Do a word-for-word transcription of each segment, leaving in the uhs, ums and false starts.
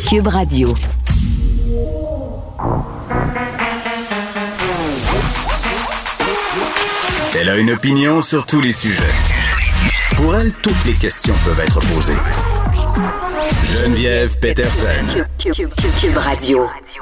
Cube Radio. Elle a une opinion sur tous les sujets. Pour elle, toutes les questions peuvent être posées. Geneviève Peterson. Cube, Cube, Cube, Cube Radio.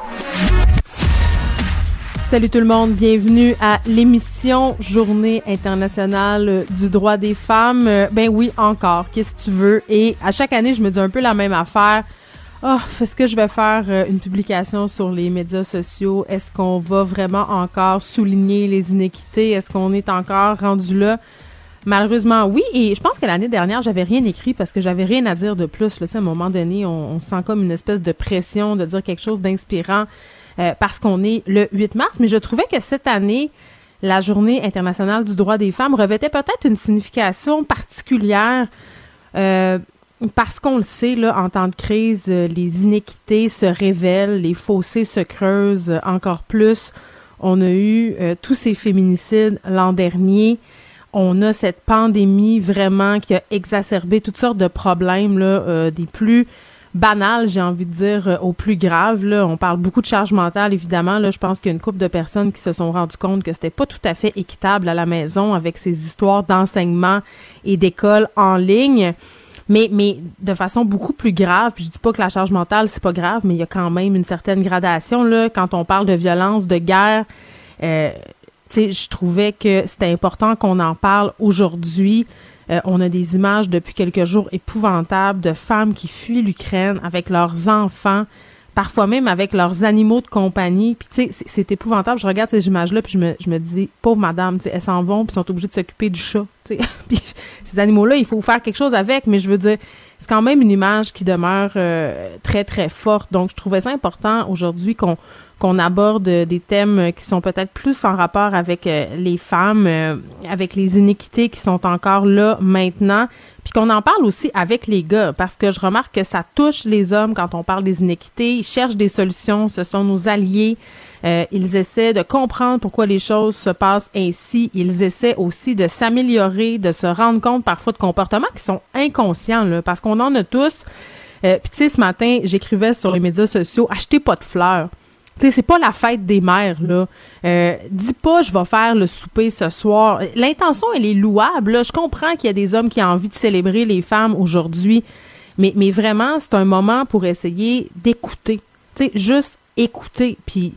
Salut tout le monde, bienvenue à l'émission Journée internationale du droit des femmes. Euh, ben oui, encore, qu'est-ce que tu veux? Et à chaque année, je me dis un peu la même affaire. Oh, est-ce que je vais faire euh, une publication sur les médias sociaux? Est-ce qu'on va vraiment encore souligner les inéquités? Est-ce qu'on est encore rendu là? Malheureusement, oui. Et je pense que l'année dernière, j'avais rien écrit parce que j'avais rien à dire de plus. Là, tu sais, à un moment donné, on, on sent comme une espèce de pression de dire quelque chose d'inspirant. Euh, parce qu'on est le huit mars, mais je trouvais que cette année, la Journée internationale du droit des femmes revêtait peut-être une signification particulière euh, parce qu'on le sait, là, en temps de crise, euh, les inéquités se révèlent, les fossés se creusent euh, encore plus. On a eu euh, tous ces féminicides l'an dernier. On a cette pandémie vraiment qui a exacerbé toutes sortes de problèmes, là, euh, des plus banal, j'ai envie de dire, euh, au plus grave. Là, on parle beaucoup de charge mentale, évidemment. Là, je pense qu'il y a une couple de personnes qui se sont rendues compte que c'était pas tout à fait équitable à la maison avec ces histoires d'enseignement et d'école en ligne. Mais, mais de façon beaucoup plus grave, puis je dis pas que la charge mentale, c'est pas grave, mais il y a quand même une certaine gradation, là, quand on parle de violence, de guerre. Euh, tu sais, je trouvais que c'était important qu'on en parle aujourd'hui. Euh, on a des images depuis quelques jours épouvantables de femmes qui fuient l'Ukraine avec leurs enfants, parfois même avec leurs animaux de compagnie. Puis tu sais, c'est, c'est épouvantable. Je regarde ces images-là puis je me, je me dis, pauvre madame, tu sais, elles s'en vont puis sont obligées de s'occuper du chat. Tu sais, puis ces animaux-là, il faut faire quelque chose avec. Mais je veux dire, c'est quand même une image qui demeure euh, très très forte. Donc, je trouvais ça important aujourd'hui qu'on qu'on aborde des thèmes qui sont peut-être plus en rapport avec euh, les femmes, euh, avec les inéquités qui sont encore là maintenant, puis qu'on en parle aussi avec les gars, parce que je remarque que ça touche les hommes quand on parle des inéquités. Ils cherchent des solutions, ce sont nos alliés. Euh, ils essaient de comprendre pourquoi les choses se passent ainsi. Ils essaient aussi de s'améliorer, de se rendre compte parfois de comportements qui sont inconscients, là, parce qu'on en a tous. Euh, puis tu sais, ce matin, j'écrivais sur les médias sociaux, « Achetez pas de fleurs ». Tu sais, c'est pas la fête des mères, là. Euh, dis pas, je vais faire le souper ce soir. L'intention, elle est louable, là. Je comprends qu'il y a des hommes qui ont envie de célébrer les femmes aujourd'hui, mais, mais vraiment, c'est un moment pour essayer d'écouter. Tu sais, juste écouter. Puis,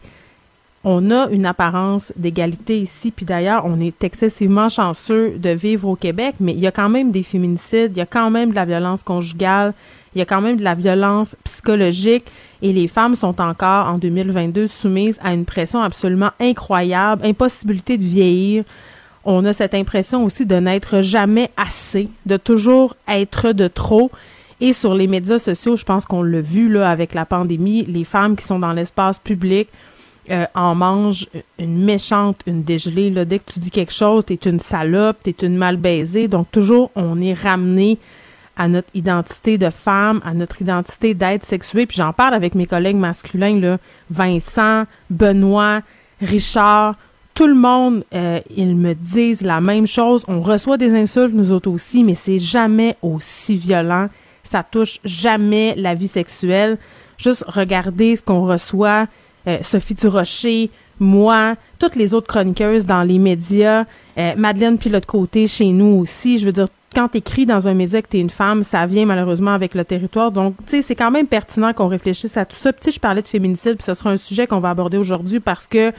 on a une apparence d'égalité ici. Puis d'ailleurs, on est excessivement chanceux de vivre au Québec, mais il y a quand même des féminicides, il y a quand même de la violence conjugale, il y a quand même de la violence psychologique et les femmes sont encore, en deux mille vingt-deux, soumises à une pression absolument incroyable, impossibilité de vieillir. On a cette impression aussi de n'être jamais assez, de toujours être de trop. Et sur les médias sociaux, je pense qu'on l'a vu là avec la pandémie, les femmes qui sont dans l'espace public euh, en mangent une méchante, une dégelée. Là. Dès que tu dis quelque chose, t'es une salope, t'es une mal baisée. Donc toujours, on est ramené à notre identité de femme, à notre identité d'être sexuée. Puis j'en parle avec mes collègues masculins, là, Vincent, Benoît, Richard, tout le monde, euh, ils me disent la même chose. On reçoit des insultes, nous autres aussi, mais c'est jamais aussi violent. Ça touche jamais la vie sexuelle. Juste regarder ce qu'on reçoit, euh, Sophie Durocher, moi, toutes les autres chroniqueuses dans les médias, euh, Madeleine Pilote-Côté chez nous aussi. Je veux dire, quand t'écris dans un média que t'es une femme, ça vient malheureusement avec le territoire. Donc, tu sais, c'est quand même pertinent qu'on réfléchisse à tout ça. Puis, tu sais, je parlais de féminicide, puis ce sera un sujet qu'on va aborder aujourd'hui parce que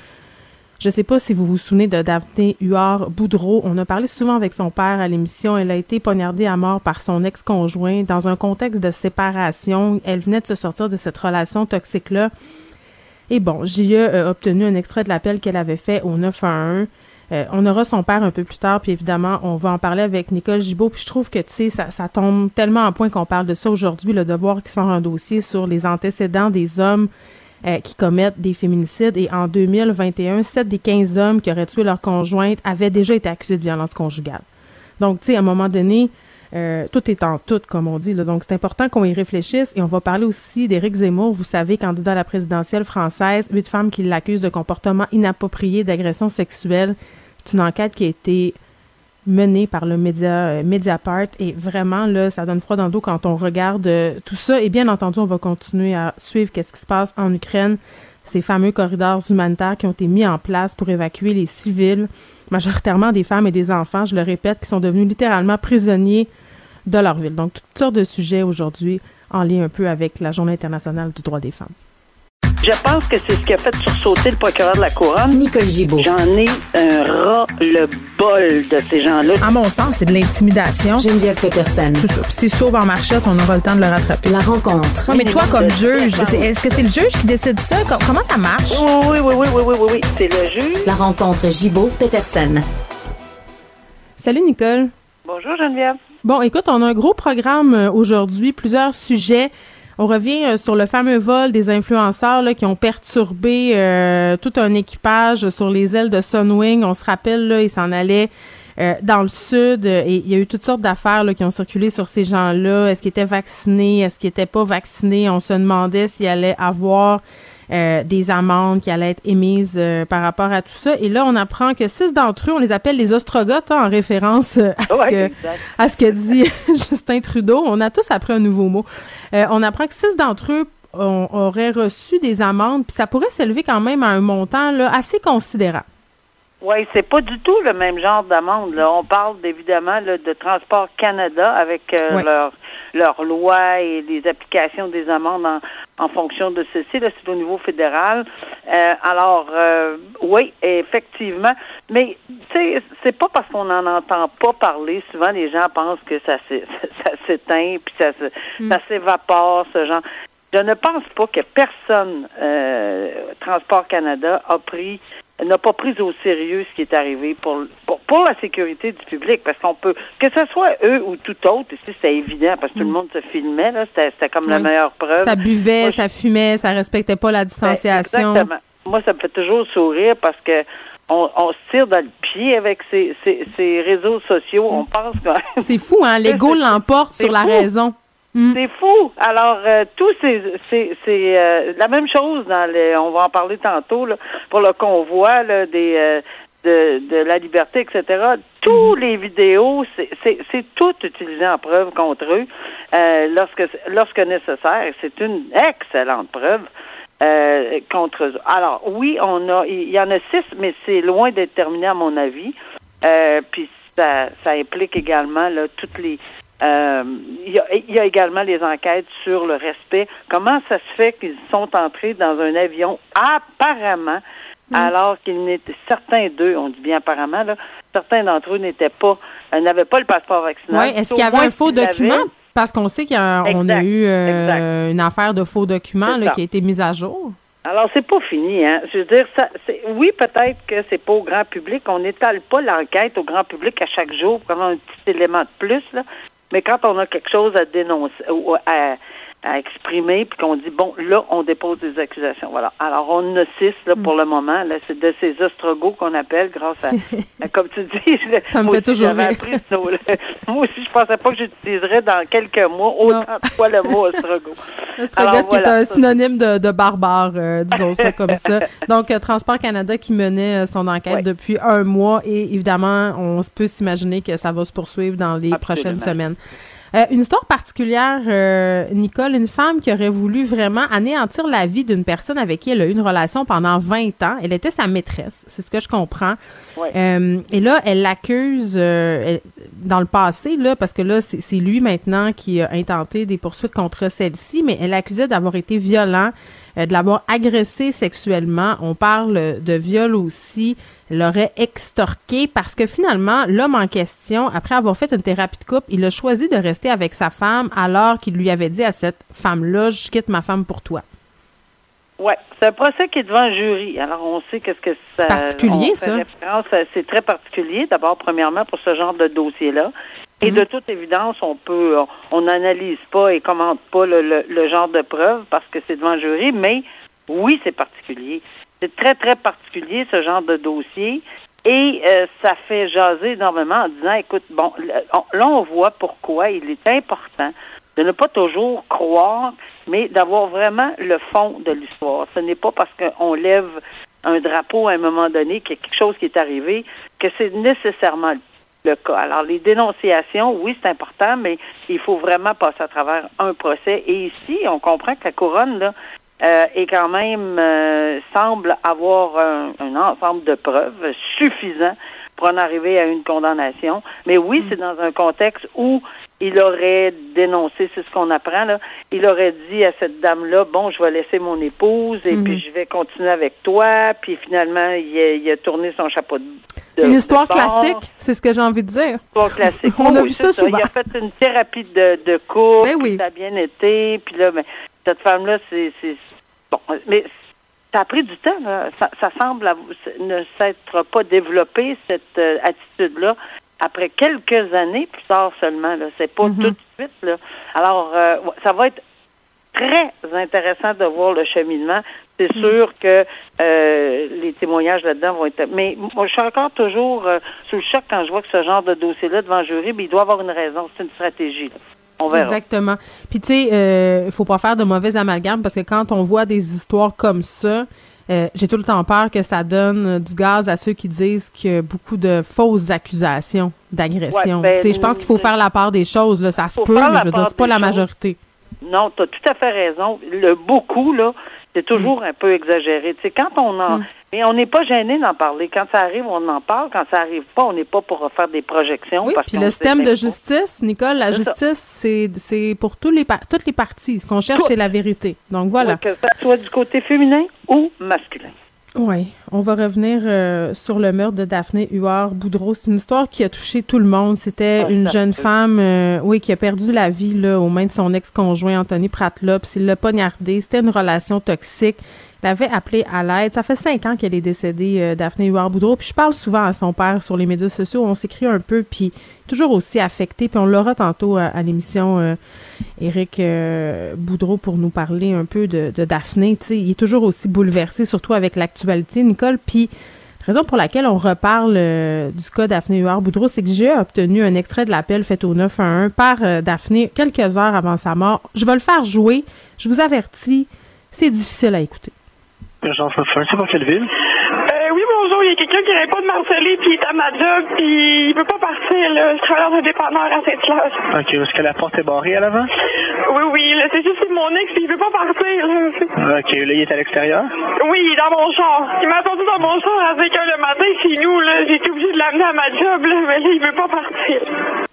je sais pas si vous vous souvenez de Daphné Huard-Boudreau. On a parlé souvent avec son père à l'émission. Elle a été poignardée à mort par son ex-conjoint dans un contexte de séparation. Elle venait de se sortir de cette relation toxique-là. Et bon, J E a obtenu un extrait de l'appel qu'elle avait fait au neuf un un. Euh, on aura son père un peu plus tard, puis évidemment, on va en parler avec Nicole Gibault. Puis je trouve que, tu sais, ça, ça tombe tellement en point qu'on parle de ça aujourd'hui, le devoir qui sort un dossier sur les antécédents des hommes euh, qui commettent des féminicides. Et en deux mille vingt et un, sept des quinze hommes qui auraient tué leur conjointe avaient déjà été accusés de violence conjugale. Donc, tu sais, à un moment donné, euh, tout est en tout, comme on dit, là. Donc, c'est important qu'on y réfléchisse. Et on va parler aussi d'Éric Zemmour, vous savez, candidat à la présidentielle française, huit femmes qui l'accusent de comportement inapproprié, d'agression sexuelle. C'est une enquête qui a été menée par le média euh, Mediapart. Et vraiment, là, ça donne froid dans le dos quand on regarde euh, tout ça. Et bien entendu, on va continuer à suivre qu'est-ce qui se passe en Ukraine, ces fameux corridors humanitaires qui ont été mis en place pour évacuer les civils, majoritairement des femmes et des enfants, je le répète, qui sont devenus littéralement prisonniers de leur ville. Donc, toutes sortes de sujets aujourd'hui en lien un peu avec la Journée internationale du droit des femmes. Je pense que c'est ce qui a fait sursauter le procureur de la Couronne. Nicole Gibault. J'en ai un ras-le-bol de ces gens-là. À mon sens, c'est de l'intimidation. Geneviève Peterson. C'est ça. Puis s'il sauve en marchette, on aura le temps de le rattraper. La rencontre. Non, mais toi, comme juge, c'est, est-ce que c'est le juge qui décide ça? Comment ça marche? Oui, oui, oui, oui, oui, oui, oui, oui. C'est le juge. La rencontre Gibault-Peterson. Salut, Nicole. Bonjour, Geneviève. Bon, écoute, on a un gros programme aujourd'hui, plusieurs sujets. On revient sur le fameux vol des influenceurs là, qui ont perturbé euh, tout un équipage sur les ailes de Sunwing. On se rappelle, là, ils s'en allaient euh, dans le sud et il y a eu toutes sortes d'affaires là, qui ont circulé sur ces gens-là. Est-ce qu'ils étaient vaccinés? Est-ce qu'ils n'étaient pas vaccinés? On se demandait s'il allait avoir euh, des amendes qui allaient être émises euh, par rapport à tout ça. Et là, on apprend que six d'entre eux, on les appelle les ostrogoths, hein, en référence à ce, ouais, que, à ce que dit Justin Trudeau. On a tous appris un nouveau mot. Euh, on apprend que six d'entre eux on, auraient reçu des amendes, puis ça pourrait s'élever quand même à un montant là, assez considérable. Oui, c'est pas du tout le même genre d'amende. Là. On parle évidemment là, de Transport Canada avec euh, ouais. leur leur loi et les applications des amendes en, en fonction de ceci. Là, c'est au niveau fédéral. Euh, alors, euh, oui, effectivement. Mais, tu sais, c'est pas parce qu'on n'en entend pas parler. Souvent, les gens pensent que ça, ça s'éteint puis ça, mm. ça s'évapore, ce genre. Je ne pense pas que personne, euh, Transport Canada, a pris n'a pas pris au sérieux ce qui est arrivé pour, pour pour la sécurité du public, parce qu'on peut, que ce soit eux ou tout autre, ici c'était évident, parce que tout le monde se filmait, là, c'était, c'était comme oui. la meilleure preuve. Ça buvait, Moi, ça je... fumait, ça respectait pas la distanciation. Ben, exactement. Moi, ça me fait toujours sourire, parce que on, on se tire dans le pied avec ces, ces, ces réseaux sociaux, on pense que... C'est fou, hein, l'ego l'emporte sur la raison. Mm. C'est fou. Alors, euh, tout c'est c'est, c'est euh, la même chose dans les. On va en parler tantôt là, pour le convoi là, des euh, de, de la liberté, et cetera. Tous les vidéos, c'est, c'est c'est tout utilisé en preuve contre eux euh, lorsque lorsque nécessaire. C'est une excellente preuve euh, contre eux. Alors, oui, on a il y en a six, mais c'est loin d'être terminé à mon avis. Euh, puis ça ça implique également là toutes les Euh, il, y a, il y a également les enquêtes sur le respect. Comment ça se fait qu'ils sont entrés dans un avion apparemment, mmh. alors qu'ils n'étaient, certains d'eux, on dit bien apparemment, là, certains d'entre eux n'étaient pas, euh, n'avaient pas le passeport vaccinal. Oui, est-ce qu'il y avait un faux document? Parce qu'on sait qu'on a, a eu euh, une affaire de faux documents là, qui a été mise à jour. Alors, c'est pas fini, hein. Je veux dire, ça, c'est, oui, peut-être que c'est pas au grand public. On n'étale pas l'enquête au grand public à chaque jour pour avoir un petit élément de plus, là. Mais quand on a quelque chose à dénoncer ou à, à exprimer, puis qu'on dit, bon, là, on dépose des accusations. Voilà. Alors, on en a six, là, pour le moment. Là, c'est de ces ostrogos qu'on appelle grâce à, à comme tu dis, ça me fait toujours rire. Appris, moi aussi, je pensais pas que j'utiliserais dans quelques mois autant de fois le mot ostrogo. Ostrogoth qui voilà, est un ça, synonyme de, de barbare, euh, disons ça comme ça. Donc, euh, Transport Canada qui menait euh, son enquête oui. depuis un mois et évidemment, on peut s'imaginer que ça va se poursuivre dans les Absolument. prochaines semaines. Euh, une histoire particulière, euh, Nicole, une femme qui aurait voulu vraiment anéantir la vie d'une personne avec qui elle a eu une relation pendant vingt ans. Elle était sa maîtresse, c'est ce que je comprends. Ouais. Euh, et là, elle l'accuse euh, elle, dans le passé, là, parce que là, c'est, c'est lui maintenant qui a intenté des poursuites contre celle-ci, mais elle l'accusait d'avoir été violent, euh, de l'avoir agressé sexuellement. On parle de viol aussi. L'aurait extorqué parce que finalement, l'homme en question, après avoir fait une thérapie de couple, il a choisi de rester avec sa femme alors qu'il lui avait dit à cette femme-là, je quitte ma femme pour toi. Oui, c'est un procès qui est devant un jury. Alors, on sait qu'est-ce que ça... C'est particulier, ça. C'est très particulier, d'abord, premièrement, pour ce genre de dossier-là. Et mmh. de toute évidence, on peut, on n'analyse pas et commente pas le, le, le genre de preuve parce que c'est devant un jury, mais oui, c'est particulier. C'est très, très particulier, ce genre de dossier. Et euh, ça fait jaser énormément en disant, écoute, bon, là, on voit pourquoi il est important de ne pas toujours croire, mais d'avoir vraiment le fond de l'histoire. Ce n'est pas parce qu'on lève un drapeau à un moment donné qu'il y a quelque chose qui est arrivé que c'est nécessairement le cas. Alors, les dénonciations, oui, c'est important, mais il faut vraiment passer à travers un procès. Et ici, on comprend que la couronne, là, euh, est quand même, euh, semble avoir un, un ensemble de preuves suffisant pour en arriver à une condamnation. Mais oui, mmh. c'est dans un contexte où il aurait dénoncé, c'est ce qu'on apprend, là, il aurait dit à cette dame-là, bon, je vais laisser mon épouse et mmh. puis je vais continuer avec toi, puis finalement, il a, il a tourné son chapeau de De, une histoire classique, c'est ce que j'ai envie de dire. Une histoire classique. On a oui, vu ça, ça souvent. Il a fait une thérapie de, de couple, ben oui. ça a bien été, puis là, ben, cette femme-là, c'est, c'est... Bon, mais ça a pris du temps, là. Ça, ça semble avoir, ne s'être pas développé, cette euh, attitude-là, après quelques années plus tard seulement, là. C'est pas mm-hmm. tout de suite, là. Alors, euh, ça va être très intéressant de voir le cheminement. C'est sûr que euh, les témoignages là-dedans vont être... Mais moi, je suis encore toujours euh, sous le choc quand je vois que ce genre de dossier-là devant le jury, mais il doit avoir une raison. C'est une stratégie, là. On verra. Exactement. Puis, tu sais, il euh, faut pas faire de mauvais amalgames parce que quand on voit des histoires comme ça, euh, j'ai tout le temps peur que ça donne du gaz à ceux qui disent qu'il y a beaucoup de fausses accusations d'agression. Ouais, ben, tu sais, je pense qu'il faut faire la part des choses, là. Ça se peut, mais je veux dire, c'est pas la majorité. Non, tu as tout à fait raison. Le beaucoup, là, c'est toujours mmh. un peu exagéré. Tu sais, quand on en... Mmh. Mais on n'est pas gêné d'en parler. Quand ça arrive, on en parle. Quand ça arrive pas, on n'est pas pour faire des projections. Oui, puis le système de justice, Nicole, la c'est justice, c'est, c'est pour tous les par- toutes les parties. Ce qu'on cherche, Tout. c'est la vérité. Donc, voilà. Oui, que ça soit du côté féminin ou masculin. Oui, on va revenir euh, sur le meurtre de Daphné Huard-Boudreau. C'est une histoire qui a touché tout le monde. C'était ah, une jeune peut. femme, euh, oui, qui a perdu la vie là aux mains de son ex-conjoint Anthony Pratlop. Il l'a poignardé. C'était une relation toxique. Elle avait appelé à l'aide. Ça fait cinq ans qu'elle est décédée, euh, Daphné Huard-Boudreau. Puis je parle souvent à son père sur les médias sociaux. On s'écrit un peu, puis toujours aussi affecté. Puis on l'aura tantôt à, à l'émission euh, Éric euh, Boudreau pour nous parler un peu de, de Daphné. Tu sais, il est toujours aussi bouleversé, surtout avec l'actualité, Nicole. Puis la raison pour laquelle on reparle euh, du cas Daphné Huard-Boudreau, c'est que j'ai obtenu un extrait de l'appel fait au neuf un un par euh, Daphné quelques heures avant sa mort. Je vais le faire jouer. Je vous avertis, c'est difficile à écouter. Urgence neuf un un, c'est pour quelle ville? Euh, oui, bonjour, il y a quelqu'un qui n'arrête pas de m'harceler, puis il est à ma job, puis il veut pas partir, là. Je travaille dans un dépanneur à Saint-Hilaire. OK, est-ce que la porte est barrée à l'avant? Oui, oui, là, c'est juste mon ex, puis il veut pas partir, là. OK, là, il est à l'extérieur? Oui, il est dans mon char. Il m'a attendu dans mon char à cinq heures le matin chez nous, là. J'ai été obligée de l'amener à ma job, là, mais là, il veut pas partir.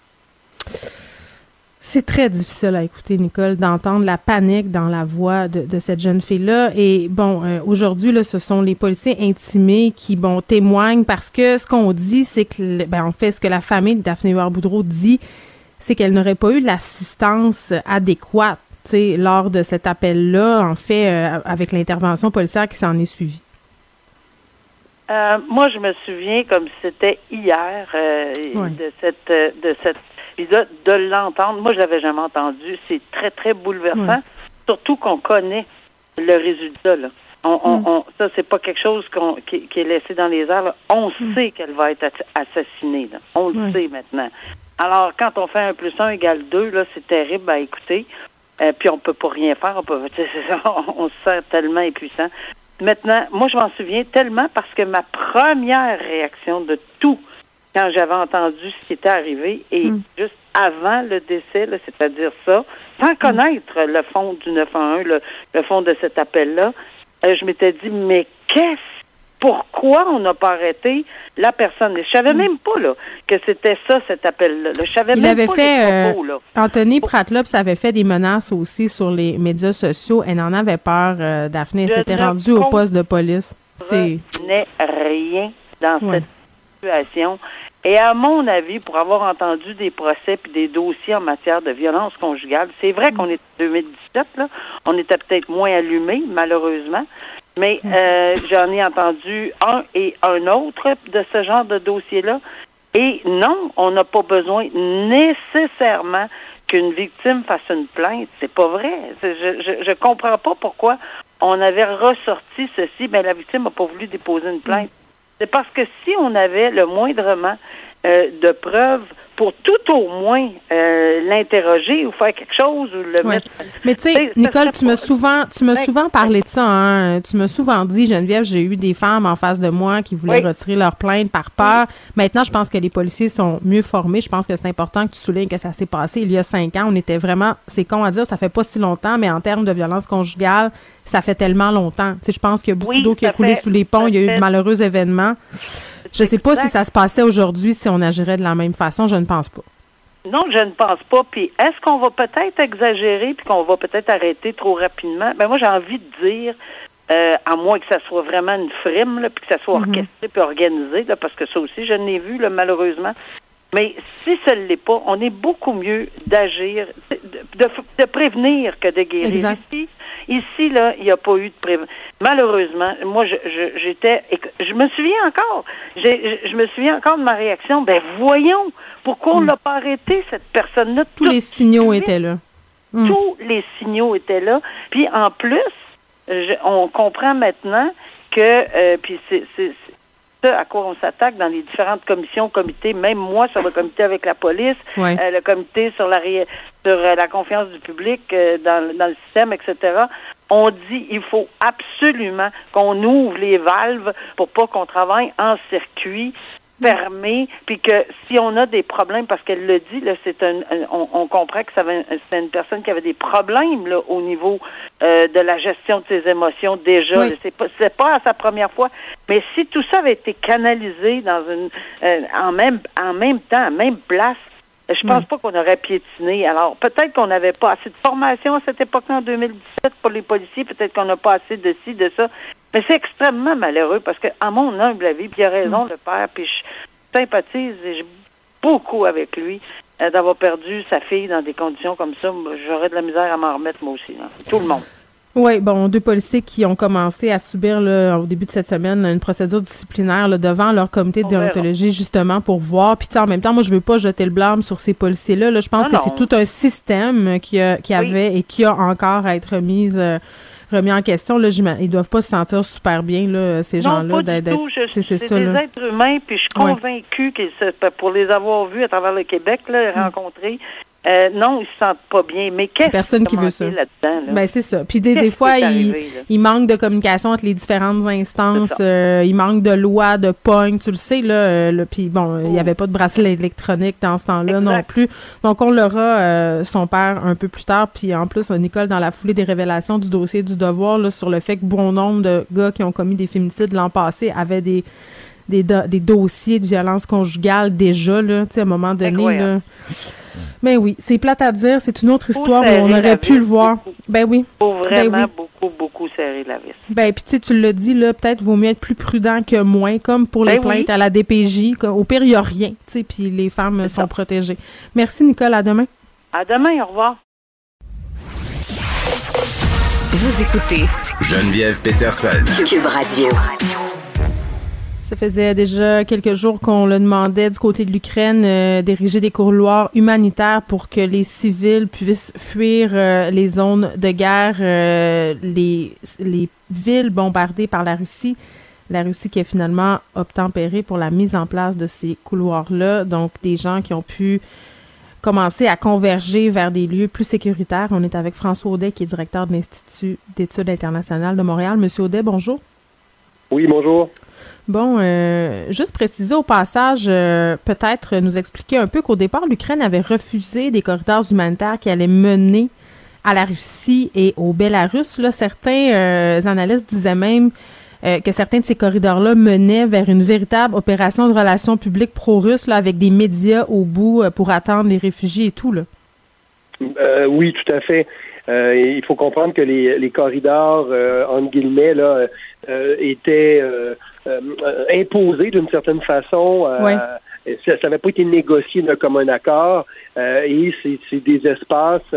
C'est très difficile à écouter, Nicole, d'entendre la panique dans la voix de, de cette jeune fille-là. Et bon, euh, aujourd'hui, là, ce sont les policiers intimés qui, bon, témoignent parce que ce qu'on dit, c'est que, ben, en fait, ce que la famille de Daphné Huard-Boudreau dit, c'est qu'elle n'aurait pas eu l'assistance adéquate, tu sais, lors de cet appel-là, en fait, euh, avec l'intervention policière qui s'en est suivie. Euh, moi, je me souviens comme si c'était hier euh, oui. de cette de cette Puis de, de l'entendre, moi, je l'avais jamais entendu. C'est très, très bouleversant. Ouais. Surtout qu'on connaît le résultat, là. On, on, mm. on, ça, c'est pas quelque chose qu'on, qui, qui est laissé dans les airs, là. On mm. sait qu'elle va être assassinée, là. On le ouais. sait maintenant. Alors, quand on fait un plus un égale deux, là, c'est terrible à écouter. Euh, puis on peut pas rien faire. On peut, c'est ça, on, on se sent tellement impuissant. Maintenant, moi, je m'en souviens tellement parce que ma première réaction de tout, quand j'avais entendu ce qui était arrivé, et mm. juste avant le décès, là, c'est-à-dire ça, sans connaître mm. le fond du neuf un un, le, le fond de cet appel-là, euh, je m'étais dit, mais qu'est-ce, pourquoi on n'a pas arrêté la personne? Je savais mm. même pas là que c'était ça, cet appel-là. Je savais Il même avait pas fait, les propos, là. Euh, Anthony Pratlops avait fait des menaces aussi sur les médias sociaux. Elle en avait peur, euh, Daphné. Elle s'était rendue au poste de police. C'est... Je n'ai rien dans ouais. cette situation. Et à mon avis, pour avoir entendu des procès puis des dossiers en matière de violence conjugale, c'est vrai qu'on est en deux mille dix-sept, là, on était peut-être moins allumés, malheureusement, mais euh, j'en ai entendu un et un autre de ce genre de dossier-là. Et non, on n'a pas besoin nécessairement qu'une victime fasse une plainte. C'est pas vrai. Je, je, je comprends pas pourquoi on avait ressorti ceci, mais la victime n'a pas voulu déposer une plainte. C'est parce que si on avait le moindrement euh, de preuves pour tout au moins euh, l'interroger ou faire quelque chose ou le ouais. mettre. Mais tu sais, Nicole, tu m'as souvent, tu m'as souvent parlé de ça. Hein? Tu m'as souvent dit, Geneviève, j'ai eu des femmes en face de moi qui voulaient oui. retirer leur plainte par peur. Oui. Maintenant, je pense que les policiers sont mieux formés. Je pense que c'est important que tu soulignes que ça s'est passé il y a cinq ans. On était vraiment, c'est con à dire, ça fait pas si longtemps, mais en termes de violence conjugale, ça fait tellement longtemps. Tu sais, je pense qu'il y a beaucoup oui, d'eau qui a coulé fait, sous les ponts. Il y a eu de malheureux événements. Je ne sais pas si ça se passait aujourd'hui, si on agirait de la même façon. Je ne pense pas. Non, je ne pense pas. Puis, est-ce qu'on va peut-être exagérer puis qu'on va peut-être arrêter trop rapidement? Ben moi, j'ai envie de dire, euh, à moins que ça soit vraiment une frime, là, puis que ça soit mm-hmm. orchestré puis organisé, là, parce que ça aussi, je l'ai vu, là, malheureusement. Mais si ça ne l'est pas, on est beaucoup mieux d'agir, de, de, de prévenir que de guérir. Exact. Ici, ici, là, il n'y a pas eu de prévention. Malheureusement, moi, je, je, j'étais, je me souviens encore, j'ai, je, je me souviens encore de ma réaction. Ben, voyons, pourquoi on ne mm. l'a pas arrêté, cette personne-là? Tous les signaux étaient là. Mm. Tous les signaux étaient là. Puis, en plus, je, on comprend maintenant que, euh, puis c'est, c'est à quoi on s'attaque dans les différentes commissions, comités, même moi sur le comité avec la police, ouais. euh, le comité sur la ré... sur euh, la confiance du public euh, dans, dans le système, et cetera. On dit il faut absolument qu'on ouvre les valves pour pas qu'on travaille en circuit fermé, puis que si on a des problèmes, parce qu'elle le dit, là, c'est un, un on, on comprend que ça avait, c'était une personne qui avait des problèmes là au niveau euh, de la gestion de ses émotions déjà. Oui. Là, c'est pas c'est pas à sa première fois, mais si tout ça avait été canalisé dans une euh, en même en même temps, à même place, je pense mm. pas qu'on aurait piétiné. Alors, peut-être qu'on n'avait pas assez de formation à cette époque-là, en deux mille dix-sept, pour les policiers. Peut-être qu'on n'a pas assez de ci, de ça. Mais c'est extrêmement malheureux parce que, à mon humble avis, puis il a raison, mm. le père, puis je sympathise et je, beaucoup avec lui euh, d'avoir perdu sa fille dans des conditions comme ça. J'aurais de la misère à m'en remettre, moi aussi. Là. Tout le monde. Oui, bon, deux policiers qui ont commencé à subir là, au début de cette semaine une procédure disciplinaire là, devant leur comité de déontologie justement pour voir. Puis en même temps, moi je veux pas jeter le blâme sur ces policiers-là. Là, je pense non, que non. c'est tout un système qui, a, qui avait oui. et qui a encore à être remis, euh, remis en question. Là, ils doivent pas se sentir super bien là, ces non, gens-là. Pas d'être, du tout. Je, c'est, c'est, c'est ça, des là. êtres humains. Puis je suis convaincue ouais. que pour les avoir vus à travers le Québec, là, mm. rencontrés. Euh, non, ils se sentent pas bien. Mais qu'est-ce Personne qui veut ça. là-dedans? Là? Ben, c'est ça. Puis des, des fois, il, il manque de communication entre les différentes instances. Euh, il manque de loi, de pogne. Tu le sais, là. Euh, là puis bon, il oh. n'y avait pas de bracelet électronique dans ce temps-là exact. non plus. Donc, on l'aura, euh, son père, un peu plus tard. Puis en plus, Nicole, dans la foulée des révélations du dossier du Devoir, là, sur le fait que bon nombre de gars qui ont commis des féminicides l'an passé avaient des des, do- des dossiers de violence conjugale déjà, là. Tu sais, à un moment donné, là. Mais oui, c'est plate à dire, c'est une autre histoire où on aurait pu le voir. Beaucoup. Ben oui. Faut vraiment ben oui. beaucoup, beaucoup serrer la vis. Ben, puis tu sais, tu l'as dit, là, peut-être vaut mieux être plus prudent que moins, comme pour les ben plaintes oui. à la D P J. Au pire, il n'y a rien, tu sais, puis les femmes c'est sont ça. protégées. Merci, Nicole, à demain. À demain, au revoir. Vous écoutez Geneviève Peterson. Cube Radio. Ça faisait déjà quelques jours qu'on le demandait du côté de l'Ukraine euh, d'ériger des couloirs humanitaires pour que les civils puissent fuir euh, les zones de guerre, euh, les, les villes bombardées par la Russie. La Russie qui a finalement obtempéré pour la mise en place de ces couloirs-là. Donc, des gens qui ont pu commencer à converger vers des lieux plus sécuritaires. On est avec François Audet, qui est directeur de l'Institut d'études internationales de Montréal. Monsieur Audet, bonjour. Oui, bonjour. Bon, euh, juste préciser au passage, euh, peut-être nous expliquer un peu qu'au départ, l'Ukraine avait refusé des corridors humanitaires qui allaient mener à la Russie et au Bélarus. Là, certains euh, analystes disaient même euh, que certains de ces corridors-là menaient vers une véritable opération de relations publiques pro-russes, là, avec des médias au bout euh, pour attendre les réfugiés et tout, là. Euh, oui, tout à fait. Euh, il faut comprendre que les, les corridors, euh, entre guillemets, là, euh, étaient euh, euh, imposés d'une certaine façon. Euh, ouais. Ça n'avait pas été négocié là, comme un accord. Euh, et c'est, c'est des espaces euh,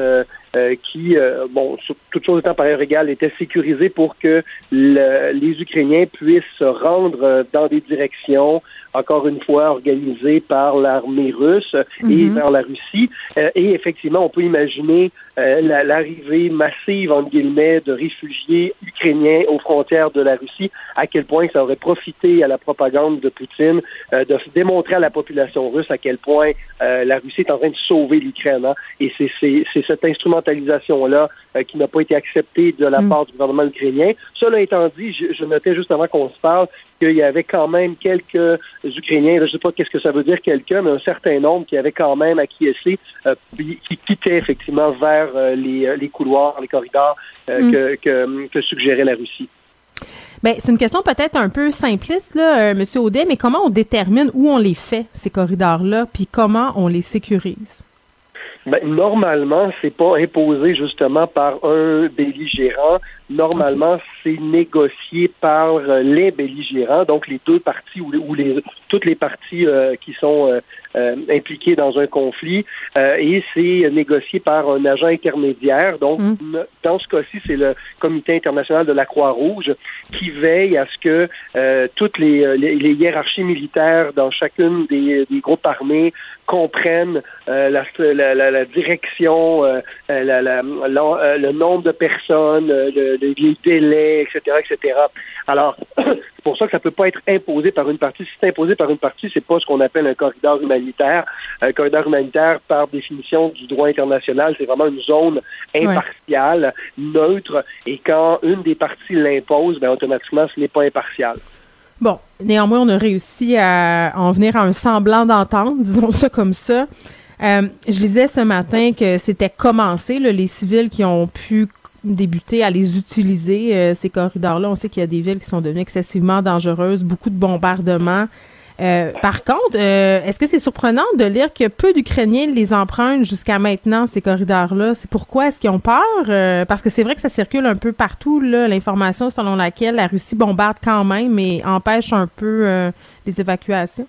euh, qui, euh, bon, sur, toutes choses étant par ailleurs égales, étaient sécurisées pour que le, les Ukrainiens puissent se rendre dans des directions, encore une fois, organisées par l'armée russe mm-hmm. et vers la Russie. Euh, et effectivement, on peut imaginer euh, la, l'arrivée massive, entre guillemets, de réfugiés ukrainiens aux frontières de la Russie, à quel point ça aurait profité à la propagande de Poutine euh, de démontrer à la population russe à quel point euh, la Russie est en train de sauver l'Ukraine. Hein. Et c'est, c'est, c'est cette instrumentalisation-là euh, qui n'a pas été acceptée de la mm. part du gouvernement ukrainien. Cela étant dit, je, je notais juste avant qu'on se parle qu'il y avait quand même quelques Ukrainiens, je ne sais pas qu'est-ce que ça veut dire quelqu'un, mais un certain nombre qui avaient quand même acquiescé, euh, qui quittaient effectivement vers euh, les, les couloirs, les corridors euh, mm. que, que, que suggérait la Russie. Bien, c'est une question peut-être un peu simpliste, là, euh, M. Audet, mais comment on détermine où on les fait, ces corridors-là, puis comment on les sécurise? Ben, normalement, c'est pas imposé justement par un belligérant. Normalement, okay. c'est négocié par euh, les belligérants, donc les deux parties ou, ou les toutes les parties euh, qui sont euh, euh, impliquées dans un conflit, euh, et c'est négocié par un agent intermédiaire. Donc, mm. dans ce cas-ci, c'est le Comité international de la Croix-Rouge qui veille à ce que euh, toutes les, les, les hiérarchies militaires dans chacune des, des groupes armés comprennent euh, la, la, la, la direction, euh, la, la, la, le nombre de personnes, le, les délais, et cetera, et cetera. Alors, c'est pour ça que ça peut pas être imposé par une partie. Si c'est imposé par une partie, c'est pas ce qu'on appelle un corridor humanitaire. Un corridor humanitaire, par définition du droit international, c'est vraiment une zone impartiale, ouais. neutre, et quand une des parties l'impose, ben automatiquement, ce n'est pas impartial. Bon, néanmoins, on a réussi à en venir à un semblant d'entente, disons ça comme ça. Euh, je lisais ce matin que c'était commencé, là, les civils qui ont pu débuter à les utiliser, euh, ces corridors-là. On sait qu'il y a des villes qui sont devenues excessivement dangereuses, beaucoup de bombardements. Euh, par contre, euh, est-ce que c'est surprenant de lire que peu d'Ukrainiens les empruntent jusqu'à maintenant, ces corridors-là? C'est pourquoi est-ce qu'ils ont peur? Euh, parce que c'est vrai que ça circule un peu partout, là, l'information selon laquelle la Russie bombarde quand même et empêche un peu euh, les évacuations.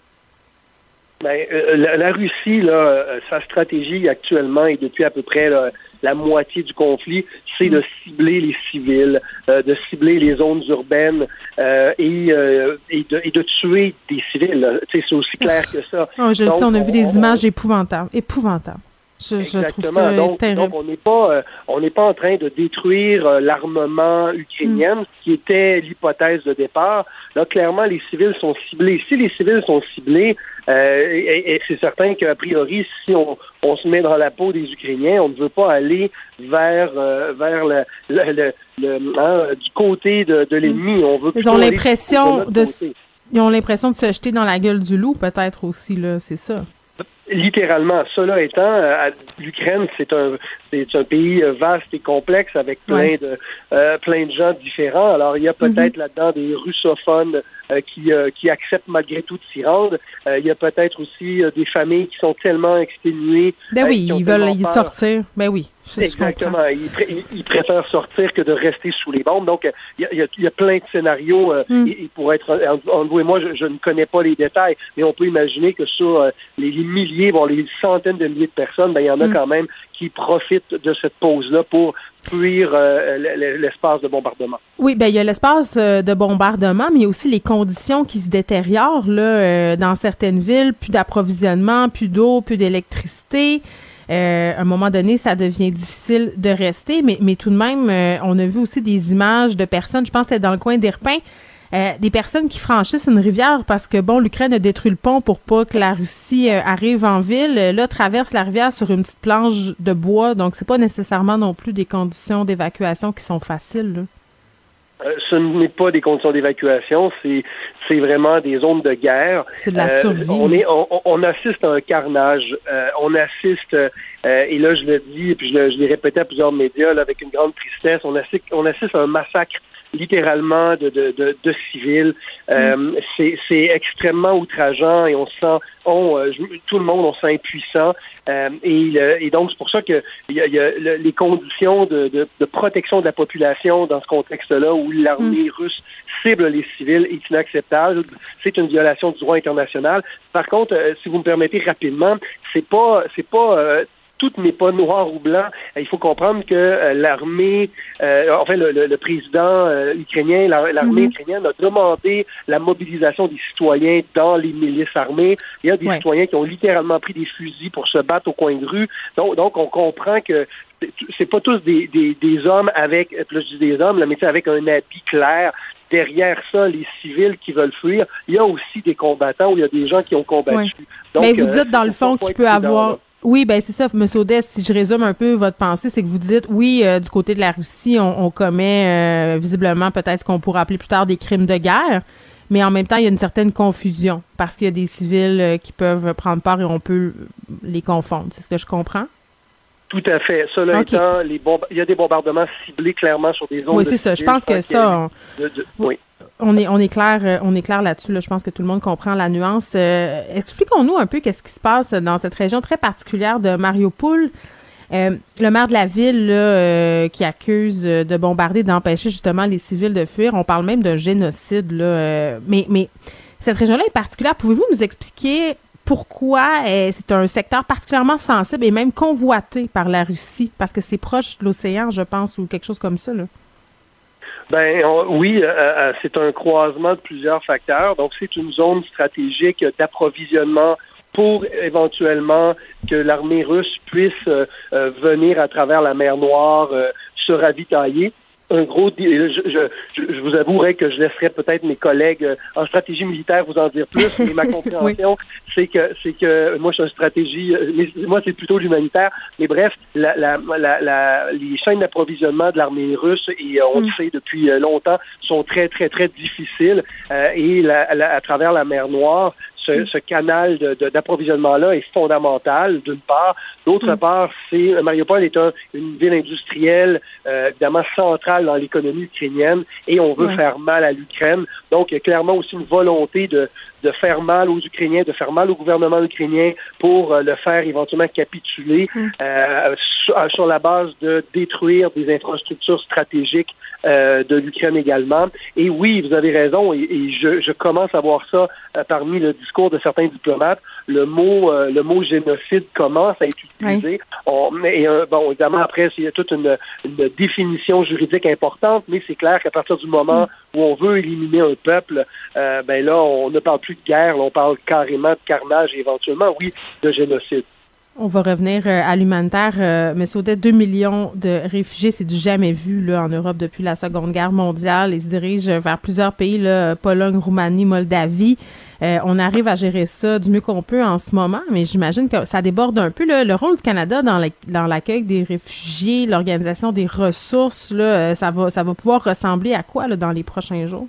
Ben, euh, la, la Russie, là, euh, sa stratégie actuellement et depuis à peu près là, la moitié du conflit, c'est de cibler les civils, euh, de cibler les zones urbaines euh, et, euh, et, de, et de tuer des civils. Tu sais, c'est aussi clair que ça. Oh, je le sais, on a vu des on, images épouvantables. Épouvantables. Je, je trouve ça donc, terrible. Donc, on n'est pas, euh, on n'est pas en train de détruire euh, l'armement ukrainien, mm. qui était l'hypothèse de départ. Là, clairement, les civils sont ciblés. Si les civils sont ciblés, euh, et, et c'est certain qu'a priori, si on, on se met dans la peau des Ukrainiens, on ne veut pas aller vers euh, vers le, le, le, le hein, du côté de, de l'ennemi. On veut ils ont l'impression de, de ils ont l'impression de se jeter dans la gueule du loup, peut-être aussi là, c'est ça. Littéralement. Cela étant, euh, l'Ukraine, c'est un c'est un pays vaste et complexe avec plein ouais. de euh, plein de gens différents. Alors, il y a peut-être mm-hmm. là-dedans des russophones euh, qui euh, qui acceptent malgré tout de s'y rendre. Euh, il y a peut-être aussi euh, des familles qui sont tellement exténuées. Ben oui, euh, ils veulent y sortir. Ben oui. Exactement. Ils, pr- ils préfèrent sortir que de rester sous les bombes. Donc, il y a, y a plein de scénarios. Euh, mm. et, et pour être en vous et moi, je, je ne connais pas les détails, mais on peut imaginer que sur euh, les, les milliers, bon, les centaines de milliers de personnes, ben il y en a mm. quand même qui profitent de cette pause-là pour fuir euh, l'espace de bombardement. Oui, bien, il y a l'espace de bombardement, mais il y a aussi les conditions qui se détériorent là, euh, dans certaines villes, plus d'approvisionnement, plus d'eau, plus d'électricité. Euh, à un moment donné, ça devient difficile de rester, mais, mais tout de même, euh, on a vu aussi des images de personnes, je pense que c'était dans le coin d'Irpin, Euh, des personnes qui franchissent une rivière parce que, bon, l'Ukraine a détruit le pont pour pas que la Russie euh, arrive en ville. Là, traverse la rivière sur une petite planche de bois. Donc, c'est pas nécessairement non plus des conditions d'évacuation qui sont faciles, là. Euh, ce n'est pas des conditions d'évacuation, c'est c'est vraiment des zones de guerre. C'est de la survie. Euh, on est on, on assiste à un carnage. Euh, on assiste euh, et là je le dis et puis je, le, je l'ai répété à plusieurs médias là, avec une grande tristesse. On assiste on assiste à un massacre littéralement de de de, de civils. Euh, mm. C'est c'est extrêmement outrageant et on se sent on euh, tout le monde on se sent impuissant. Euh, et, euh, et donc c'est pour ça que il y a, y a le, les conditions de, de, de protection de la population dans ce contexte-là où l'armée mm. russe cible les civils est inacceptable. C'est une violation du droit international. Par contre, euh, si vous me permettez rapidement, c'est pas c'est pas euh, tout n'est pas noir ou blanc. Il faut comprendre que euh, l'armée, euh, enfin le, le, le président euh, ukrainien, l'armée mm-hmm. ukrainienne a demandé la mobilisation des citoyens dans les milices armées. Il y a des ouais. citoyens qui ont littéralement pris des fusils pour se battre au coin de rue. Donc, donc on comprend que c'est pas tous des, des, des hommes avec, là je dis des hommes, là, mais c'est avec un habit clair. Derrière ça, les civils qui veulent fuir, il y a aussi des combattants où il y a des gens qui ont combattu. Oui. Donc, mais vous dites, euh, dans le fond, qu'il peut avoir... Là. Oui, ben c'est ça, M. Audet, si je résume un peu votre pensée, c'est que vous dites, oui, euh, du côté de la Russie, on, on commet euh, visiblement peut-être ce qu'on pourrait appeler plus tard des crimes de guerre, mais en même temps, il y a une certaine confusion parce qu'il y a des civils euh, qui peuvent prendre part et on peut les confondre. C'est ce que je comprends? Tout à fait. Cela okay. étant, les bomb- il y a des bombardements ciblés clairement sur des zones. Oui, c'est ça. Je pense que ça, on, de, de, oui. on est on est clair, on est clair là-dessus. Là. Je pense que tout le monde comprend la nuance. Euh, expliquons-nous un peu qu'est-ce qui se passe dans cette région très particulière de Mariupol. Euh, le maire de la ville là, euh, qui accuse de bombarder, d'empêcher justement les civils de fuir. On parle même d'un génocide. Là, euh, mais mais cette région-là est particulière. Pouvez-vous nous expliquer pourquoi euh, c'est un secteur particulièrement sensible et même convoité par la Russie? Parce que c'est proche de l'océan, je pense, ou quelque chose comme ça, là. Ben on, oui, euh, c'est un croisement de plusieurs facteurs. Donc, c'est une zone stratégique d'approvisionnement pour éventuellement que l'armée russe puisse euh, euh, venir à travers la mer Noire euh, se ravitailler. Un gros, je, je, je vous avouerai que je laisserai peut-être mes collègues en stratégie militaire vous en dire plus, mais ma compréhension, oui. c'est que c'est que moi je suis en stratégie, mais moi c'est plutôt l'humanitaire. Mais bref, la, la, la, la, les chaînes d'approvisionnement de l'armée russe, et on mm. le sait depuis longtemps, sont très très très difficiles. Euh, et la, la, à travers la mer Noire, Ce, ce canal de, de, d'approvisionnement-là est fondamental, d'une part. D'autre mm. part, c'est Mariupol est un, une ville industrielle, euh, évidemment centrale dans l'économie ukrainienne, et on veut ouais. faire mal à l'Ukraine. Donc, il y a clairement aussi une volonté de, de faire mal aux Ukrainiens, de faire mal au gouvernement ukrainien pour euh, le faire éventuellement capituler mm. euh, sur, sur la base de détruire des infrastructures stratégiques euh, de l'Ukraine également. Et oui, vous avez raison, et, et je, je commence à voir ça euh, parmi le discours de certains diplomates. Le mot, euh, le mot génocide commence à être utilisé. Oui. On, et euh, bon, évidemment, après, il y a toute une, une définition juridique importante, mais c'est clair qu'à partir du moment mm. où on veut éliminer un peuple, euh, ben là, on ne parle plus de guerre, là, on parle carrément de carnage et éventuellement, oui, de génocide. On va revenir euh, à l'humanitaire. Euh, M. Audet, deux millions de réfugiés, c'est du jamais vu là, en Europe depuis la Seconde Guerre mondiale. Ils se dirigent vers plusieurs pays, là, Pologne, Roumanie, Moldavie. Euh, on arrive à gérer ça du mieux qu'on peut en ce moment, mais j'imagine que ça déborde un peu. Là, le rôle du Canada dans, la, dans l'accueil des réfugiés, l'organisation des ressources, là, ça va, ça va pouvoir ressembler à quoi là, dans les prochains jours?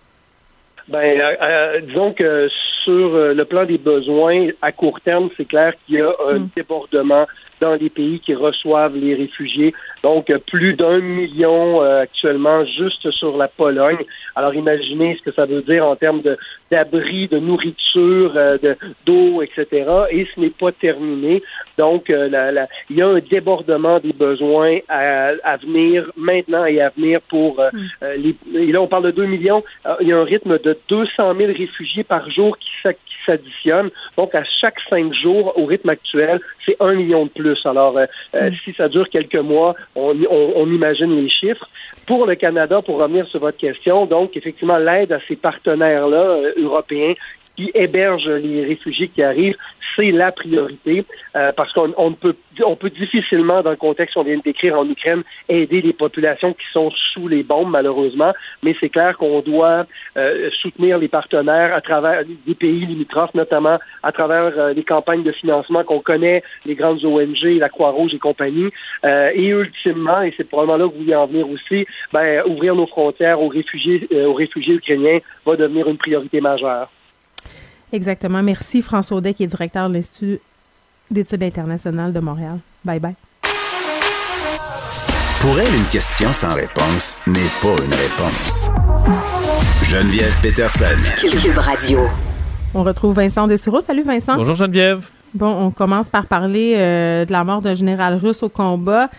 Ben, euh, disons que sur le plan des besoins, à court terme, c'est clair qu'il y a un mmh. débordement dans les pays qui reçoivent les réfugiés. Donc, plus d'un million euh, actuellement juste sur la Pologne. Alors, imaginez ce que ça veut dire en termes de d'abri, de nourriture, euh, de, d'eau, et cetera. Et ce n'est pas terminé. Donc, euh, la, la, il y a un débordement des besoins à, à venir maintenant et à venir pour euh, mm. euh, les... Et là, on parle de deux millions. Euh, il y a un rythme de deux cent mille réfugiés par jour qui, qui s'additionnent. Donc, à chaque cinq jours, au rythme actuel, c'est un million de plus. Alors, euh, mm. si ça dure quelques mois, on, on, on imagine les chiffres. Pour le Canada, pour revenir sur votre question, donc, effectivement, l'aide à ces partenaires-là euh, européens qui hébergent les réfugiés qui arrivent, c'est la priorité, euh, parce qu'on on peut on peut difficilement, dans le contexte qu'on vient de décrire en Ukraine, aider les populations qui sont sous les bombes, malheureusement, mais c'est clair qu'on doit euh, soutenir les partenaires à travers des pays limitrophes, notamment à travers euh, les campagnes de financement qu'on connaît, les grandes O N G, la Croix-Rouge et compagnie, euh, et ultimement, et c'est probablement là que vous voulez en venir aussi, ben, ouvrir nos frontières aux réfugiés, euh, aux réfugiés ukrainiens va devenir une priorité majeure. Exactement. Merci François Audet, qui est directeur de l'Institut d'études internationales de Montréal. Bye bye. Pour elle, une question sans réponse n'est pas une réponse. Geneviève Peterson. Cube Radio. On retrouve Vincent Dessureau. Salut Vincent. Bonjour Geneviève. Bon, on commence par parler euh, de la mort d'un général russe au combat.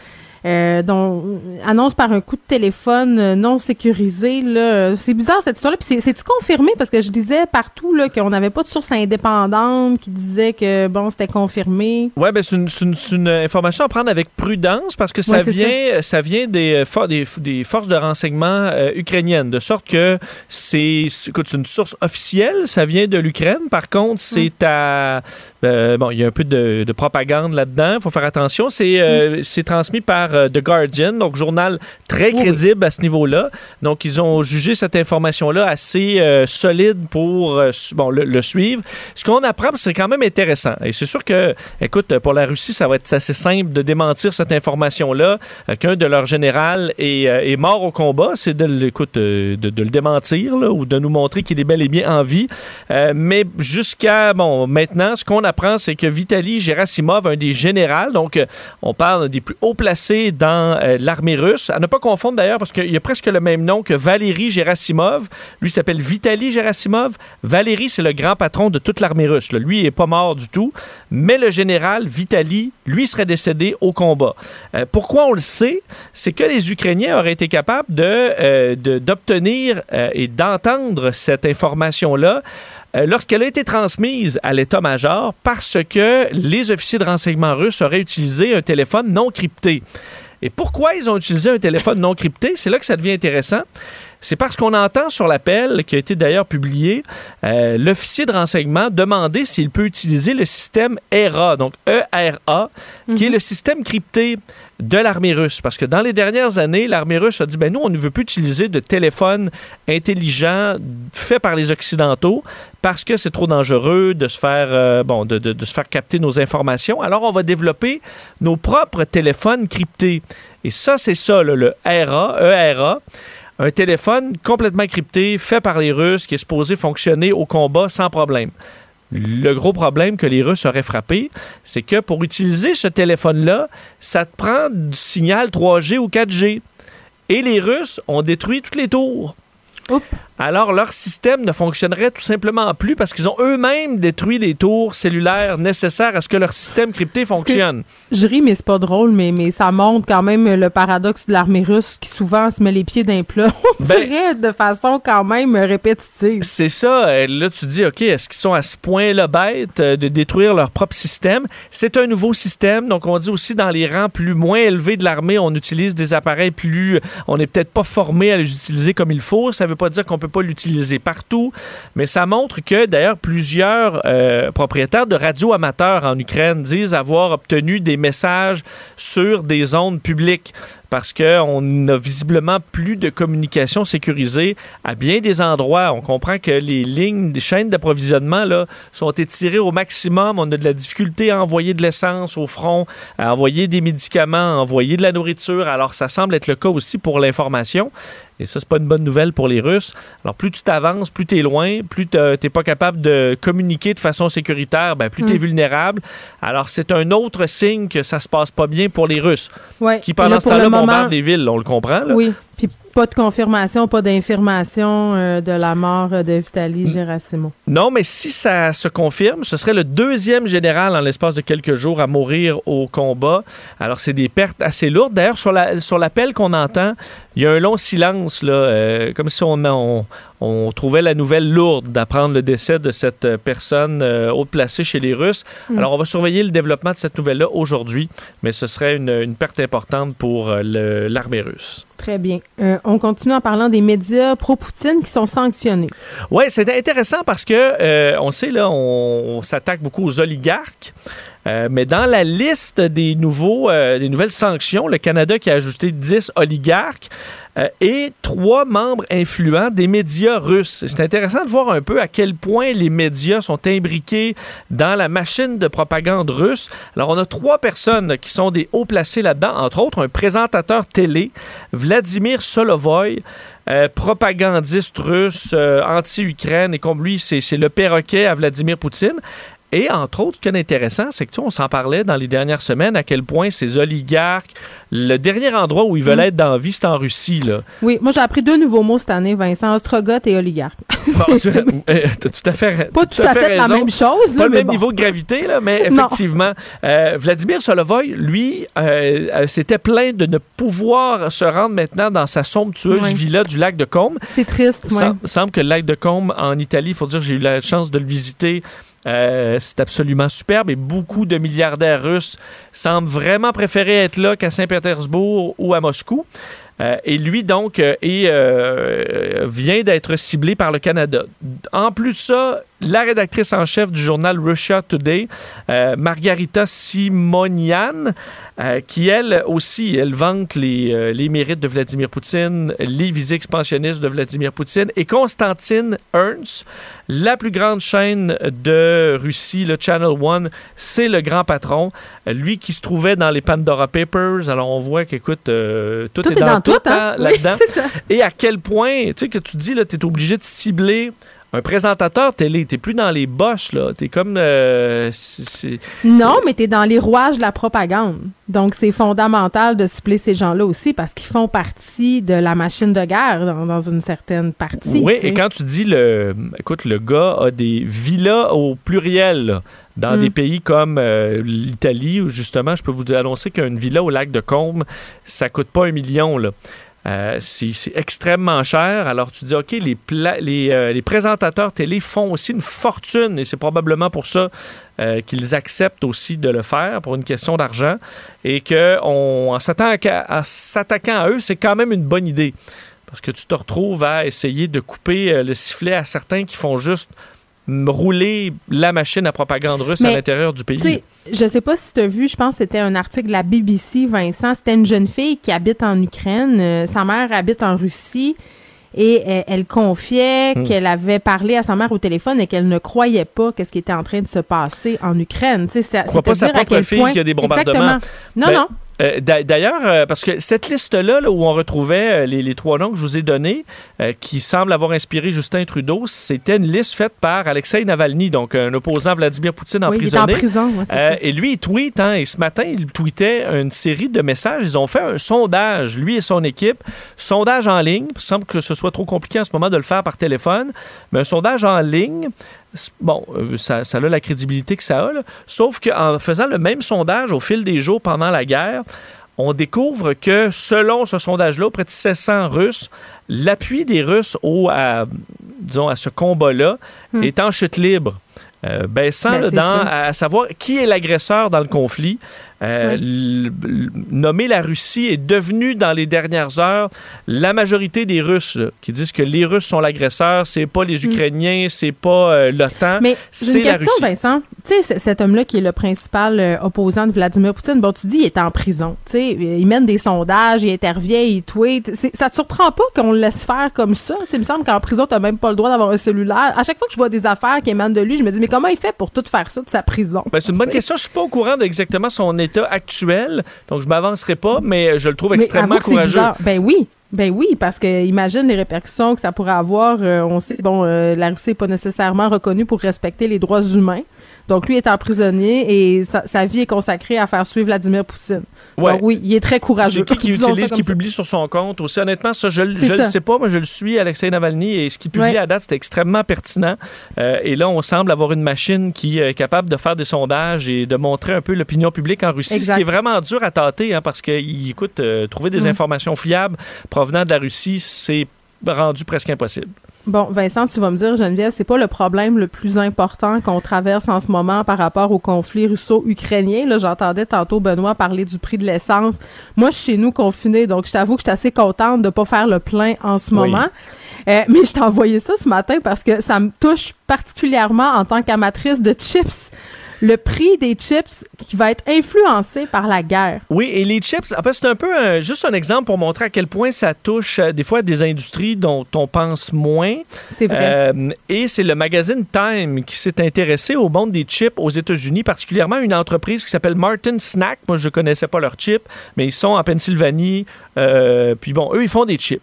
euh, dont annonce par un coup de téléphone non sécurisé. Là. C'est bizarre cette histoire-là. Puis c'est, c'est-tu confirmé? Parce que je disais partout là, qu'on n'avait pas de source indépendante qui disait que bon, c'était confirmé. Oui, bien, c'est une, c'est, une, c'est une information à prendre avec prudence parce que ça, ouais, vient, ça. ça vient des, for- des, des forces de renseignement euh, ukrainiennes. De sorte que c'est, écoute, c'est une source officielle, ça vient de l'Ukraine. Par contre, c'est mm. à... Euh, bon, il y a un peu de, de propagande là-dedans. Il faut faire attention. C'est, euh, mm. c'est transmis par euh, The Guardian, donc journal très crédible oui. à ce niveau-là. Donc, ils ont jugé cette information-là assez euh, solide pour euh, bon, le, le suivre. Ce qu'on apprend, c'est quand même intéressant. Et c'est sûr que, écoute, pour la Russie, ça va être assez simple de démentir cette information-là, euh, qu'un de leurs généraux est, euh, est mort au combat. C'est de, écoute, euh, de, de le démentir là, ou de nous montrer qu'il est bel et bien en vie. Euh, mais jusqu'à, bon, maintenant, ce qu'on apprend, c'est que Vitaly Gerasimov, un des généraux, donc euh, on parle des plus hauts placés dans euh, l'armée russe, à ne pas confondre d'ailleurs, parce qu'il y a presque le même nom que Valéry Gerasimov. Lui s'appelle Vitaly Gerasimov. Valéry, c'est le grand patron de toute l'armée russe. Là. Lui, il n'est pas mort du tout. Mais le général Vitaly, lui, serait décédé au combat. Euh, pourquoi on le sait? C'est que les Ukrainiens auraient été capables de, euh, de, d'obtenir euh, et d'entendre cette information-là euh, lorsqu'elle a été transmise à l'état-major parce que les officiers de renseignement russes auraient utilisé un téléphone non crypté. Et pourquoi ils ont utilisé un téléphone non crypté? C'est là que ça devient intéressant. C'est parce qu'on entend sur l'appel, qui a été d'ailleurs publié, euh, l'officier de renseignement demander s'il peut utiliser le système E R A, donc E R A, mm-hmm. qui est le système crypté de l'armée russe. Parce que dans les dernières années, l'armée russe a dit, ben nous, on ne veut plus utiliser de téléphone intelligent fait par les Occidentaux parce que c'est trop dangereux de se faire, euh, bon, de, de, de se faire capter nos informations. Alors, on va développer nos propres téléphones cryptés. Et ça, c'est ça, là, le R A, E R A. Un téléphone complètement crypté, fait par les Russes, qui est supposé fonctionner au combat sans problème. Le gros problème que les Russes auraient frappé, c'est que pour utiliser ce téléphone-là, ça te prend du signal trois G ou quatre G. Et les Russes ont détruit toutes les tours. Oups. Alors, leur système ne fonctionnerait tout simplement plus parce qu'ils ont eux-mêmes détruit les tours cellulaires nécessaires à ce que leur système crypté fonctionne. Je ris, mais c'est pas drôle, mais, mais ça montre quand même le paradoxe de l'armée russe qui souvent se met les pieds d'un plat, on ben, dirait, de façon quand même répétitive. C'est ça. Là, tu dis, OK, est-ce qu'ils sont à ce point-là bêtes de détruire leur propre système? C'est un nouveau système. Donc, on dit aussi dans les rangs plus moins élevés de l'armée, on utilise des appareils plus... On n'est peut-être pas formé à les utiliser comme il faut. Ça veut pas dire qu'on peut pas l'utiliser partout, mais ça montre que, d'ailleurs, plusieurs euh, propriétaires de radios amateurs en Ukraine disent avoir obtenu des messages sur des ondes publiques parce qu'on a visiblement plus de communication sécurisée à bien des endroits. On comprend que les lignes, les chaînes d'approvisionnement là, sont étirées au maximum. On a de la difficulté à envoyer de l'essence au front, à envoyer des médicaments, à envoyer de la nourriture. Alors, ça semble être le cas aussi pour l'information. Et ça, c'est pas une bonne nouvelle pour les Russes. Alors, plus tu t'avances, plus tu es loin, plus tu n'es pas capable de communiquer de façon sécuritaire, ben, plus mmh. tu es vulnérable. Alors, c'est un autre signe que ça se passe pas bien pour les Russes. Ouais. Qui, pendant là, ce temps-là, moment... bombardent les villes. On le comprend, là. Oui. Puis pas de confirmation, pas d'information euh, de la mort de Vitaly Gerasimov. Non, mais si ça se confirme, ce serait le deuxième général en l'espace de quelques jours à mourir au combat. Alors, c'est des pertes assez lourdes. D'ailleurs, sur, la, sur l'appel qu'on entend, il y a un long silence, là, euh, comme si on, on, on trouvait la nouvelle lourde d'apprendre le décès de cette personne euh, haut placée chez les Russes. Mm. Alors, on va surveiller le développement de cette nouvelle-là aujourd'hui, mais ce serait une, une perte importante pour euh, le, l'armée russe. Très bien. Euh, on continue en parlant des médias pro-Poutine qui sont sanctionnés. Oui, c'est intéressant parce que, euh, on sait, là, on, on s'attaque beaucoup aux oligarques. Euh, mais dans la liste des, nouveaux, euh, des nouvelles sanctions, le Canada qui a ajouté dix oligarques euh, et trois membres influents des médias russes. C'est intéressant de voir un peu à quel point les médias sont imbriqués dans la machine de propagande russe. Alors, on a trois personnes qui sont des hauts placés là-dedans, entre autres un présentateur télé, Vladimir Solovoy, Euh, propagandiste russe, euh, anti-Ukraine, et comme lui, c'est, c'est le perroquet à Vladimir Poutine. Et entre autres, ce qui est intéressant, c'est que tu sais, on s'en parlait dans les dernières semaines à quel point ces oligarques, le dernier endroit où ils veulent mmh. être dans la vie, c'est en Russie. Là. Oui, moi j'ai appris deux nouveaux mots cette année, Vincent, ostrogoth et oligarque. Bon, tu as tout à fait Pas tout, tout à fait, fait la même chose. Pas là, le même bon. niveau de gravité, là, mais effectivement. Euh, Vladimir Solovoy, lui, euh, euh, s'était plaint de ne pouvoir se rendre maintenant dans sa somptueuse ouais. villa du lac de Côme. C'est triste, oui. Il semble que le lac de Côme, en Italie, il faut dire que j'ai eu la chance de le visiter. Euh, c'est absolument superbe et beaucoup de milliardaires russes semblent vraiment préférer être là qu'à Saint-Pétersbourg ou à Moscou. Euh, et lui, donc, euh, est, euh, vient d'être ciblé par le Canada. En plus de ça, la rédactrice en chef du journal Russia Today, euh, Margarita Simonian, euh, qui, elle aussi, elle vante les, euh, les mérites de Vladimir Poutine, les visées expansionnistes de Vladimir Poutine, et Konstantin Ernst, la plus grande chaîne de Russie, le Channel One, c'est le grand patron. Euh, lui qui se trouvait dans les Pandora Papers. Alors, on voit qu'écoute, euh, tout, tout est, est dans, dans tout, tout hein? là-dedans. Oui, c'est ça. Et à quel point, tu sais, que tu dis, là, tu es obligé de cibler un présentateur télé. T'es plus dans les boches, là. T'es comme... Euh, c'est, c'est... Non, mais t'es dans les rouages de la propagande. Donc, c'est fondamental de cibler ces gens-là aussi parce qu'ils font partie de la machine de guerre dans, dans une certaine partie. Oui, t'sais. Et quand tu dis, le, écoute, le gars a des villas au pluriel, là, dans mm. des pays comme euh, l'Italie, où justement, je peux vous annoncer qu'une villa au lac de Côme, ça coûte pas un million, là. Euh, c'est, c'est extrêmement cher. Alors, tu dis, OK, les, pla- les, euh, les présentateurs télé font aussi une fortune et c'est probablement pour ça euh, qu'ils acceptent aussi de le faire pour une question d'argent et qu'en s'attaquant à, s'attaquant à eux, c'est quand même une bonne idée parce que tu te retrouves à essayer de couper euh, le sifflet à certains qui font juste rouler la machine à propagande russe mais, à l'intérieur du pays. Je sais pas si tu as vu, je pense que c'était un article de la B B C, Vincent. C'était une jeune fille qui habite en Ukraine. Euh, sa mère habite en Russie. Et elle, elle confiait mmh. qu'elle avait parlé à sa mère au téléphone et qu'elle ne croyait pas qu'est-ce qui était en train de se passer en Ukraine. Tu sais, c'est, crois pas sa propre fille qu'il y a des bombardements. Exactement. Non, ben, non. Euh, d'ailleurs, euh, parce que cette liste-là, là, où on retrouvait euh, les, les trois noms que je vous ai donnés, euh, qui semblent avoir inspiré Justin Trudeau, c'était une liste faite par Alexei Navalny, donc un opposant à Vladimir Poutine emprisonné. Oui, il est en prison, ouais, c'est euh, ça. Et lui, il tweet, hein, et ce matin, il tweetait une série de messages. Ils ont fait un sondage, lui et son équipe, sondage en ligne. Il semble que ce soit trop compliqué en ce moment de le faire par téléphone, mais un sondage en ligne. Bon, ça, ça a la crédibilité que ça a, là. Sauf qu'en faisant le même sondage au fil des jours pendant la guerre, on découvre que, selon ce sondage-là, près de sept cents Russes, l'appui des Russes au, à, disons, à ce combat-là hmm. est en chute libre. Euh, baissant ben, là, dans, à savoir qui est l'agresseur dans le conflit. Euh, oui. l- l- nommer la Russie est devenue, dans les dernières heures, la majorité des Russes là, qui disent que les Russes sont l'agresseur, c'est pas les Ukrainiens, mm. c'est pas euh, l'OTAN, mais c'est une la question, Russie. Vincent, tu sais, cet homme-là qui est le principal euh, opposant de Vladimir Poutine, bon, tu dis, il est en prison, tu sais, il mène des sondages, il intervient, il tweet, c'est, ça te surprend pas qu'on le laisse faire comme ça? Tu sais, il me semble qu'en prison, t'as même pas le droit d'avoir un cellulaire. À chaque fois que je vois des affaires qui émanent de lui, je me dis, mais comment il fait pour tout faire ça de sa prison? Ben, c'est une bonne question. Je suis pas au courant d'exactement son état actuel, donc je m'avancerai pas, mais je le trouve extrêmement courageux. Ben oui. Ben oui, parce que imagine les répercussions que ça pourrait avoir. Euh, on sait, bon, euh, la Russie n'est pas nécessairement reconnue pour respecter les droits humains. Donc, lui est emprisonné et sa, sa vie est consacrée à faire suivre Vladimir Poutine. Ouais. Donc, oui, il est très courageux. C'est qui qui utilise, qui publie sur son compte aussi. Honnêtement, ça, je ne le sais pas. Moi, je le suis, Alexei Navalny, et ce qu'il publie ouais. à date, c'était extrêmement pertinent. Euh, et là, on semble avoir une machine qui est capable de faire des sondages et de montrer un peu l'opinion publique en Russie, exact. Ce qui est vraiment dur à tâter, hein, parce que, écoute, euh, trouver des mmh. informations fiables provenant de la Russie, c'est rendu presque impossible. Bon, Vincent, tu vas me dire, Geneviève, c'est pas le problème le plus important qu'on traverse en ce moment par rapport au conflit russo-ukrainien. Là, j'entendais tantôt Benoît parler du prix de l'essence. Moi, je suis chez nous confinés, donc je t'avoue que je suis assez contente de pas faire le plein en ce oui. moment. Euh, mais je t'ai envoyé ça ce matin parce que ça me touche particulièrement en tant qu'amatrice de chips. Le prix des chips qui va être influencé par la guerre. Oui, et les chips, en fait, c'est un peu un, juste un exemple pour montrer à quel point ça touche euh, des fois des industries dont on pense moins. C'est vrai. Euh, et c'est le magazine Time qui s'est intéressé au monde des chips aux États-Unis, particulièrement une entreprise qui s'appelle Martin Snack. Moi, je ne connaissais pas leurs chips, mais ils sont en Pennsylvanie. Euh, puis bon, eux, ils font des chips.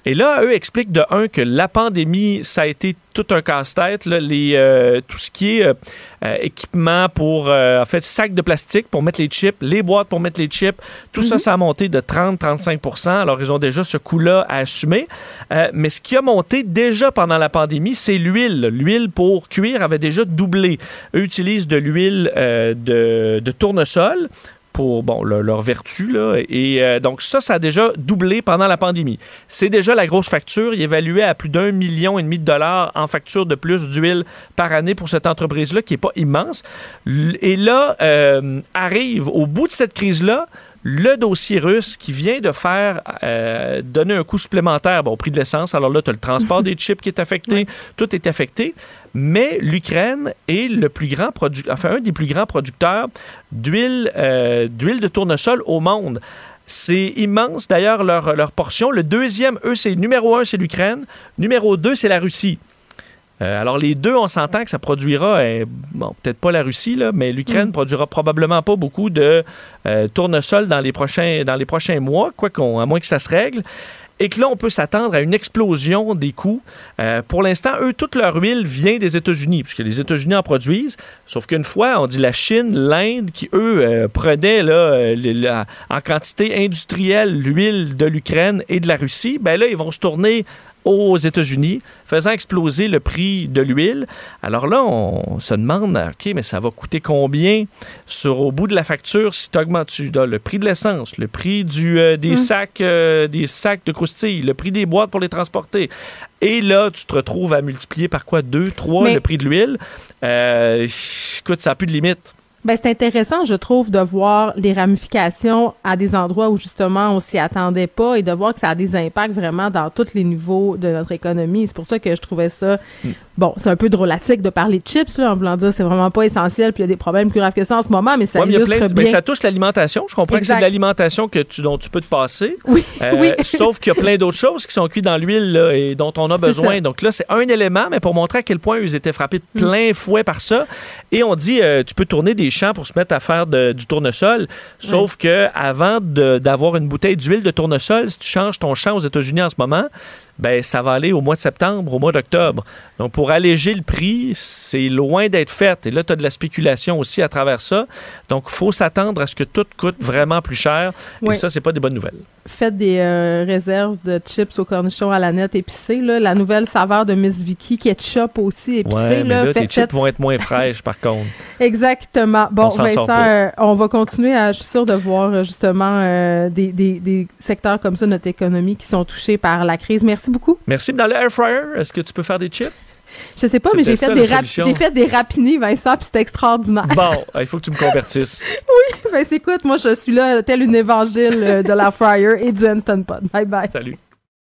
Et là, eux expliquent de un que la pandémie, ça a été tout un casse-tête, là, les, euh, tout ce qui est euh, euh, équipement pour, euh, en fait, sacs de plastique pour mettre les chips, les boîtes pour mettre les chips, tout mm-hmm. ça, ça a monté de trente à trente-cinq pour cent. Alors, ils ont déjà ce coût-là à assumer. Euh, mais ce qui a monté déjà pendant la pandémie, c'est l'huile. L'huile pour cuire avait déjà doublé. Eux utilisent de l'huile euh, de, de tournesol pour bon, le, leur vertu. Là. Et euh, donc, ça, ça a déjà doublé pendant la pandémie. C'est déjà la grosse facture. Il est évalué à plus d'un million et demi de dollars en facture de plus d'huile par année pour cette entreprise-là, qui n'est pas immense. Et là, euh, arrive au bout de cette crise-là, le dossier russe qui vient de faire euh, donner un coût supplémentaire bon, au prix de l'essence. Alors là, tu as le transport des chips qui est affecté, oui. Tout est affecté. Mais l'Ukraine est le plus grand produ- enfin, un des plus grands producteurs d'huile, euh, d'huile de tournesol au monde. C'est immense, d'ailleurs, leur, leur portion. Le deuxième, eux, c'est numéro un, c'est l'Ukraine. Numéro deux, c'est la Russie. Euh, alors, les deux, on s'entend que ça produira, euh, bon, peut-être pas la Russie, là, mais l'Ukraine mm. produira probablement pas beaucoup de euh, tournesol dans les prochains, dans les prochains mois, quoi qu'on, à moins que ça se règle. Et que là, on peut s'attendre à une explosion des coûts. Euh, pour l'instant, eux, toute leur huile vient des États-Unis, puisque les États-Unis en produisent. Sauf qu'une fois, on dit la Chine, l'Inde, qui, eux, euh, prenaient là, euh, la, en quantité industrielle l'huile de l'Ukraine et de la Russie, ben là, ils vont se tourner aux États-Unis, faisant exploser le prix de l'huile. Alors là, on se demande, OK, mais ça va coûter combien sur, au bout de la facture si tu augmentes le prix de l'essence, le prix du, euh, des, mmh. sacs, euh, des sacs de croustilles, le prix des boîtes pour les transporter. Et là, tu te retrouves à multiplier par quoi? Deux, trois, mais... le prix de l'huile. Euh, écoute, ça n'a plus de limite. Ben, c'est intéressant, je trouve, de voir les ramifications à des endroits où, justement, on s'y attendait pas et de voir que ça a des impacts vraiment dans tous les niveaux de notre économie. C'est pour ça que je trouvais ça... Mm. Bon, c'est un peu drôlatique de parler de chips, là, en voulant dire que c'est vraiment pas essentiel puis il y a des problèmes plus graves que ça en ce moment, mais ça ouais, illustre plein de, bien... Ben, ça touche l'alimentation. Je comprends exact. Que c'est de l'alimentation que tu, dont tu peux te passer. Oui, euh, oui. Sauf qu'il y a plein d'autres choses qui sont cuites dans l'huile là, et dont on a c'est besoin. Ça. Donc là, c'est un élément, mais pour montrer à quel point ils étaient frappés de plein mm. fouet par ça. Et on dit, euh, tu peux tourner des champs pour se mettre à faire de, du tournesol. Sauf oui. que avant de, d'avoir une bouteille d'huile de tournesol, si tu changes ton champ aux États-Unis en ce moment, ben ça va aller au mois de septembre, au mois d'octobre. Donc, pour alléger le prix, c'est loin d'être fait. Et là, tu as de la spéculation aussi à travers ça. Donc, il faut s'attendre à ce que tout coûte vraiment plus cher. Oui. Et ça, c'est pas des bonnes nouvelles. Faites des euh, réserves de chips aux cornichons à la nette épicés. Là. La nouvelle saveur de Miss Vicky, ketchup aussi épicé. Ouais, mais là, là fait, tes chips fait... vont être moins fraîches, par contre. Exactement. Bon, on Vincent, euh, on va continuer, à, je suis sûre, de voir justement euh, des, des, des secteurs comme ça de notre économie qui sont touchés par la crise. Merci beaucoup. Merci. Dans le air fryer, est-ce que tu peux faire des chips? Je sais pas, c'est mais j'ai fait, des rap- j'ai fait des rapinis, Vincent, puis c'était extraordinaire. Bon, il faut que tu me convertisses. Oui, ben écoute, moi, je suis là, tel une évangile de l'air fryer et du Instant Pot. Bye bye. Salut.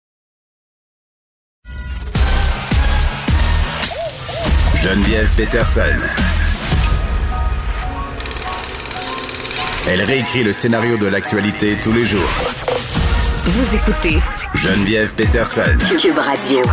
Geneviève Peterson. Elle réécrit le scénario de l'actualité tous les jours. Vous écoutez Geneviève Peterson. Cube Radio.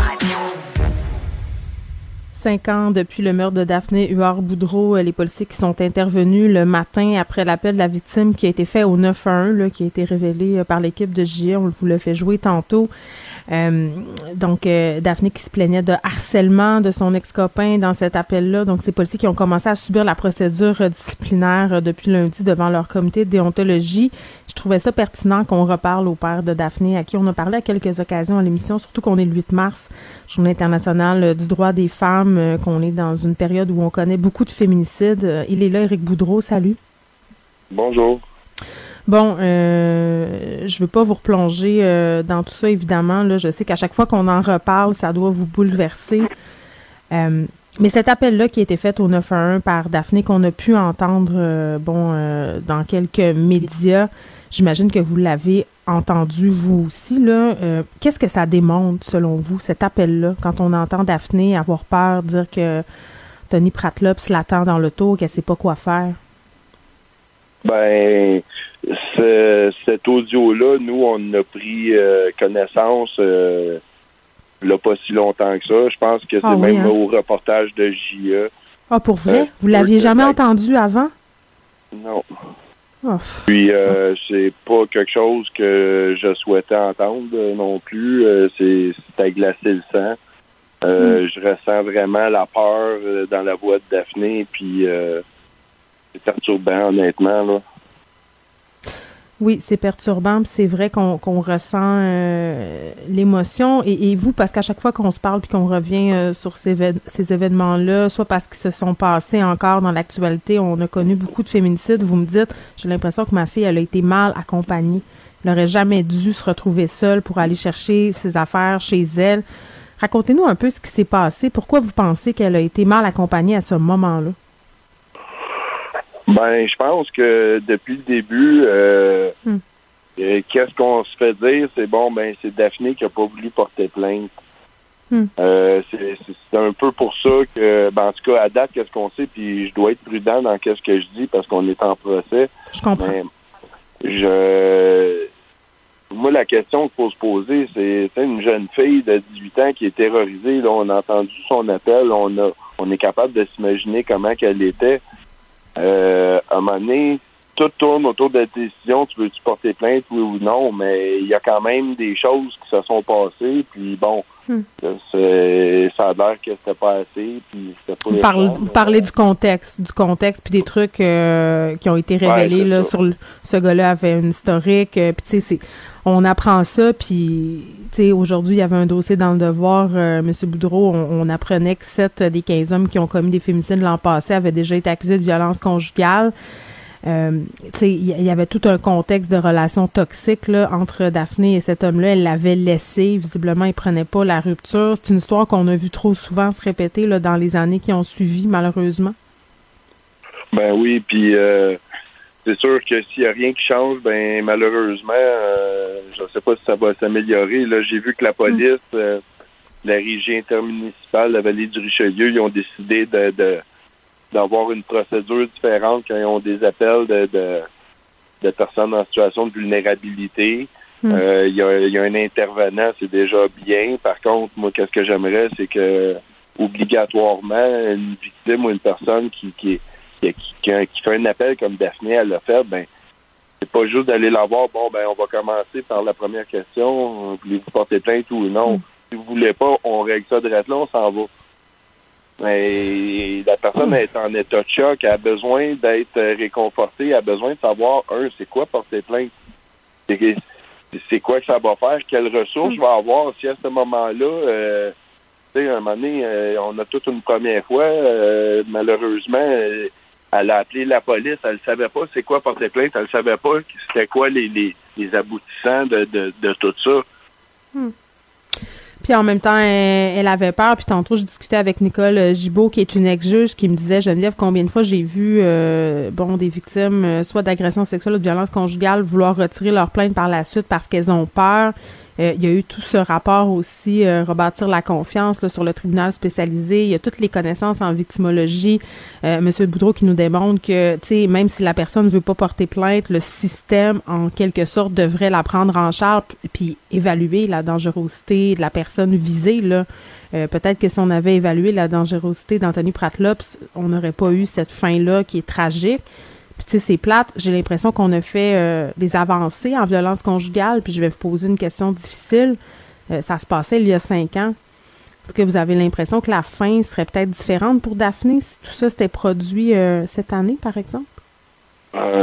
Cinq ans depuis le meurtre de Daphné Huard-Boudreau, les policiers qui sont intervenus le matin après l'appel de la victime qui a été fait au neuf un un, là, qui a été révélé par l'équipe de J A. On vous l'a fait jouer tantôt. Euh, donc, euh, Daphné qui se plaignait de harcèlement de son ex-copain dans cet appel-là. Donc, ces policiers qui ont commencé à subir la procédure disciplinaire depuis lundi devant leur comité de déontologie. Je trouvais ça pertinent qu'on reparle au père de Daphné, à qui on a parlé à quelques occasions à l'émission, surtout qu'on est le huit mars, Journée internationale du droit des femmes, euh, qu'on est dans une période où on connaît beaucoup de féminicides. Euh, il est là, Éric Boudreau. Salut. Bonjour. Bon, euh, je veux pas vous replonger euh, dans tout ça, évidemment. Là, je sais qu'à chaque fois qu'on en reparle, ça doit vous bouleverser. Euh, mais cet appel-là qui a été fait au neuf un un par Daphné, qu'on a pu entendre euh, bon, euh, dans quelques médias, j'imagine que vous l'avez entendu vous aussi. Là. Euh, qu'est-ce que ça démontre, selon vous, cet appel-là, quand on entend Daphné avoir peur, dire que Tony Pratlops l'attend dans l'auto, qu'elle sait pas quoi faire? Ben, ce, cet audio-là, nous, on a pris euh, connaissance euh, là pas si longtemps que ça. Je pense que c'est ah, même oui, hein? au reportage de J A. Ah, pour vrai? Euh, Vous l'aviez jamais entendu avant? Non. Ouf. Puis, euh, c'est pas quelque chose que je souhaitais entendre euh, non plus. Euh, c'est, c'est à glacer le sang. Euh, mm. Je ressens vraiment la peur euh, dans la voix de Daphné, puis euh, c'est perturbant, honnêtement, là. Oui, c'est perturbant, puis c'est vrai qu'on, qu'on ressent euh, l'émotion. Et, et vous, parce qu'à chaque fois qu'on se parle puis qu'on revient euh, sur ces, ces événements-là, soit parce qu'ils se sont passés encore dans l'actualité, on a connu beaucoup de féminicides, vous me dites, j'ai l'impression que ma fille, elle a été mal accompagnée. Elle n'aurait jamais dû se retrouver seule pour aller chercher ses affaires chez elle. Racontez-nous un peu ce qui s'est passé. Pourquoi vous pensez qu'elle a été mal accompagnée à ce moment-là? Ben, je pense que depuis le début, euh, hmm. euh, qu'est-ce qu'on se fait dire? C'est bon, ben, c'est Daphné qui a pas voulu porter plainte. Hmm. Euh, c'est, c'est, c'est un peu pour ça que, ben, en tout cas, à date, qu'est-ce qu'on sait, puis je dois être prudent dans qu'est-ce que je dis parce qu'on est en procès. Je comprends. Mais je, moi, la question qu'il faut se poser, c'est, c'est une jeune fille de dix-huit ans qui est terrorisée. Là, on a entendu son appel, on a, on est capable de s'imaginer comment qu'elle était. Euh, à un moment donné, tout tourne autour de la décision, tu veux-tu porter plainte, oui ou non, mais il y a quand même des choses qui se sont passées, puis bon, hmm. c'est, ça a l'air que c'était pas assez, puis c'était pas... Vous, parle, vous parlez du contexte, du contexte, puis des trucs euh, qui ont été révélés, ouais, là, sur le, ce gars-là avait une historique, euh, puis tu sais, c'est... On apprend ça, puis, tu sais, aujourd'hui, il y avait un dossier dans le Devoir, euh, M. Boudreau, on, on apprenait que sept des quinze hommes qui ont commis des féminicides l'an passé avaient déjà été accusés de violence conjugale. Euh, tu sais, il y avait tout un contexte de relations toxiques, là, entre Daphné et cet homme-là. Elle l'avait laissé, visiblement, il prenait pas la rupture. C'est une histoire qu'on a vu trop souvent se répéter, là, dans les années qui ont suivi, malheureusement. Ben oui, puis... Euh... C'est sûr que s'il n'y a rien qui change, ben malheureusement, euh, je ne sais pas si ça va s'améliorer. Là, j'ai vu que la police, euh, la régie intermunicipale, la vallée du Richelieu, ils ont décidé de, de d'avoir une procédure différente quand ils ont des appels de, de, de personnes en situation de vulnérabilité. Il mm. euh, y, a, y a un intervenant, c'est déjà bien. Par contre, moi, qu'est-ce que j'aimerais, c'est que obligatoirement, une victime ou une personne qui, qui est Qui, qui, qui fait un appel comme Daphné, elle l'a fait, ben c'est pas juste d'aller la voir, bon, ben on va commencer par la première question, voulez-vous porter plainte ou non? Mm. Si vous voulez pas, on règle ça de là, on s'en va. Mais la personne est en état de choc, elle a besoin d'être réconfortée, elle a besoin de savoir, un, c'est quoi porter plainte? C'est, c'est quoi que ça va faire? Quelles ressources mm. je vais avoir si à ce moment-là... Euh, tu sais, à un moment donné, euh, on a toute une première fois, euh, malheureusement, euh, elle a appelé la police, elle ne savait pas c'est quoi porter plainte, elle ne savait pas c'était quoi les, les, les aboutissants de, de, de tout ça. Hmm. Puis en même temps, elle, elle avait peur. Puis tantôt, je discutais avec Nicole Gibault, qui est une ex-juge, qui me disait, Geneviève, combien de fois j'ai vu euh, bon des victimes, euh, soit d'agression sexuelle ou de violence conjugale, vouloir retirer leur plainte par la suite parce qu'elles ont peur. Euh, il y a eu tout ce rapport aussi, euh, rebâtir la confiance là, sur le tribunal spécialisé. Il y a toutes les connaissances en victimologie. Euh, Monsieur Boudreau qui nous démontre que, tu sais, même si la personne ne veut pas porter plainte, le système, en quelque sorte, devrait la prendre en charge puis évaluer la dangerosité de la personne visée, là. Euh, peut-être que si on avait évalué la dangerosité d'Anthony Pratlops, on n'aurait pas eu cette fin-là qui est tragique. Puis, tu sais, c'est plate. J'ai l'impression qu'on a fait euh, des avancées en violence conjugale. Puis, je vais vous poser une question difficile. Euh, ça se passait il y a cinq ans. Est-ce que vous avez l'impression que la fin serait peut-être différente pour Daphné si tout ça s'était produit euh, cette année, par exemple? Euh,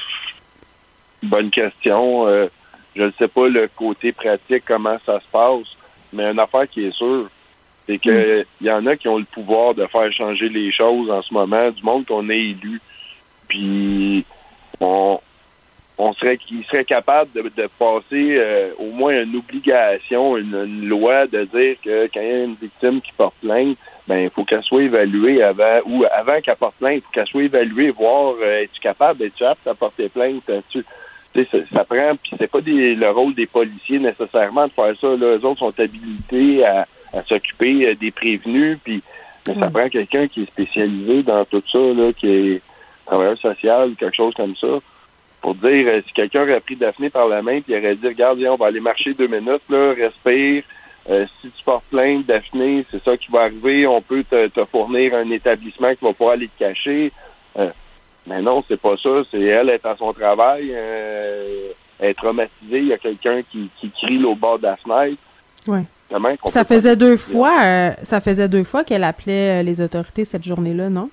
bonne question. Euh, je ne sais pas le côté pratique, comment ça se passe. Mais une affaire qui est sûre, c'est qu'il mm. y en a qui ont le pouvoir de faire changer les choses en ce moment, du monde qu'on a élu. Puis on, on serait, il serait capable de, de passer euh, au moins une obligation, une, une loi de dire que quand il y a une victime qui porte plainte, ben il faut qu'elle soit évaluée avant, ou avant qu'elle porte plainte, il faut qu'elle soit évaluée, voir euh, es-tu capable, es-tu apte à porter plainte, tu sais, ça, ça prend, puis c'est pas des, le rôle des policiers nécessairement de faire ça. Là. Eux autres sont habilités à, à s'occuper euh, des prévenus, puis mais ça mmh. prend quelqu'un qui est spécialisé dans tout ça, là, qui est travailleur social, quelque chose comme ça, pour dire, euh, si quelqu'un aurait pris Daphné par la main puis aurait dit, regarde, viens, on va aller marcher deux minutes, là, respire, euh, si tu portes plainte, Daphné, c'est ça qui va arriver, on peut te, te fournir un établissement qui va pouvoir aller te cacher. Euh, Mais non, c'est pas ça. C'est elle, elle est à son travail, euh, elle est traumatisée, il y a quelqu'un qui, qui crie au bord de la fenêtre. Ouais. Comment qu'on Ça faisait deux fois, euh, ça faisait deux fois qu'elle appelait les autorités cette journée-là, non?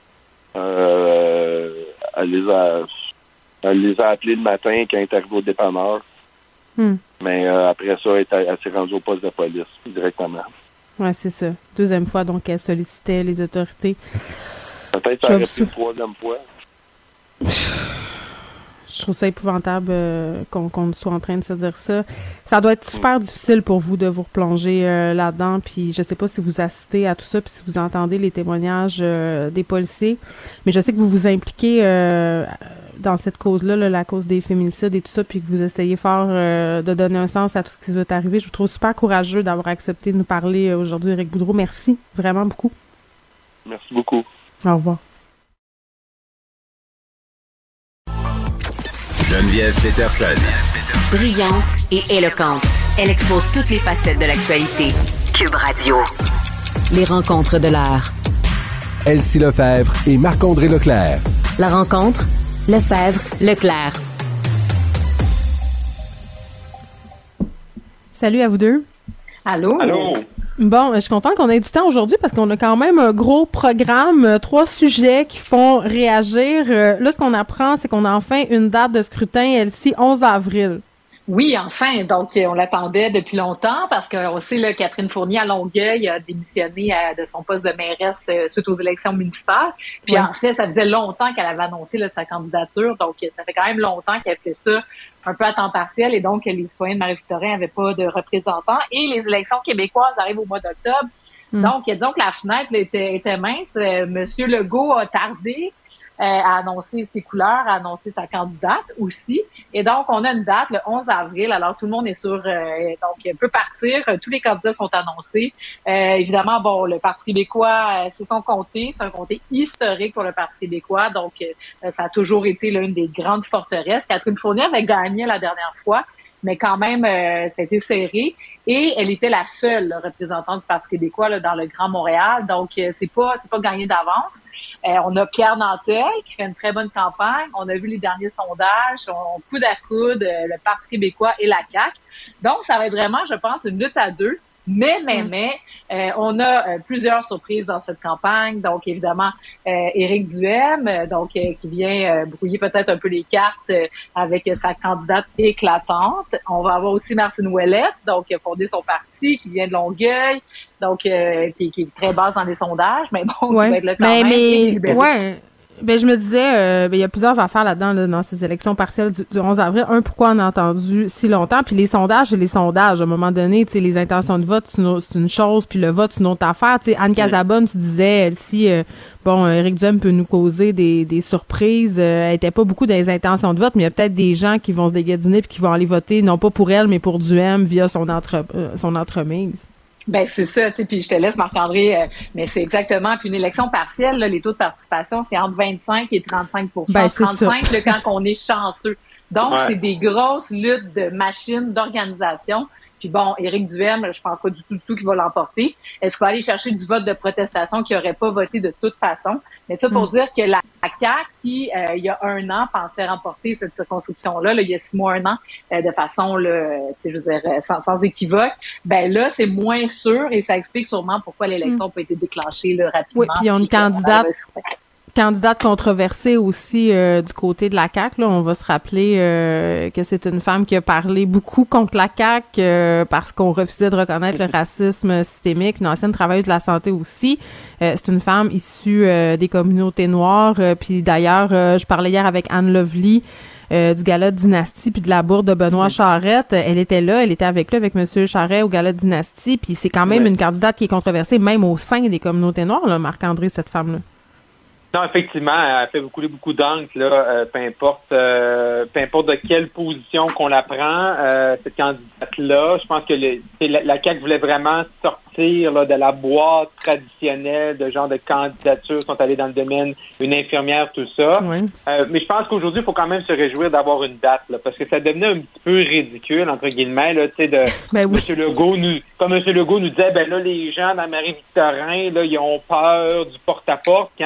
Euh, elle les a, elle les a appelés le matin quand elle est arrivée au dépanneur. Hmm. Mais euh, après ça, elle, est- elle s'est rendue au poste de police directement. Ouais, c'est ça. Deuxième fois, donc, elle sollicitait les autorités. Peut-être ça Je aurait vous- pris une troisième fois. Je trouve ça épouvantable euh, qu'on, qu'on soit en train de se dire ça. Ça doit être super difficile pour vous de vous replonger euh, là-dedans. Puis je sais pas si vous assistez à tout ça, puis si vous entendez les témoignages euh, des policiers. Mais je sais que vous vous impliquez euh, dans cette cause-là, là, la cause des féminicides et tout ça, puis que vous essayez fort euh, de donner un sens à tout ce qui va t'arriver. Je vous trouve super courageux d'avoir accepté de nous parler euh, aujourd'hui, Éric Boudreau. Merci vraiment beaucoup. Merci beaucoup. Au revoir. Geneviève Peterson. Brillante et éloquente, elle expose toutes les facettes de l'actualité. Cube Radio. Les rencontres de l'heure. Elsie Lefebvre et Marc-André Leclerc. La rencontre, Lefebvre, Leclerc. Salut à vous deux. Allô? Allô? Bon, je suis contente qu'on ait du temps aujourd'hui parce qu'on a quand même un gros programme, euh, trois sujets qui font réagir. Euh, là, ce qu'on apprend, c'est qu'on a enfin une date de scrutin, Elsie, onze avril. Oui, enfin. Donc, on l'attendait depuis longtemps parce qu'on sait, là, Catherine Fournier à Longueuil a démissionné à, de son poste de mairesse euh, suite aux élections municipales. Puis, Ouais. en fait, ça faisait longtemps qu'elle avait annoncé là, sa candidature. Donc, ça fait quand même longtemps qu'elle fait ça un peu à temps partiel. Et donc, les citoyens de Marie-Victorin n'avaient pas de représentants. Et les élections québécoises arrivent au mois d'octobre. Mm. Donc, disons que la fenêtre là, était, était mince. Euh, Monsieur Legault a tardé euh, à annoncer ses couleurs, à annoncer sa candidate aussi. Et donc, on a une date, le onze avril. Alors, tout le monde est sur... Euh, donc, peut partir. Tous les candidats sont annoncés. Euh, évidemment, bon, le Parti québécois, euh, c'est son comté. C'est un comté historique pour le Parti québécois. Donc, euh, ça a toujours été l'une des grandes forteresses. Catherine Fournier avait gagné la dernière fois, mais quand même, euh, ça a été serré. Et elle était la seule là, représentante du Parti québécois là, dans le Grand Montréal. Donc, euh, c'est pas c'est pas gagné d'avance. Euh, on a Pierre Nantel qui fait une très bonne campagne. On a vu les derniers sondages. On coude à coude, euh, le Parti québécois et la C A Q. Donc, ça va être vraiment, je pense, une lutte à deux. Mais, mais, Mm. mais, euh, on a euh, plusieurs surprises dans cette campagne. Donc, évidemment, euh, Éric Duhaime, euh, donc euh, qui vient euh, brouiller peut-être un peu les cartes euh, avec euh, sa candidate éclatante. On va avoir aussi Martine Ouellette, donc qui a fondé son parti, qui vient de Longueuil, donc euh, qui, qui est très basse dans les sondages, mais bon, Ouais. qui va être là quand mais, même. et mais, libéré. ouais. Ben, je me disais, euh, ben, il y a plusieurs affaires là-dedans, là, dans ces élections partielles du, du onze avril. Un, pourquoi on a entendu si longtemps? Puis les sondages, c'est les sondages. À un moment donné, tu sais, les intentions de vote, c'est une, c'est une chose, puis le vote, c'est une autre affaire. Tu sais, Anne Casabonne, tu disais, elle, si, euh, bon, euh, Éric Duhaime peut nous causer des, des surprises. Euh, elle était pas beaucoup dans les intentions de vote, mais il y a peut-être des gens qui vont se dégadiner puis qui vont aller voter, non pas pour elle, mais pour Duhaime via son, entre, euh, son entremise. Ben c'est ça, tu sais, puis je te laisse Marc-André, euh, mais c'est exactement. Puis une élection partielle, là, les taux de participation, c'est entre vingt-cinq et trente-cinq pour cent. Ben, c'est trente-cinq là, quand on est chanceux. Donc, Ouais. c'est des grosses luttes de machines, d'organisation. Puis bon, Éric Duhaime, je pense pas du tout, du tout qu'il va l'emporter. Est-ce qu'il va aller chercher du vote de protestation qui aurait pas voté de toute façon? Mais ça, pour Mm. dire que la C A Q, qui, euh, il y a un an, pensait remporter cette circonscription-là, là, il y a six mois, un an, euh, de façon, là, tu sais, je veux dire, euh, sans, sans équivoque, ben là, c'est moins sûr et ça explique sûrement pourquoi l'élection n'a pas été déclenchée là, rapidement. Oui, puis il y a une Puis, euh, candidate on avait- candidate controversée aussi euh, du côté de la C A Q. Là, on va se rappeler euh, que c'est une femme qui a parlé beaucoup contre la C A Q euh, parce qu'on refusait de reconnaître le racisme systémique, une ancienne travailleuse de la santé aussi. Euh, c'est une femme issue euh, des communautés noires. Euh, puis d'ailleurs, euh, je parlais hier avec Anne Lovely euh, du gala de Dynastie puis de la bourre de Benoît Charette. Elle était là, elle était avec lui, avec Monsieur Charret au gala de Dynastie. Puis c'est quand même Ouais. une candidate qui est controversée, même au sein des communautés noires, là, Marc-André, cette femme-là. Non, effectivement, elle fait beaucoup, beaucoup d'encre, là, euh, peu importe, euh, peu importe de quelle position qu'on la prend, euh, cette candidate-là. Je pense que le, la, la C A Q voulait vraiment sortir là, de la boîte traditionnelle de genre de candidature, sont allés dans le domaine, une infirmière, tout ça. Ouais. Euh, mais je pense qu'aujourd'hui, il faut quand même se réjouir d'avoir une date, là, parce que ça devenait un petit peu ridicule, entre guillemets, là, tu sais, de Ben oui. M. Legault nous, comme M. Legault nous disait, ben là, les gens dans Marie-Victorin, là, ils ont peur du porte-à-porte quand ça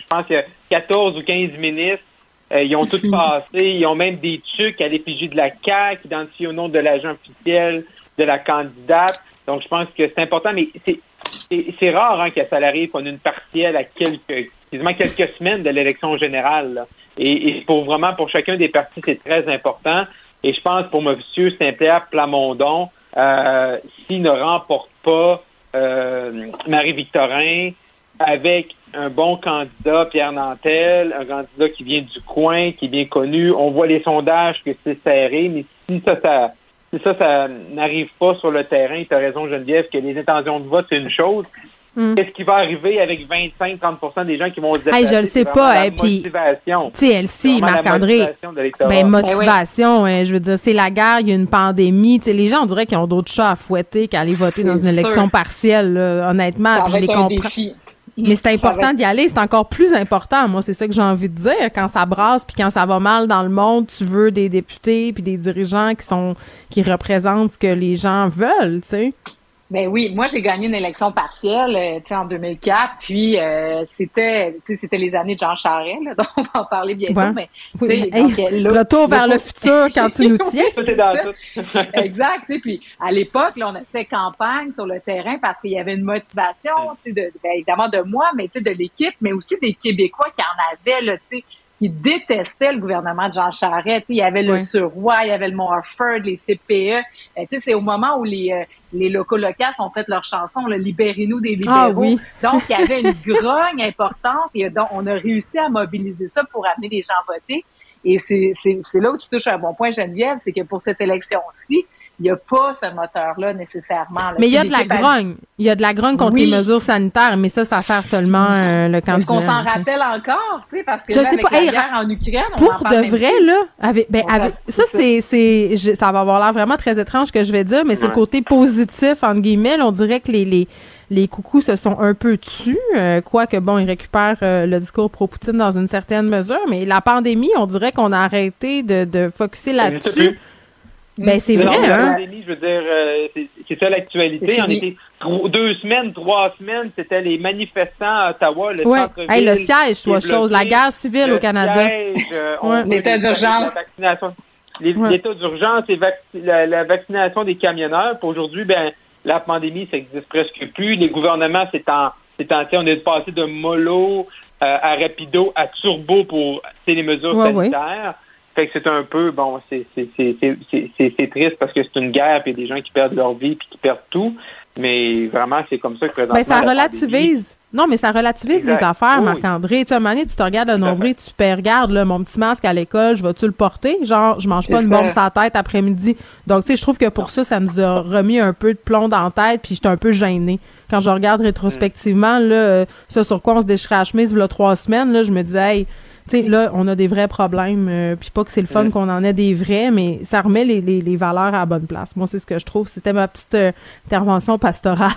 pense qu'il y a quatorze ou quinze ministres. Euh, ils ont tous passé. Ils ont même des trucs à l'effigie de la C A Q, identifiés au nom de l'agent officiel de la candidate. Donc, je pense que c'est important, mais c'est, c'est, c'est rare hein, que ça arrive qu'on ait une partielle à quelques, quasiment quelques semaines de l'élection générale. Là. Et, et pour vraiment, pour chacun des partis, c'est très important. Et je pense pour M. Saint-Pierre Plamondon, euh, s'il ne remporte pas euh, Marie-Victorin avec un bon candidat, Pierre Nantel, un candidat qui vient du coin, qui est bien connu, on voit les sondages que c'est serré, mais si ça, ça, si ça, ça n'arrive pas sur le terrain, tu as raison Geneviève, que les intentions de vote, c'est une chose. Mm. Qu'est-ce qui va arriver avec vingt-cinq à trente pour cent des gens qui vont se déplacer? Hey, je le sais pas. Et puis, tu sais, Elsie, Marc-André, ben, motivation, hein, je veux dire, c'est la guerre, il y a une pandémie. Tu sais, les gens, on dirait qu'ils ont d'autres chats à fouetter qu'à aller voter dans une sûr. élection partielle, là, honnêtement. Puis je les comprends. Défi. Mais c'est important d'y aller, c'est encore plus important. Moi, c'est ça que j'ai envie de dire. Quand ça brasse puis quand ça va mal dans le monde, tu veux des députés puis des dirigeants qui sont qui représentent ce que les gens veulent, tu sais. Ben oui, moi j'ai gagné une élection partielle, euh, tu sais, en deux mille quatre, puis euh, c'était, tu sais, c'était les années de Jean Charest, là, donc on va en parler bientôt, ouais. mais oui, mais hey, donc, retour vers le futur quand tu nous tiens. Tout est dans tout. Exact, tu sais, puis à l'époque, là, on a fait campagne sur le terrain parce qu'il y avait une motivation, tu sais, de, ben, évidemment de moi, mais tu sais, de l'équipe, mais aussi des Québécois qui en avaient, là, tu sais, qui détestaient le gouvernement de Jean Charest. Il y avait le oui. Surroi, il y avait le Mont Harford, les C P E. Euh, c'est au moment où les, euh, les locaux locaux ont fait leur chanson, le « Libérez-nous des libéraux ah, ». Oui. Donc, il y avait une grogne importante et donc on a réussi à mobiliser ça pour amener les gens voter. Et c'est, c'est, c'est là où tu touches un bon point, Geneviève, c'est que pour cette élection-ci, il n'y a pas ce moteur-là nécessairement. Là. Mais il y a de la grogne. Il y a de la grogne contre oui. les mesures sanitaires, mais ça, ça sert seulement euh, le candidat. Est-ce qu'on s'en rappelle encore, tu sais, parce que je là, sais avec pas. la hey, guerre en Ukraine, on pour en de vrai, là, avec, ben, avec, ça, c'est, c'est, je, ça va avoir l'air vraiment très étrange que je vais dire, mais c'est ouais. le côté positif, entre guillemets. Là, on dirait que les, les, les coucous se sont un peu tus, euh, quoique, bon, ils récupèrent euh, le discours pro-Poutine dans une certaine mesure, mais la pandémie, on dirait qu'on a arrêté de, de focusser là-dessus. Ben, c'est vrai, hein? La pandémie, je veux dire, euh, c'est, c'est ça l'actualité. On était tro- deux semaines, trois semaines, c'était les manifestants à Ottawa, le ouais. centre-ville. Hey, le siège, soit chose, la guerre civile au Canada. Siège, euh, ouais. L'état d'urgence. La les, ouais. L'état d'urgence et vac- la, la vaccination des camionneurs. Puis aujourd'hui, ben, la pandémie, ça n'existe presque plus. Les gouvernements, c'est en, c'est en, on est passé de mollo euh, à rapido à turbo pour les mesures ouais, sanitaires. Ouais. Fait que c'est un peu, bon, c'est, c'est, c'est, c'est, c'est, c'est triste parce que c'est une guerre puis il y a des gens qui perdent leur vie puis qui perdent tout. Mais vraiment, c'est comme ça que présentement. Ben, ça relativise. Non, mais ça relativise exact. Les affaires, oui. Marc-André. Tu sais, à un moment donné, tu te regardes le nombril, tu te regardes, là, mon petit masque à l'école, je vais-tu le porter? Genre, je mange pas c'est une bombe sur la tête après-midi. Donc, tu sais, je trouve que pour ça, ça nous a remis un peu de plomb dans la tête puis j'étais un peu gênée. Quand je regarde rétrospectivement, là, euh, ça sur quoi on se déchirait la chemise, il y a trois semaines, là, je me disais, hey, tu sais, là, on a des vrais problèmes, euh, puis pas que c'est le fun mmh. qu'on en ait des vrais, mais ça remet les, les, les valeurs à la bonne place. Moi, c'est ce que je trouve. C'était ma petite euh, intervention pastorale.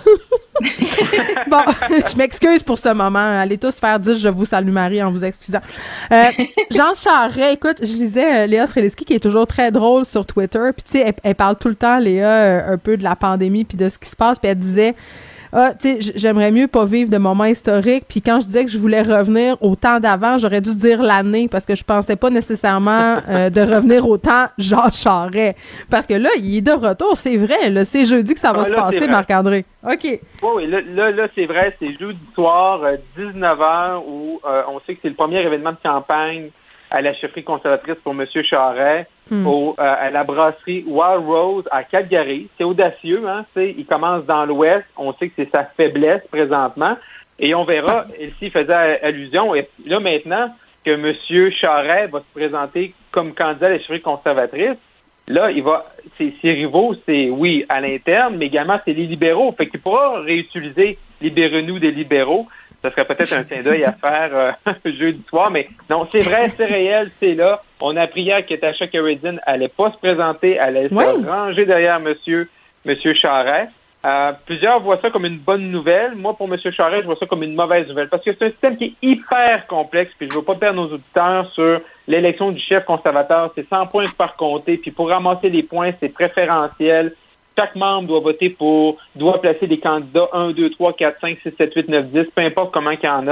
Bon, je m'excuse pour ce moment. Allez tous faire dix « Je vous salue Marie » en vous excusant. Euh, Jean Charest, écoute, je lisais euh, Léa Streliski, qui est toujours très drôle sur Twitter, puis tu sais, elle, elle parle tout le temps, Léa, euh, un peu de la pandémie puis de ce qui se passe, puis elle disait... Ah, tu sais, j'aimerais mieux pas vivre de moments historiques. Puis quand je disais que je voulais revenir au temps d'avant, j'aurais dû dire l'année parce que je pensais pas nécessairement euh, de revenir au temps Jean Charest. Parce que là, il est de retour, c'est vrai. Là, c'est jeudi que ça va ah, se là, passer, Marc-André. OK. Oui, oui, là, là, là c'est vrai. C'est jeudi soir, euh, dix-neuf heures, où euh, on sait que c'est le premier événement de campagne à la chefferie conservatrice pour M. Charest, hmm. au, euh, à la brasserie Wild Rose à Calgary. C'est audacieux, hein? C'est, il commence dans l'Ouest. On sait que c'est sa faiblesse présentement. Et on verra, Elsie faisait allusion, et là maintenant que M. Charest va se présenter comme candidat à la chefferie conservatrice, là, il va, ses, ses rivaux, c'est, oui, à l'interne, mais également, c'est les libéraux. Fait qu'il pourra réutiliser « Libérez-nous des libéraux ». Ça serait peut-être un clin d'œil à faire euh, jeudi soir, mais non, c'est vrai, c'est réel, c'est là. On a appris hier que Tasha Kheredin allait pas se présenter, elle allait oui. se ranger derrière Monsieur Monsieur Charest. Euh, plusieurs voient ça comme une bonne nouvelle. Moi, pour Monsieur Charest, je vois ça comme une mauvaise nouvelle parce que c'est un système qui est hyper complexe. Puis je veux pas perdre nos auditeurs sur l'élection du chef conservateur. C'est cent points par comté. Puis pour ramasser les points, c'est préférentiel. Chaque membre doit voter pour, doit placer des candidats un, deux, trois, quatre, cinq, six, sept, huit, neuf, dix, peu importe comment qu'il y en a.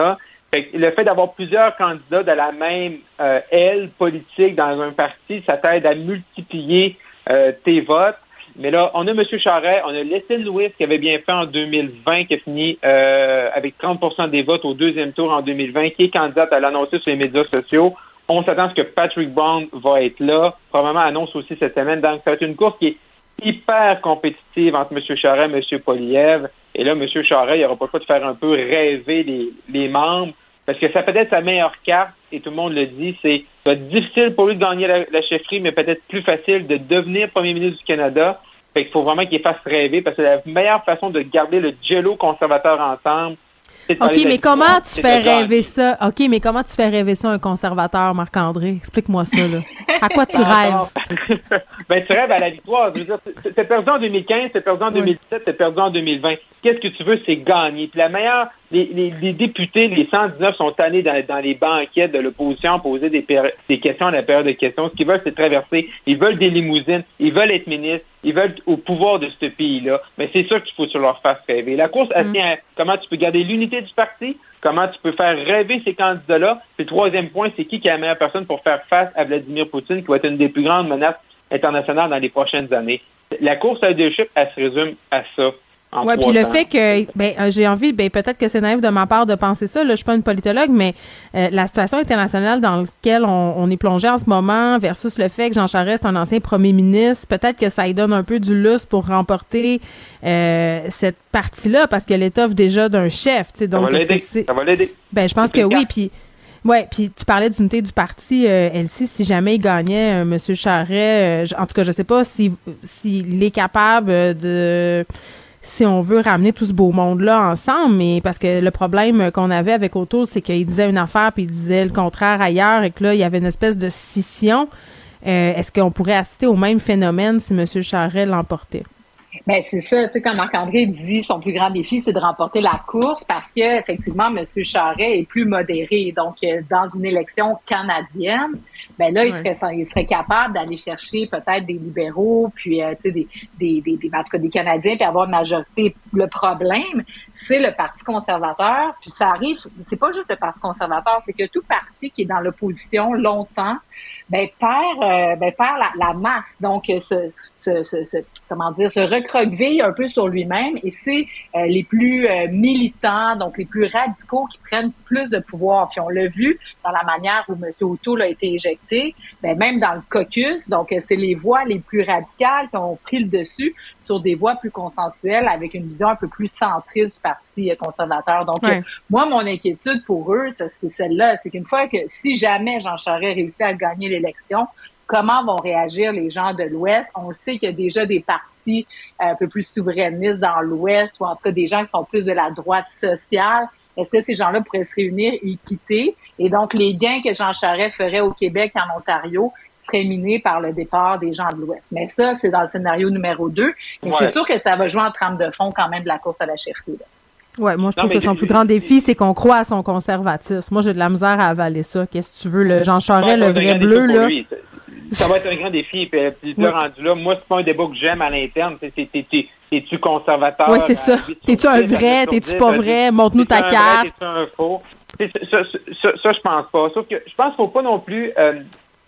Fait que le fait d'avoir plusieurs candidats de la même euh, aile politique dans un parti, ça t'aide à multiplier euh, tes votes. Mais là, on a M. Charest, on a Leslie Lewis qui avait bien fait en deux mille vingt, qui a fini euh, avec trente pour cent des votes au deuxième tour en deux mille vingt, qui est candidate à l'annoncer sur les médias sociaux. On s'attend à ce que Patrick Brown va être là. Probablement annonce aussi cette semaine. Donc, ça va être une course qui est hyper compétitive entre M. Charest et M. Poilievre. Et là, M. Charest, il n'aura pas le choix de faire un peu rêver les, les membres. Parce que ça peut être sa meilleure carte, et tout le monde le dit, c'est ça va être difficile pour lui de gagner la, la chefferie, mais peut-être plus facile de devenir premier ministre du Canada. Fait qu'il faut vraiment qu'il fasse rêver, parce que la meilleure façon de garder le jello conservateur ensemble, c'est de OK, mais comment tu fais gagner. rêver ça? OK, mais comment tu fais rêver ça un conservateur, Marc-André? Explique-moi ça, là. À quoi tu rêves? Ben, tu rêves à la victoire. Je veux dire, t'es perdu en deux mille quinze, t'es perdu en deux mille dix-sept, t'es perdu en deux mille vingt. Qu'est-ce que tu veux, c'est gagner. Puis la meilleure, les, les, les députés, les cent dix-neuf sont allés dans, dans les banquettes de l'opposition à poser des, péri- des questions à la période de questions. Ce qu'ils veulent, c'est traverser. Ils veulent des limousines. Ils veulent être ministres. Ils veulent au pouvoir de ce pays-là. Mais c'est sûr qu'il faut que tu leur fasses rêver. La course, elle tient à comment tu peux garder l'unité du parti, comment tu peux faire rêver ces candidats-là. Puis le troisième point, c'est qui qui est la meilleure personne pour faire face à Vladimir Poutine, qui va être une des plus grandes menaces internationales dans les prochaines années. La course à leadership, elle se résume à ça. Oui, puis le fait que, ben, euh, j'ai envie, ben, peut-être que c'est naïf de ma part de penser ça, là, je suis pas une politologue, mais euh, la situation internationale dans laquelle on, on est plongé en ce moment versus le fait que Jean Charest est un ancien premier ministre, peut-être que ça lui donne un peu du lustre pour remporter euh, cette partie-là, parce que l'État offre déjà d'un chef, tu sais, donc, ça va est-ce que l'aider. c'est... Ça va l'aider. Ben, je pense que oui, puis ouais, puis tu parlais d'unité du parti, euh, Elsie, si jamais il gagnait, euh, M. Charest, euh, en tout cas, je sais pas si s'il est capable de... si on veut ramener tout ce beau monde-là ensemble, mais parce que le problème qu'on avait avec O'Toole, c'est qu'il disait une affaire puis il disait le contraire ailleurs et que là, il y avait une espèce de scission. Euh, est-ce qu'on pourrait assister au même phénomène si M. Charest l'emportait? Ben c'est ça, tu sais, comme Marc-André dit, son plus grand défi, c'est de remporter la course parce que effectivement, M. Charest est plus modéré. Donc, euh, dans une élection canadienne, ben là, il serait, il serait capable d'aller chercher peut-être des libéraux, puis euh, tu sais, des, des, des, des, en tout cas des Canadiens, puis avoir une majorité. Le problème, c'est le Parti conservateur, puis ça arrive, c'est pas juste le Parti conservateur, c'est que tout parti qui est dans l'opposition longtemps, ben perd, euh, ben perd la, la masse. Donc, ce Se, se, se, comment dire, se recroqueville un peu sur lui-même et c'est euh, les plus euh, militants, donc les plus radicaux qui prennent plus de pouvoir. Puis on l'a vu dans la manière où M. O'Toole a été éjecté, ben même dans le caucus, donc c'est les voix les plus radicales qui ont pris le dessus sur des voix plus consensuelles avec une vision un peu plus centriste du Parti conservateur. Donc ouais. euh, moi, mon inquiétude pour eux, ça, c'est celle-là, c'est qu'une fois que si jamais Jean Charest réussit à gagner l'élection, comment vont réagir les gens de l'Ouest? On sait qu'il y a déjà des partis un peu plus souverainistes dans l'Ouest, ou en tout cas des gens qui sont plus de la droite sociale. Est-ce que ces gens-là pourraient se réunir et quitter? Et donc, les gains que Jean Charest ferait au Québec et en Ontario seraient minés par le départ des gens de l'Ouest. Mais ça, c'est dans le scénario numéro deux. Mais ouais. c'est sûr que ça va jouer en trame de fond quand même de la course à la chefferie. Oui, moi, je trouve non, que son plus grand défi, c'est qu'on croit à son conservatisme. Moi, j'ai de la misère à avaler ça. Qu'est-ce que tu veux, le Jean Charest, ouais, le vrai bleu, là? Lui. Ça va être un grand défi. Puis, puis oui. rendu là, moi, c'est pas un débat que j'aime à l'interne. C'est, c'est, c'est, c'est, es-tu conservateur? Oui, c'est ça. T'es-tu un vrai? T'es-tu pas vrai? Montre-nous ta carte. T'es-tu un faux? Ça, ça, ça, ça, je pense pas. Sauf que je pense qu'il faut pas non plus... Euh,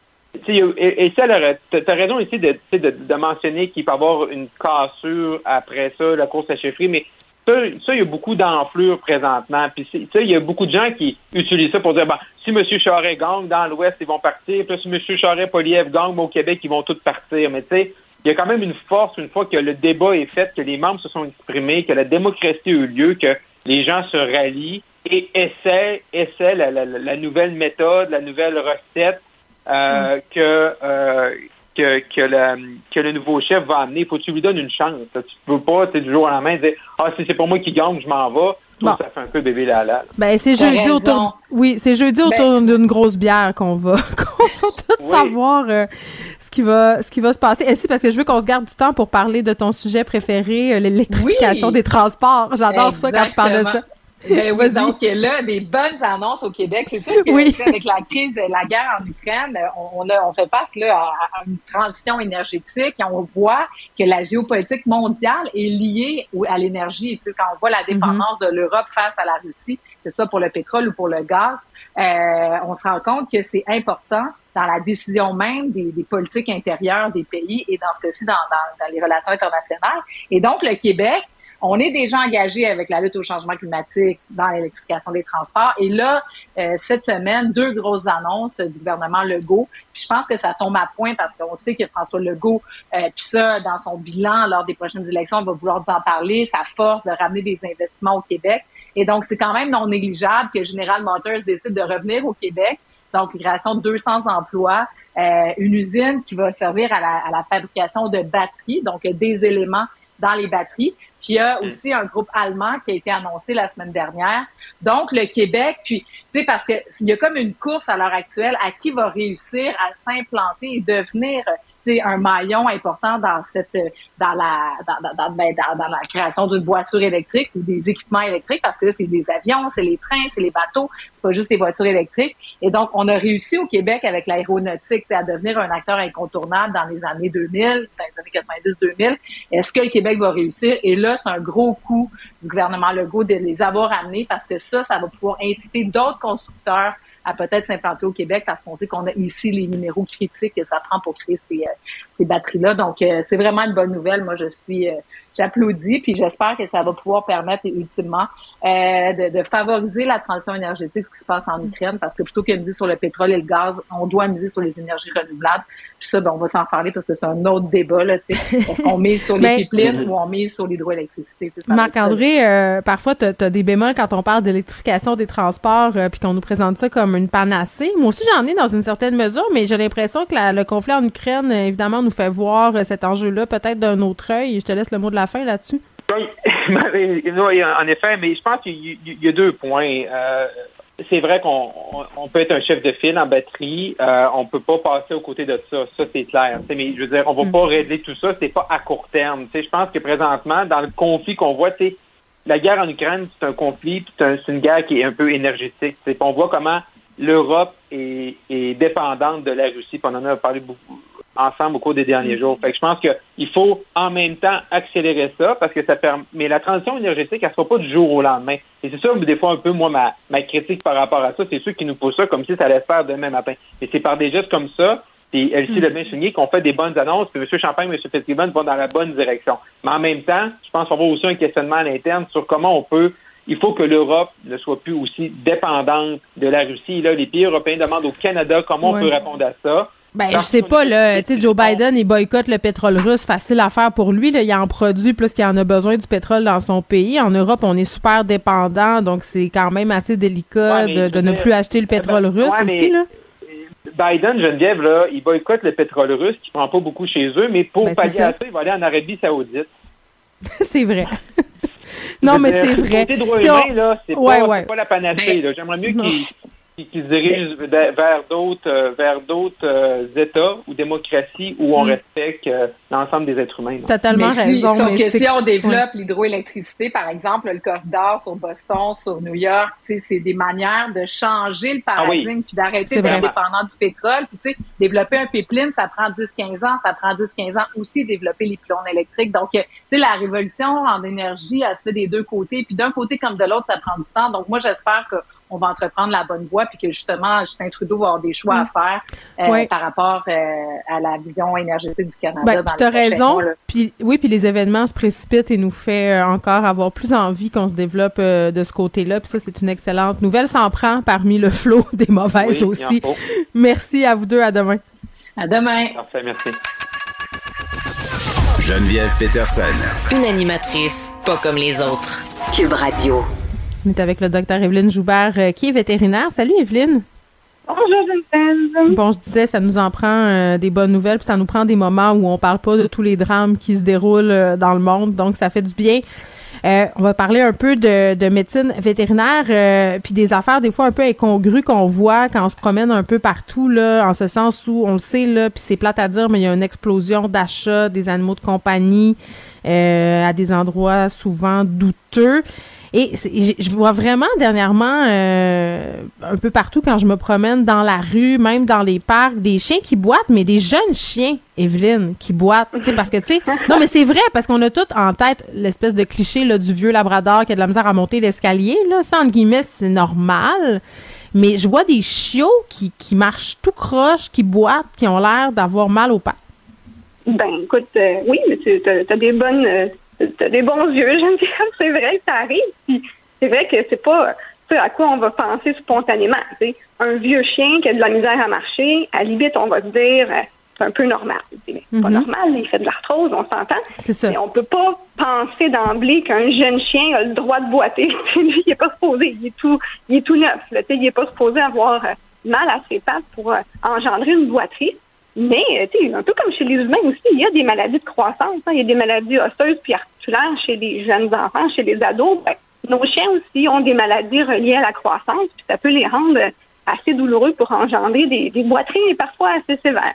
et, et ça, t'as raison ici de, de, de mentionner qu'il peut y avoir une cassure après ça, la course à chefferie, mais ça, ça, il y a beaucoup d'enflure présentement. Puis, il y a beaucoup de gens qui utilisent ça pour dire, ben, si M. Charest gagne dans l'Ouest, ils vont partir. Puis, si M. Charest-Poilievre gagne au Québec, ils vont tous partir. Mais tu sais, il y a quand même une force une fois que le débat est fait, que les membres se sont exprimés, que la démocratie a eu lieu, que les gens se rallient et essaient, essaient la, la, la nouvelle méthode, la nouvelle recette euh, mm. que... Euh, Que, que, la, que le nouveau chef va amener. Il faut que tu lui donnes une chance. Tu peux pas, tu sais, du jour au lendemain, dire « Ah, si c'est pour moi qui gagne, je m'en vais. » Bon. Ça fait un peu bébé la-la. Ben, c'est jeudi raison. autour... Oui, c'est jeudi ben... autour d'une grosse bière qu'on va, qu'on va tout oui. savoir euh, ce qui va, ce qui va se passer. Et si, parce que je veux qu'on se garde du temps pour parler de ton sujet préféré, l'électrification oui. des transports. J'adore Exactement. ça quand tu parles de ça. Ben oui, donc là, des bonnes annonces au Québec. C'est sûr que oui. avec la crise, la guerre en Ukraine, on, a, on fait face là, à, à une transition énergétique et on voit que la géopolitique mondiale est liée à l'énergie. Tu sais, quand on voit la dépendance mm-hmm. de l'Europe face à la Russie, que ce soit pour le pétrole ou pour le gaz, euh, on se rend compte que c'est important dans la décision même des, des politiques intérieures des pays et dans ce cas-ci, dans, dans, dans les relations internationales. Et donc, le Québec, on est déjà engagé avec la lutte au changement climatique dans l'électrification des transports. Et là, euh, cette semaine, deux grosses annonces du gouvernement Legault. Puis je pense que ça tombe à point parce qu'on sait que François Legault, euh, puis ça, dans son bilan lors des prochaines élections, il va vouloir en parler, sa force de ramener des investissements au Québec. Et donc, c'est quand même non négligeable que General Motors décide de revenir au Québec. Donc, création de deux cents emplois, euh, une usine qui va servir à la, à la fabrication de batteries, donc des éléments dans les batteries. Puis il y a aussi un groupe allemand qui a été annoncé la semaine dernière. Donc, le Québec, puis, tu sais, parce que il y a comme une course à l'heure actuelle à qui va réussir à s'implanter et devenir, tu sais, un maillon important dans cette, dans la, dans, dans, dans, ben, dans, dans la création d'une voiture électrique ou des équipements électriques, parce que là, c'est des avions, c'est les trains, c'est les bateaux, c'est pas juste les voitures électriques. Et donc, on a réussi au Québec avec l'aéronautique à devenir un acteur incontournable dans les années deux mille, dans les années quatre-vingt-dix deux mille. Est-ce que le Québec va réussir? Et là, c'est un gros coup du gouvernement Legault de les avoir amenés parce que ça, ça va pouvoir inciter d'autres constructeurs à peut-être s'implanter au Québec parce qu'on sait qu'on a ici les minéraux critiques que ça prend pour créer ces, euh, ces batteries-là. Donc, euh, c'est vraiment une bonne nouvelle. Moi, je suis, euh, j'applaudis, puis j'espère que ça va pouvoir permettre ultimement euh, de, de favoriser la transition énergétique, ce qui se passe en Ukraine, parce que plutôt que de miser sur le pétrole et le gaz, on doit miser sur les énergies renouvelables. Puis ça, ben, on va s'en parler parce que c'est un autre débat, là, tu sais. Est-ce qu'on mise sur les Mais, pipelines ou on mise sur l'hydroélectricité? Marc-André, euh, parfois, tu as des bémols quand on parle d'électrification des transports, euh, puis qu'on nous présente ça comme une panacée. Moi aussi, j'en ai dans une certaine mesure, mais j'ai l'impression que la, le conflit en Ukraine, évidemment, nous fait voir euh, cet enjeu-là peut-être d'un autre œil. Je te laisse le mot de la fin là-dessus. Oui, en effet, mais je pense qu'il y a deux points. Euh, c'est vrai qu'on on peut être un chef de file en batterie, euh, on peut pas passer aux côtés de ça, ça c'est clair. T'sais, mais je veux dire, on va mm. pas régler tout ça, c'est pas à court terme. T'sais, je pense que présentement, dans le conflit qu'on voit, t'sais, la guerre en Ukraine, c'est un conflit, c'est, un, c'est une guerre qui est un peu énergétique. T'sais, on voit comment l'Europe est, est dépendante de la Russie, puis on en a parlé beaucoup ensemble au cours des derniers jours. Fait que je pense qu'il faut en même temps accélérer ça parce que ça permet. Mais la transition énergétique, elle ne sera pas du jour au lendemain. Et c'est ça, des fois, un peu, moi, ma, ma critique par rapport à ça, c'est ceux qui nous poussent ça comme si ça allait se faire demain matin. Et c'est par des gestes comme ça, puis Elsie l'a bien souligné, qu'on fait des bonnes annonces, puis M. Champagne, M. Fitzgibbon vont dans la bonne direction. Mais en même temps, je pense qu'on va aussi un questionnement à l'interne sur comment on peut. Il faut que l'Europe ne soit plus aussi dépendante de la Russie. Là, les pays européens demandent au Canada comment ouais. on peut répondre à ça. Ben, je sais pas, là, tu sais, Joe Biden, il boycotte le pétrole russe, facile à faire pour lui, là, il en produit plus qu'il en a besoin du pétrole dans son pays. En Europe, on est super dépendant, donc c'est quand même assez délicat ouais, de, de ne plus acheter le pétrole ben, russe ouais, aussi, là. Biden, Geneviève, là, il boycotte le pétrole russe, qui prend pas beaucoup chez eux, mais pour ben, pallier à ça, il va aller en Arabie Saoudite. C'est vrai. Non, mais c'est vrai. Le côté droit humain, là, c'est, ouais, pas, ouais. c'est pas la panacée, là. J'aimerais mieux qu'il qui se dirigent vers d'autres euh, vers d'autres euh, États ou démocraties où on mm. respecte euh, l'ensemble des êtres humains. Totalement mais raison. Si, mais que c'est... si on développe ouais. l'hydroélectricité, par exemple, le corridor sur Boston, sur New York, c'est des manières de changer le paradigme ah oui. puis d'arrêter c'est d'être dépendant du pétrole. Puis, développer un pipeline, ça prend dix à quinze ans. Ça prend dix à quinze ans aussi développer les pylônes électriques. Donc, la révolution en énergie, elle se fait des deux côtés. Puis d'un côté comme de l'autre, ça prend du temps. Donc, moi, j'espère que on va entreprendre la bonne voie, puis que justement, Justin Trudeau va avoir des choix mmh. à faire euh, oui. par rapport euh, à la vision énergétique du Canada. Ben, dans tu as raison. Mois, puis oui, puis les événements se précipitent et nous fait euh, encore avoir plus envie qu'on se développe euh, de ce côté-là. Puis ça, c'est une excellente nouvelle. Ça en prend parmi le flot des mauvaises oui, aussi. Merci à vous deux. À demain. À demain. Parfait, merci. Geneviève Peterson. Une animatrice pas comme les autres. Cube Radio. On est avec le docteur Evelyne Joubert, euh, qui est vétérinaire. Salut, Evelyne. Bonjour, Geneviève. Bon, je disais, ça nous en prend euh, des bonnes nouvelles, puis ça nous prend des moments où on parle pas de tous les drames qui se déroulent euh, dans le monde, donc ça fait du bien. Euh, on va parler un peu de, de médecine vétérinaire, euh, puis des affaires des fois un peu incongrues qu'on voit quand on se promène un peu partout, là, en ce sens où on le sait, là, puis c'est plate à dire, mais il y a une explosion d'achats des animaux de compagnie. euh, à des endroits souvent douteux. Et je vois vraiment dernièrement, euh, un peu partout quand je me promène dans la rue, même dans les parcs, des chiens qui boitent, mais des jeunes chiens, Evelyne, qui boitent. Tu sais, parce que, tu sais, non, mais c'est vrai, parce qu'on a tout en tête l'espèce de cliché là, du vieux labrador qui a de la misère à monter l'escalier. Là, ça, entre guillemets, c'est normal. Mais je vois des chiots qui, qui marchent tout croche, qui boitent, qui ont l'air d'avoir mal aux pattes. Ben, écoute, euh, oui, mais tu as des bonnes... Euh, t'as des bons yeux, Geneviève, c'est vrai que ça arrive. Puis c'est vrai que c'est pas ce à quoi on va penser spontanément. T'sais. Un vieux chien qui a de la misère à marcher, à la limite, on va se dire euh, c'est un peu normal. C'est mm-hmm. pas normal, il fait de l'arthrose, on s'entend. C'est ça. Mais on peut pas penser d'emblée qu'un jeune chien a le droit de boiter. Lui, il est pas supposé, il est tout, il est tout neuf. Là, il est pas supposé avoir euh, mal à ses pattes pour euh, engendrer une boiterie. Mais, tu sais, un peu comme chez les humains aussi, il y a des maladies de croissance. Hein. Il y a des maladies osseuses puis articulaires chez les jeunes enfants, chez les ados. Ben, nos chiens aussi ont des maladies reliées à la croissance, puis ça peut les rendre assez douloureux pour engendrer des, des boiteries parfois assez sévères.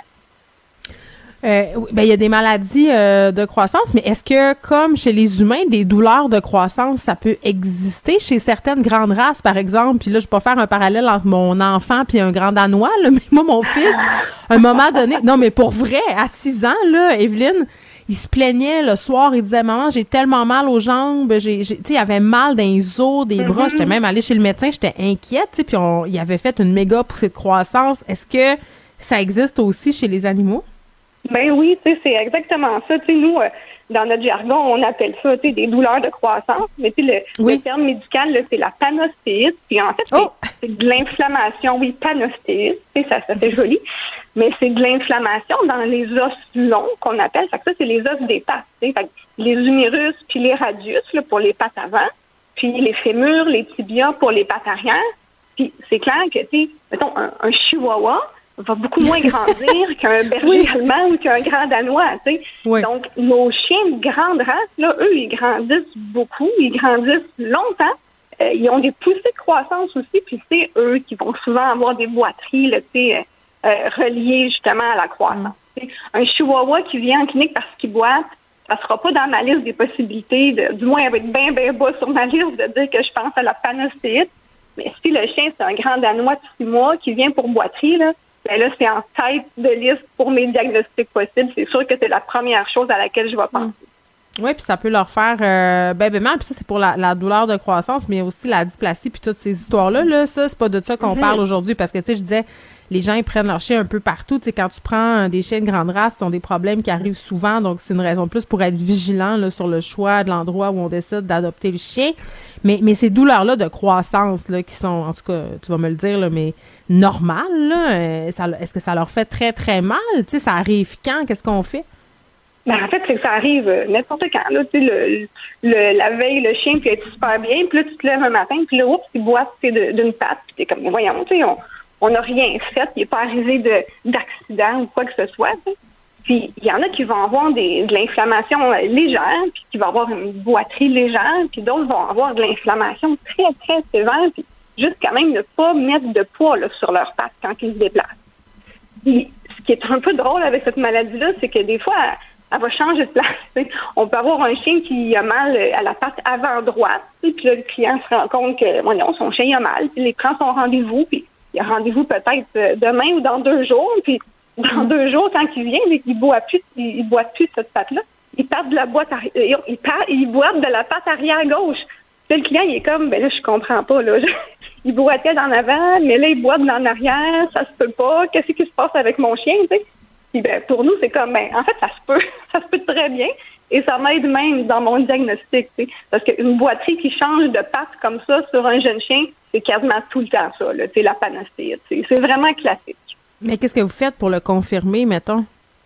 Euh, ben, il y a des maladies euh, de croissance, mais est-ce que, comme chez les humains, des douleurs de croissance, ça peut exister chez certaines grandes races, par exemple? Puis là, je vais pas faire un parallèle entre mon enfant puis un grand danois, là, mais moi, mon fils, à un moment donné, non, mais pour vrai, à six ans, là, Evelyne, il se plaignait le soir, il disait « Maman, j'ai tellement mal aux jambes, j'ai, j'ai, tu sais, il avait mal dans les os, des bras. Mm-hmm. » J'étais même allée chez le médecin, j'étais inquiète, tu sais, puis on, il avait fait une méga poussée de croissance. Est-ce que ça existe aussi chez les animaux? Ben oui, tu sais, c'est exactement ça. Tu sais, nous, euh, dans notre jargon, on appelle ça, tu sais, des douleurs de croissance. Mais tu sais, le, oui. le terme médical, là, c'est la panostéite. Puis en fait, oh. c'est, c'est de l'inflammation. Oui, panostéite. Tu sais, ça, ça fait joli. Mais c'est de l'inflammation dans les os longs qu'on appelle. Fait que ça, c'est les os des pattes. Tu sais, fait que les humérus puis les radius là, pour les pattes avant. Puis les fémurs, les tibias pour les pattes arrière. Puis c'est clair que, tu sais, mettons, un, un chihuahua va beaucoup moins grandir qu'un berger oui. allemand ou qu'un grand danois, tu sais. Oui. Donc, nos chiens de grande race, là, eux, ils grandissent beaucoup, ils grandissent longtemps. Euh, ils ont des poussées de croissance aussi, puis c'est eux qui vont souvent avoir des boiteries, là, tu sais, euh, reliées justement à la croissance. Mm. Un chihuahua qui vient en clinique parce qu'il boite, ça sera pas dans ma liste des possibilités, de, du moins, elle va être bien, bien bas sur ma liste de dire que je pense à la panostéite. Mais si le chien, c'est un grand danois de six mois qui vient pour boiterie, là, ben là, c'est en tête de liste pour mes diagnostics possibles. C'est sûr que c'est la première chose à laquelle je vais penser. Mmh. Oui, puis ça peut leur faire euh, ben, ben mal. Puis ça, c'est pour la, la douleur de croissance, mais aussi la dysplasie puis toutes ces histoires-là. Là, ça, c'est pas de ça qu'on mmh. parle aujourd'hui. Parce que, tu sais, je disais, les gens, ils prennent leur chien un peu partout. Tu sais, quand tu prends des chiens de grande race, ce sont des problèmes qui arrivent souvent. Donc, c'est une raison de plus pour être vigilant là, sur le choix de l'endroit où on décide d'adopter le chien. Mais, mais ces douleurs-là de croissance, là, qui sont, en tout cas, tu vas me le dire, là, mais normales, là, euh, ça, est-ce que ça leur fait très, très mal? Tu sais, ça arrive quand? Qu'est-ce qu'on fait? Ben, en fait, c'est que ça arrive euh, n'importe quand. Là, tu sais, le, le, la veille, le chien peut être super bien, puis là, tu te lèves un matin, puis là, oups, il boite de, d'une patte, puis t'es comme, mais voyons, tu sais, on on n'a rien fait, il n'est pas arrivé de, d'accident ou quoi que ce soit, tu sais. Puis, il y en a qui vont avoir des, de l'inflammation légère, puis qui vont avoir une boiterie légère, puis d'autres vont avoir de l'inflammation très, très sévère, puis juste quand même ne pas mettre de poids là, sur leurs pattes quand ils se déplacent. Puis, ce qui est un peu drôle avec cette maladie-là, c'est que des fois, elle, elle va changer de place. T'sais. On peut avoir un chien qui a mal à la patte avant droite, puis là, le client se rend compte que, bon, non, son chien il a mal, puis il prend son rendez-vous, puis il a rendez-vous peut-être demain ou dans deux jours, puis dans mmh. deux jours, quand il vient, il ne boit plus, il, il boit plus de cette patte-là. Il part de la boîte arrière, il, part, il boit de la patte arrière gauche. Puis le client, il est comme, ben là, je comprends pas, là. Il boitait d'en avant, mais là, il boit de l'en arrière, ça se peut pas. Qu'est-ce qui se passe avec mon chien, tu sais? Puis ben, pour nous, c'est comme, ben, en fait, ça se peut, ça se peut très bien. Et ça m'aide même dans mon diagnostic, tu sais. Parce qu'une boiterie qui change de patte comme ça sur un jeune chien, c'est quasiment tout le temps ça, là, tu sais, la panostéite. C'est vraiment classique. Mais qu'est-ce que vous faites pour le confirmer, mettons?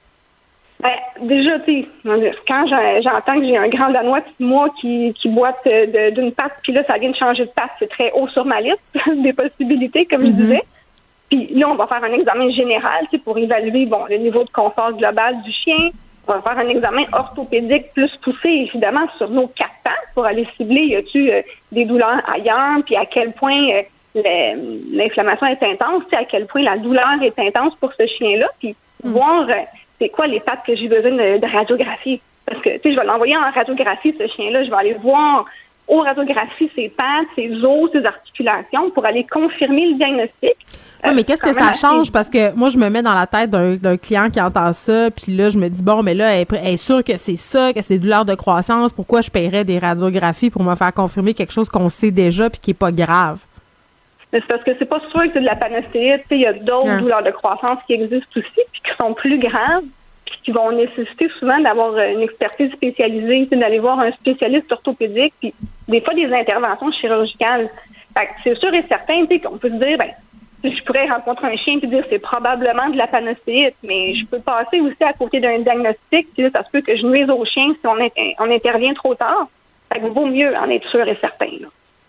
Ben, déjà, tu sais, quand j'entends que j'ai un grand danois puis moi qui, qui boite de, d'une patte, puis là, ça vient de changer de patte, c'est très haut sur ma liste des possibilités, comme mm-hmm. je disais. Puis là, on va faire un examen général, tu sais, pour évaluer, bon, le niveau de confort global du chien. On va faire un examen orthopédique plus poussé, évidemment, sur nos quatre pattes pour aller cibler, y a-tu euh, des douleurs ailleurs, puis à quel point euh, le, l'inflammation est intense, tu sais, à quel point la douleur est intense pour ce chien-là, puis mm. voir euh, c'est quoi les pattes que j'ai besoin de, de radiographie. Parce que, tu sais, je vais l'envoyer en radiographie, ce chien-là. Je vais aller voir aux radiographies ses pattes, ses os, ses articulations pour aller confirmer le diagnostic. Oui, mais qu'est-ce que ça change? Parce que moi, je me mets dans la tête d'un, d'un client qui entend ça, puis là, je me dis, bon, mais là, elle, elle est sûre que c'est ça, que c'est des douleurs de croissance. Pourquoi je paierais des radiographies pour me faire confirmer quelque chose qu'on sait déjà puis qui est pas grave? Mais c'est parce que c'est pas sûr que c'est de la panostéite. Il y a d'autres hein. douleurs de croissance qui existent aussi, puis qui sont plus graves, puis qui vont nécessiter souvent d'avoir une expertise spécialisée, d'aller voir un spécialiste orthopédique, puis des fois des interventions chirurgicales. Fait que c'est sûr et certain qu'on peut se dire, ben, je pourrais rencontrer un chien et dire c'est probablement de la panostéite, mais je peux passer aussi à côté d'un diagnostic, puis là, ça se peut que je nuise au chien si on, in- on intervient trop tard. Fait que vaut mieux en être sûr et certain, là.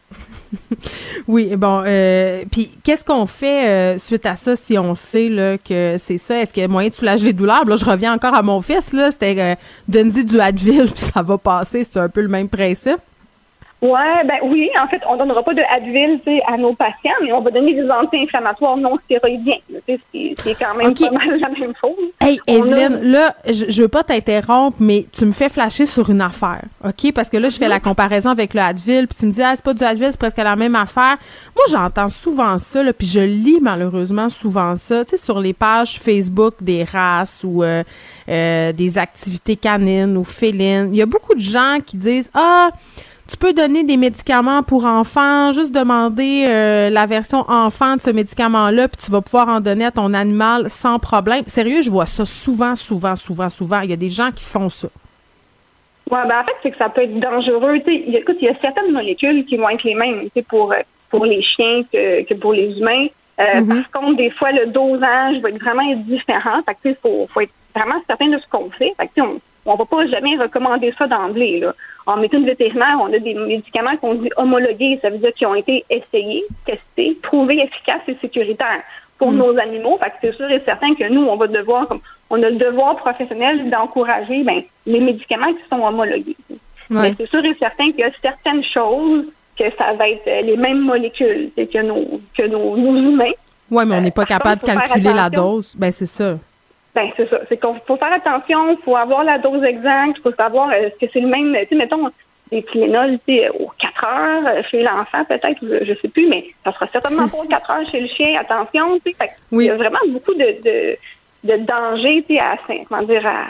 Oui, bon, euh, puis qu'est-ce qu'on fait euh, suite à ça si on sait là que c'est ça? Est-ce qu'il y a moyen de soulager les douleurs? Là, je reviens encore à mon fils, là, c'était euh, donne-y du Advil, puis ça va passer, c'est un peu le même principe. Ouais, ben oui, en fait, on donnera pas de Advil, tu sais, à nos patients, mais on va donner des anti-inflammatoires non stéroïdiens. Tu sais, c'est, c'est quand même okay. pas mal la même chose. Hey, Evelyne, a... là, je, je veux pas t'interrompre, mais tu me fais flasher sur une affaire, ok? Parce que là, je fais mm-hmm. la comparaison avec le Advil, puis tu me dis, ah, c'est pas du Advil, c'est presque la même affaire. Moi, j'entends souvent ça, là, puis je lis malheureusement souvent ça, tu sais, sur les pages Facebook des races ou euh, euh, des activités canines ou félines. Il y a beaucoup de gens qui disent, ah, tu peux donner des médicaments pour enfants, juste demander euh, la version enfant de ce médicament-là, puis tu vas pouvoir en donner à ton animal sans problème. Sérieux, je vois ça souvent, souvent, souvent, souvent. Il y a des gens qui font ça. Oui, ben en fait, c'est que ça peut être dangereux. T'sais, écoute, il y a certaines molécules qui vont être les mêmes pour, pour les chiens que, que pour les humains. Euh, mm-hmm. Par contre, des fois, le dosage va être vraiment être différent. Fait que, il faut, faut être vraiment certain de ce qu'on fait. Fait que, on on va pas jamais recommander ça d'emblée, là. En médecine vétérinaire, on a des médicaments qu'on dit homologués. Ça veut dire qu'ils ont été essayés, testés, prouvés efficaces et sécuritaires pour mmh. nos animaux. Fait que c'est sûr et certain que nous, on va devoir, comme on a le devoir professionnel d'encourager ben, les médicaments qui sont homologués. Ouais. Mais c'est sûr et certain qu'il y a certaines choses que ça va être les mêmes molécules que nos, que nos, nos humains. Oui, mais on n'est pas euh, capable de calculer la dose. Ben c'est ça. Ben c'est ça. C'est qu'il faut faire attention, il faut avoir la dose exacte, il faut savoir est-ce que c'est le même, tu sais, mettons, des Tylenol, tu sais, aux quatre heures chez l'enfant, peut-être, je, je sais plus, mais ça sera certainement pas aux quatre heures chez le chien, attention, tu sais. Fait oui. Il y a vraiment beaucoup de, de, de dangers, tu sais, à, comment dire, à,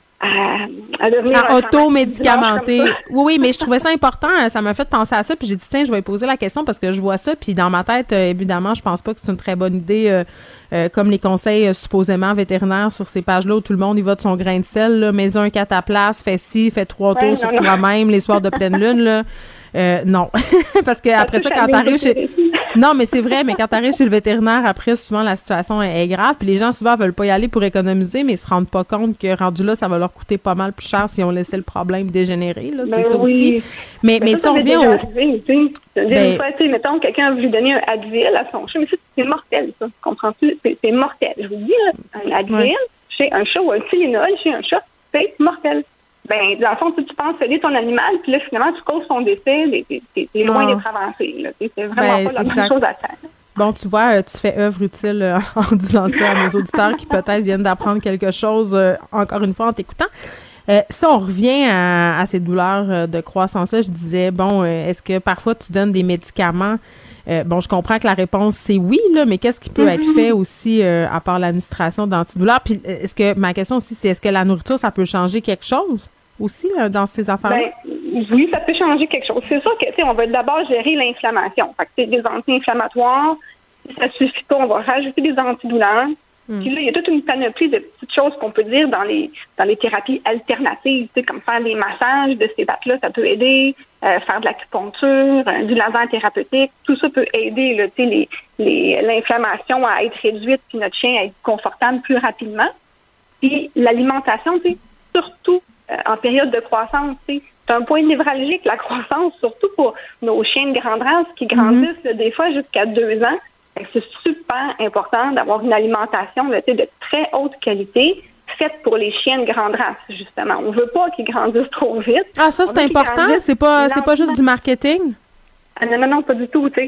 à, à devenir à auto-médicamenter. Oui, oui, mais je trouvais ça important. Ça m'a fait penser à ça. Puis j'ai dit, tiens, je vais poser la question parce que je vois ça. Puis dans ma tête, euh, évidemment, je pense pas que c'est une très bonne idée, euh, euh, comme les conseils euh, supposément vétérinaires sur ces pages-là où tout le monde y va de son grain de sel. Là, mets un cataplasme, fais ci, fais trois tours ouais, sur non, toi-même non. les soirs de pleine lune. Là. Euh, non. Parce que après ça, quand t'arrives chez... Non, mais c'est vrai, mais quand t'arrives chez le vétérinaire, après, souvent, la situation est, est grave. Puis les gens, souvent, veulent pas y aller pour économiser, mais ils se rendent pas compte que, rendu là, ça va leur coûter pas mal plus cher si on laissait le problème dégénérer, là. C'est ben ça oui. aussi. Mais, mais, mais ça, si on revient au... Arrivé, ben... Une fois, tu sais, mettons, quelqu'un a voulu donner un Advil à son chat, mais ça, c'est mortel, ça. Comprends-tu? C'est, c'est mortel. Je vous dis, là, un Advil ouais. chez un chat ou un Tylenol chez un chat, c'est mortel. Ben, dans le fond, tu, tu penses aider ton animal, puis là, finalement, tu causes son décès, t'es, t'es loin d'être avancé, là. C'est vraiment ben, pas la exact. même chose à faire. Bon, tu vois, tu fais œuvre utile euh, en disant ça à nos auditeurs qui peut-être viennent d'apprendre quelque chose, euh, encore une fois, en t'écoutant. Euh, si on revient à, à ces douleurs de croissance-là, je disais, bon, euh, est-ce que parfois tu donnes des médicaments? Euh, bon, je comprends que la réponse, c'est oui, là, mais qu'est-ce qui peut mm-hmm. être fait aussi euh, à part l'administration d'antidouleurs? Puis, est-ce que, ma question aussi, c'est est-ce que la nourriture, ça peut changer quelque chose aussi là, dans ces affaires-là? Ben, oui, ça peut changer quelque chose. C'est sûr que, tu sais, on va d'abord gérer l'inflammation. Fait que c'est des anti-inflammatoires. Si ça suffit pas, on va rajouter des antidouleurs. Mm. Puis là, il y a toute une panoplie de petites choses qu'on peut dire dans les dans les thérapies alternatives, tu sais, comme faire des massages de ces battes-là, ça peut aider. Euh, faire de l'acupuncture, euh, du laser thérapeutique, tout ça peut aider là, tu sais, les, les, l'inflammation à être réduite, puis notre chien à être confortable plus rapidement. Puis l'alimentation, tu sais, surtout euh, en période de croissance, tu sais, c'est un point névralgique, la croissance, surtout pour nos chiens de grande race qui grandissent mm-hmm. là, des fois jusqu'à deux ans. C'est super important d'avoir une alimentation là, de très haute qualité, faite pour les chiens de grande race, justement. On veut pas qu'ils grandissent trop vite. Ah, ça, c'est important? C'est pas, c'est pas juste du marketing? Ah, non, non, non, pas du tout, tu sais.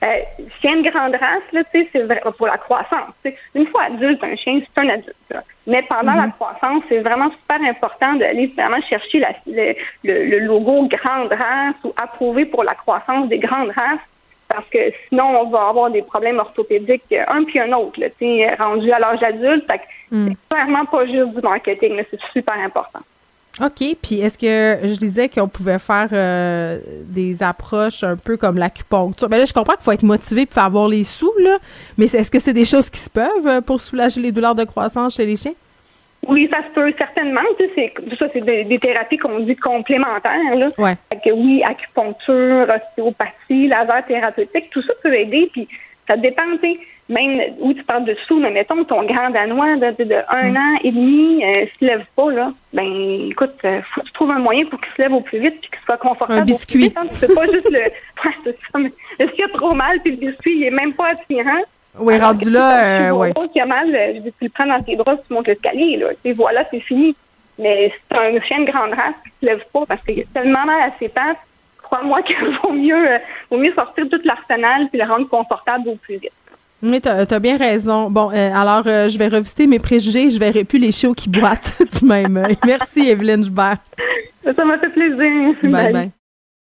Euh, chien de grande race, là, tu sais, c'est vrai pour la croissance. T'sais. Une fois adulte, un chien, c'est un adulte. Là. Mais pendant mm-hmm. la croissance, c'est vraiment super important d'aller vraiment chercher la, le, le, le logo grande race ou approuvé pour la croissance des grandes races. Parce que sinon, on va avoir des problèmes orthopédiques, un puis un autre, là, rendu à l'âge adulte. Fait que mm. c'est vraiment pas juste du marketing, là, c'est super important. OK. Puis est-ce que je disais qu'on pouvait faire euh, des approches un peu comme l'acupuncture? Ben là, je comprends qu'il faut être motivé pour avoir les sous, là, mais est-ce que c'est des choses qui se peuvent pour soulager les douleurs de croissance chez les chiens? Oui, ça se peut certainement. Tu sais, c'est, ça, c'est des, des thérapies qu'on dit complémentaires. Là. Ouais. Fait que oui, acupuncture, ostéopathie, laser thérapeutique, tout ça peut aider. Puis ça dépend, tu sais, même où tu parles de sous, mais mettons ton grand danois de, de un mm. an et demi euh, se lève pas, là. Ben, écoute, euh, faut que tu trouves un moyen pour qu'il se lève au plus vite puis qu'il soit confortable. Un biscuit. Au plus vite, hein. C'est pas juste le. Ouais, c'est ça, mais est-ce qu'il y a trop mal puis le biscuit, il est même pas attirant. Oui, alors rendu là, tu euh, ouais. qu'il y a mal, je dis, tu le prends dans tes bras, tu montes l'escalier, là. Et voilà, c'est fini. Mais c'est un chien de grande race qui se lève pas parce qu'il y a tellement mal à ses pattes. Crois-moi qu'il vaut mieux, euh, vaut mieux sortir tout l'arsenal puis le rendre confortable au plus vite. Oui, t'as, t'as bien raison. Bon, euh, alors, euh, je vais revisiter mes préjugés. Je verrai plus les chiots qui boitent du même œil. Merci, Evelyne Joubert. Ça m'a fait plaisir. Bye, bye.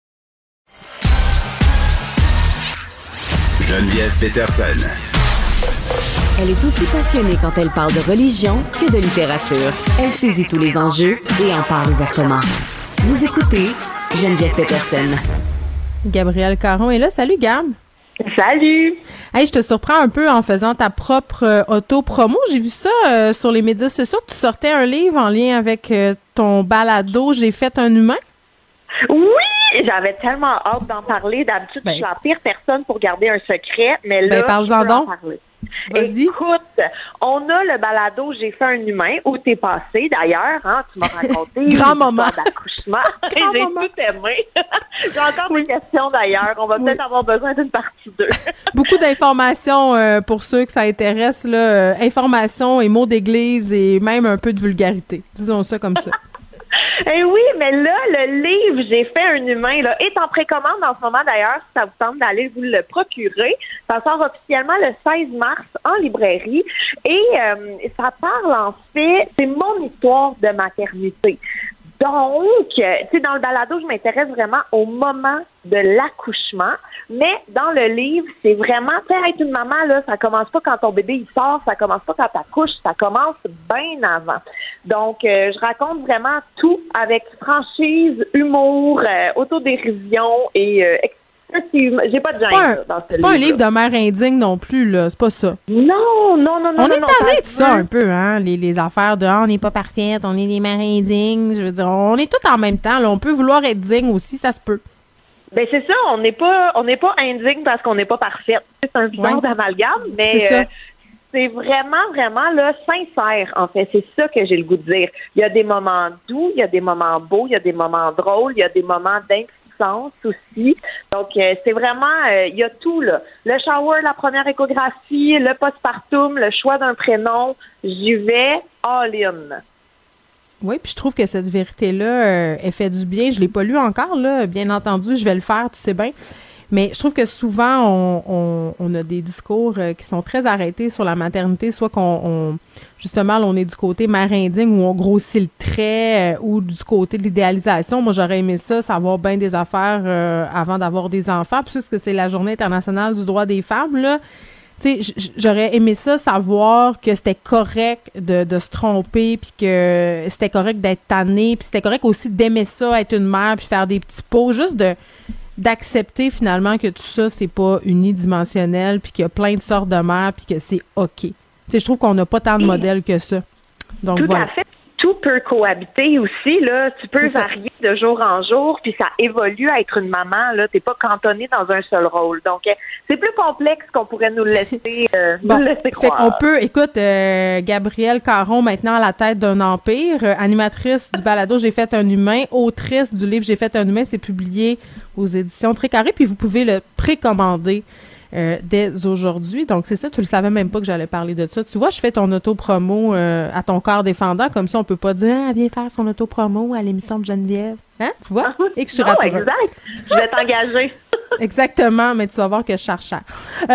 Geneviève Peterson. Elle est aussi passionnée quand elle parle de religion que de littérature. Elle saisit tous les enjeux et en parle ouvertement. Vous écoutez Geneviève Peterson. Gabrielle Caron est là. Salut, Gab. Salut! Hey, je te surprends un peu en faisant ta propre euh, auto-promo. J'ai vu ça euh, sur les médias sociaux. Tu sortais un livre en lien avec euh, ton balado « J'ai fait un humain ». Oui! J'avais tellement hâte d'en parler. D'habitude, ben, je suis la pire personne pour garder un secret, mais là, ben, parle-en je peux en donc. parler. Vas-y. Écoute, on a le balado « J'ai fait un humain » où t'es passé, d'ailleurs, hein, tu m'as raconté Grand moment d'accouchement. J'ai moment. tout aimé. J'ai encore oui. des questions, d'ailleurs. On va oui. peut-être avoir besoin d'une partie deux. Beaucoup d'informations euh, pour ceux que ça intéresse, là. Euh, informations et mots d'église et même un peu de vulgarité. Disons ça comme ça. Eh oui, mais là, le livre « J'ai fait un humain » là, est en précommande en ce moment, d'ailleurs, si ça vous tente d'aller vous le procurer. Ça sort officiellement le seize mars en librairie. Et euh, ça parle, en fait, c'est mon histoire de maternité. Donc, tu sais, dans le balado, je m'intéresse vraiment au moment de l'accouchement, mais dans le livre, c'est vraiment, tu sais, être une maman, là, ça commence pas quand ton bébé, il sort, ça commence pas quand t'accouches, ça commence bien avant. Donc, euh, je raconte vraiment tout avec franchise, humour, euh, autodérision et euh, j'ai pas de gêne un, dans ce C'est livre, pas un livre de mère indigne non plus, là. C'est pas ça. Non, non, non, non. On non, est non, tanné de ça un peu, hein, les, les affaires de ah, on n'est pas parfaite, on est des mères indignes. Je veux dire, on est tous en même temps, là. On peut vouloir être digne aussi, ça se peut. Ben c'est ça, on n'est pas on n'est pas indigne parce qu'on n'est pas parfaite. C'est un genre ouais. d'amalgame, mais c'est, euh, c'est vraiment, vraiment là, sincère, en fait. C'est ça que j'ai le goût de dire. Il y a des moments doux, il y a des moments beaux, il y a des moments drôles, il y a des moments d'impuissance aussi. Donc, euh, c'est vraiment, euh, il y a tout, là. Le shower, la première échographie, le postpartum, le choix d'un prénom. J'y vais all-in. Oui, puis je trouve que cette vérité-là, euh, elle fait du bien. Je l'ai pas lu encore, là. Bien entendu, je vais le faire, tu sais bien. Mais je trouve que souvent, on, on, on a des discours euh, qui sont très arrêtés sur la maternité, soit qu'on, on, justement, là, on est du côté mère indigne où on grossit le trait, euh, ou du côté de l'idéalisation. Moi, j'aurais aimé ça, savoir bien des affaires euh, avant d'avoir des enfants, puisque c'est la Journée internationale du droit des femmes, là. Tu sais, j'aurais aimé ça, savoir que c'était correct de, de se tromper, puis que c'était correct d'être tannée, puis c'était correct aussi d'aimer ça, être une mère, puis faire des petits pots, juste de d'accepter finalement que tout ça, c'est pas unidimensionnel, puis qu'il y a plein de sortes de mères, puis que c'est OK. Tu sais, je trouve qu'on n'a pas tant de modèles que ça. Donc, tout voilà. à fait. Tout peut cohabiter aussi, là. Tu peux varier de jour en jour, puis ça évolue à être une maman, là. T'es pas cantonné dans un seul rôle. Donc, euh, c'est plus complexe qu'on pourrait nous laisser, euh, bon, nous laisser croire. Fait qu'on peut, écoute, euh, Gabrielle Caron, maintenant à la tête d'un empire, euh, animatrice du balado J'ai fait un humain, autrice du livre J'ai fait un humain, c'est publié aux éditions Très Carré, puis vous pouvez le précommander Euh, dès aujourd'hui. Donc, c'est ça, tu le savais même pas que j'allais parler de ça. Tu vois, je fais ton auto-promo euh, à ton corps défendant, comme ça, on peut pas dire « Ah, viens faire son auto-promo à l'émission de Geneviève. » Hein, tu vois? Et que je suis non, ratoureuse. exact. Je vais t'engager. Exactement, mais tu vas voir que je cherche. Euh...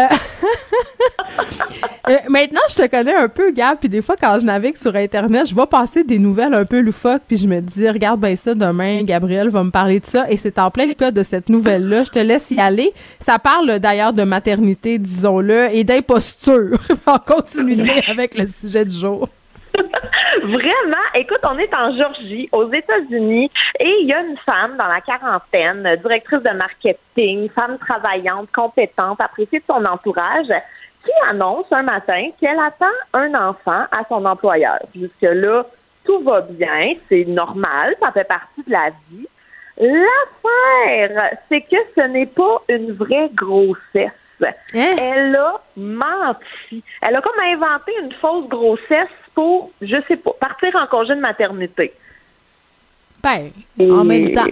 euh, maintenant, je te connais un peu, Gab, puis des fois, quand je navigue sur Internet, je vois passer des nouvelles un peu loufoques, puis je me dis, regarde bien ça, demain, Gabriel va me parler de ça, et c'est en plein le cas de cette nouvelle-là. Je te laisse y aller. Ça parle d'ailleurs de maternité, disons-le, et d'imposture, en continuité avec le sujet du jour. Vraiment, écoute, on est en Géorgie, aux États-Unis, et il y a une femme dans la quarantaine, directrice de marketing, femme travaillante, compétente, appréciée de son entourage, qui annonce un matin qu'elle attend un enfant à son employeur. Jusque-là, tout va bien, c'est normal, ça fait partie de la vie. L'affaire, c'est que ce n'est pas une vraie grossesse. Hein? Elle a menti. Elle a comme inventé une fausse grossesse pour, je sais pas, partir en congé de maternité. Ben, Et... en même temps,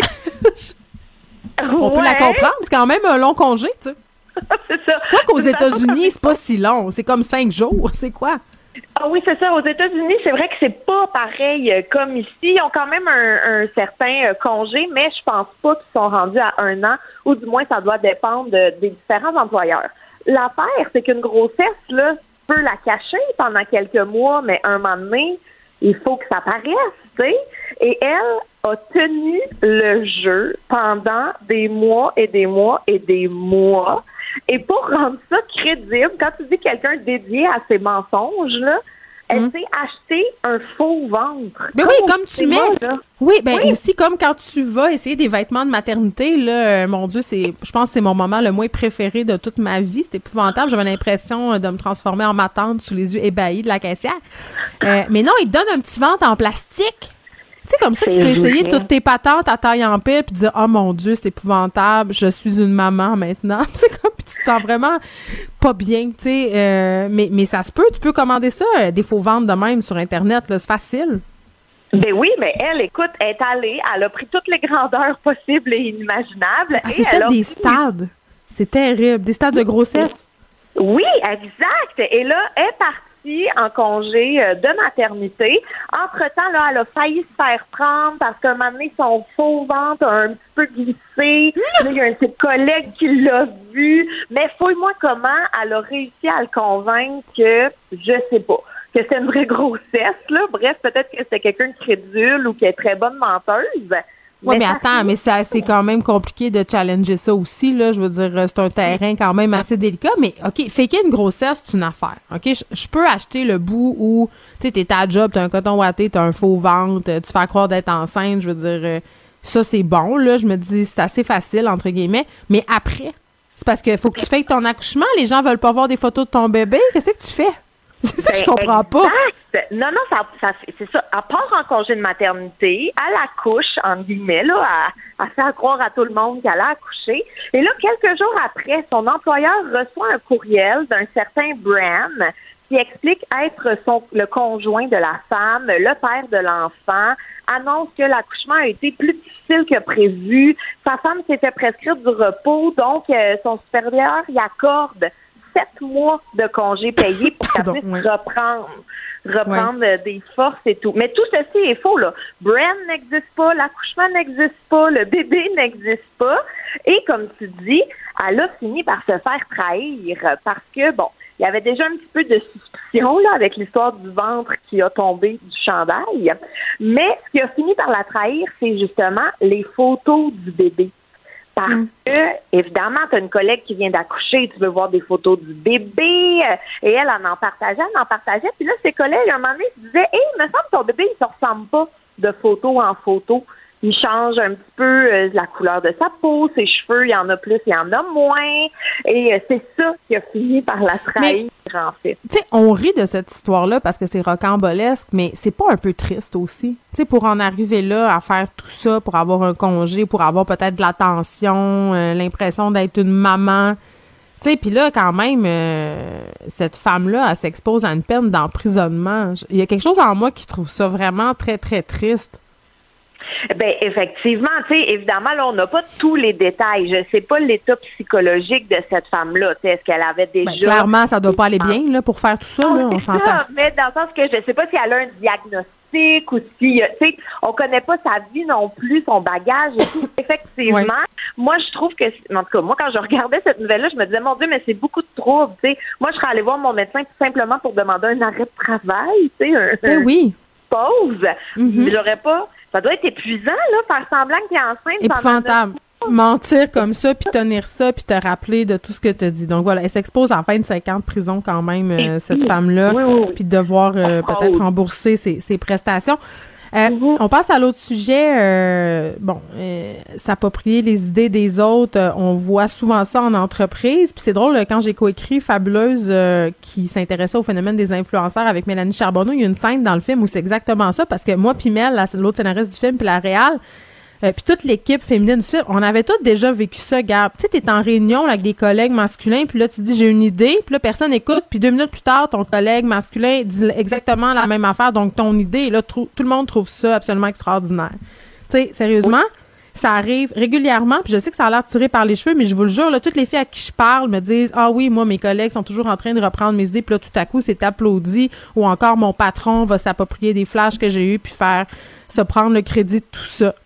on ouais. peut la comprendre. C'est quand même un long congé, tu sais. C'est ça. Quoi qu'aux États-Unis, c'est pas si long. C'est comme cinq jours. C'est quoi? Ah oui, c'est ça. Aux États-Unis, c'est vrai que c'est pas pareil euh, comme ici. Ils ont quand même un, un certain euh, congé, mais je pense pas qu'ils sont rendus à un an, ou du moins, ça doit dépendre de, des différents employeurs. L'affaire, c'est qu'une grossesse, là, peut la cacher pendant quelques mois, mais un moment donné, il faut que ça paraisse, tu sais. Et elle a tenu le jeu pendant des mois et des mois et des mois. Et pour rendre ça crédible, quand tu dis quelqu'un dédié à ces mensonges-là, elle mmh. s'est acheté un faux ventre. Mais oui, comme tu mets. Là. Oui, ben oui. aussi comme quand tu vas essayer des vêtements de maternité, là, euh, mon Dieu, c'est, je pense que c'est mon moment le moins préféré de toute ma vie. C'était épouvantable. J'avais l'impression de me transformer en ma tante sous les yeux ébahis de la caissière. Euh, mais non, ils te donnent un petit ventre en plastique. Tu sais, comme ça, c'est tu peux essayer vrai. toutes tes patentes à taille en paix puis dire « Oh mon Dieu, c'est épouvantable, je suis une maman maintenant. » Tu sais, comme puis tu te sens vraiment pas bien, tu sais. Euh, mais, mais ça se peut, tu peux commander ça, euh, des faux ventres de même sur Internet, là, c'est facile. Ben oui, mais elle, écoute, elle est allée, elle a pris toutes les grandeurs possibles et inimaginables. Ah, et c'est elle fait a... des stades. C'est terrible. Des stades de grossesse. Oui, exact. Et là, elle est partie en congé de maternité. Entre-temps, là, elle a failli se faire prendre parce qu'à un moment donné, son faux ventre a un petit peu glissé. Là, il y a un de ses collègues qui l'a vu. Mais fouille-moi comment elle a réussi à le convaincre que, je sais pas, que c'est une vraie grossesse, là. Bref, peut-être que c'est quelqu'un de crédule ou qui est très bonne menteuse. Oui, mais, mais attends, mais c'est, c'est quand même compliqué de challenger ça aussi, là. Je veux dire, c'est un terrain quand même assez délicat. Mais, OK, faker une grossesse, c'est une affaire. OK, je, je peux acheter le bout où, tu sais, t'es à job, t'as un coton ouaté, t'as un faux ventre, tu fais croire d'être enceinte. Je veux dire, ça, c'est bon, là. Je me dis, c'est assez facile, entre guillemets. Mais après, c'est parce qu'il faut que tu fasses ton accouchement. Les gens veulent pas voir des photos de ton bébé. Qu'est-ce que tu fais? C'est ça que je comprends exact. pas. Non, non, ça, ça, c'est ça. Elle part en congé de maternité, elle accouche, entre guillemets, là, à, à faire croire à tout le monde qu'elle a accouché. Et là, quelques jours après, son employeur reçoit un courriel d'un certain Bran qui explique être son, le conjoint de la femme, le père de l'enfant, annonce que l'accouchement a été plus difficile que prévu. Sa femme s'était prescrite du repos, donc euh, son supérieur y accorde sept mois de congés payés pour qu'elle puisse oui. reprendre, reprendre ouais. des forces et tout. Mais tout ceci est faux, là. Bran n'existe pas, l'accouchement n'existe pas, le bébé n'existe pas. Et comme tu dis, elle a fini par se faire trahir parce que, bon, il y avait déjà un petit peu de suspicion, là, avec l'histoire du ventre qui a tombé du chandail. Mais ce qui a fini par la trahir, c'est justement les photos du bébé. Parce mm. que, évidemment, tu as une collègue qui vient d'accoucher, tu veux voir des photos du bébé, euh, et elle en en partageait, elle en partageait. Puis là, ses collègues, à un moment donné, se disaient « Hey, il me semble que ton bébé, il ne se ressemble pas de photo en photo. Il change un petit peu euh, la couleur de sa peau, ses cheveux, il y en a plus, il y en a moins. » Et euh, c'est ça qui a fini par la trahir, mais, en fait. Tu sais, on rit de cette histoire-là parce que c'est rocambolesque, mais c'est pas un peu triste aussi? Tu sais, pour en arriver là, à faire tout ça, pour avoir un congé, pour avoir peut-être de l'attention, euh, l'impression d'être une maman. Tu sais, puis là, quand même, euh, cette femme-là, elle s'expose à une peine d'emprisonnement. Il y a quelque chose en moi qui trouve ça vraiment très, très triste. Ben effectivement, tu sais, évidemment, là, on n'a pas tous les détails. Je sais pas l'état psychologique de cette femme-là. Est-ce qu'elle avait déjà... Ben, clairement, ça doit pas aller bien là, pour faire tout ça, là, on s'entend. Mais dans le sens que je sais pas si elle a un diagnostic pratique ou si, tu sais, on connaît pas sa vie non plus, son bagage et tout. Effectivement, ouais. Moi, je trouve que, en tout cas, moi, quand je regardais cette nouvelle-là, je me disais, mon Dieu, mais c'est beaucoup de troubles, tu sais. Moi, je serais allée voir mon médecin tout simplement pour demander un arrêt de travail, tu sais, un, ben oui. pause. Mm-hmm. J'aurais pas, ça doit être épuisant, là, faire semblant que t'es enceinte. Épouvantable. Mentir comme ça, puis tenir ça, puis te rappeler de tout ce que tu as dit. Donc voilà, elle s'expose à vingt-cinq ans de prison quand même, euh, cette femme-là, oui, oui, oui. puis devoir euh, peut-être rembourser ses, ses prestations. Euh, mm-hmm. On passe à l'autre sujet. Euh, bon, euh, s'approprier les idées des autres. Euh, on voit souvent ça en entreprise. Puis c'est drôle, quand j'ai coécrit Fabuleuse, euh, qui s'intéressait au phénomène des influenceurs avec Mélanie Charbonneau, il y a une scène dans le film où c'est exactement ça, parce que moi puis Mel, la, l'autre scénariste du film, puis la réal, Euh, puis toute l'équipe féminine du film, on avait toutes déjà vécu ça, Gab. Tu sais, t'es en réunion là, avec des collègues masculins, puis là, tu dis, j'ai une idée, puis là, personne écoute, puis deux minutes plus tard, ton collègue masculin dit exactement la même affaire, donc ton idée, là, tout, tout le monde trouve ça absolument extraordinaire. Tu sais, sérieusement, oui. Ça arrive régulièrement, puis je sais que ça a l'air tiré par les cheveux, mais je vous le jure, là, toutes les filles à qui je parle me disent, ah oui, moi, mes collègues sont toujours en train de reprendre mes idées, puis là, tout à coup, c'est applaudi, ou encore mon patron va s'approprier des flashs que j'ai eus, puis faire se prendre le crédit de tout ça.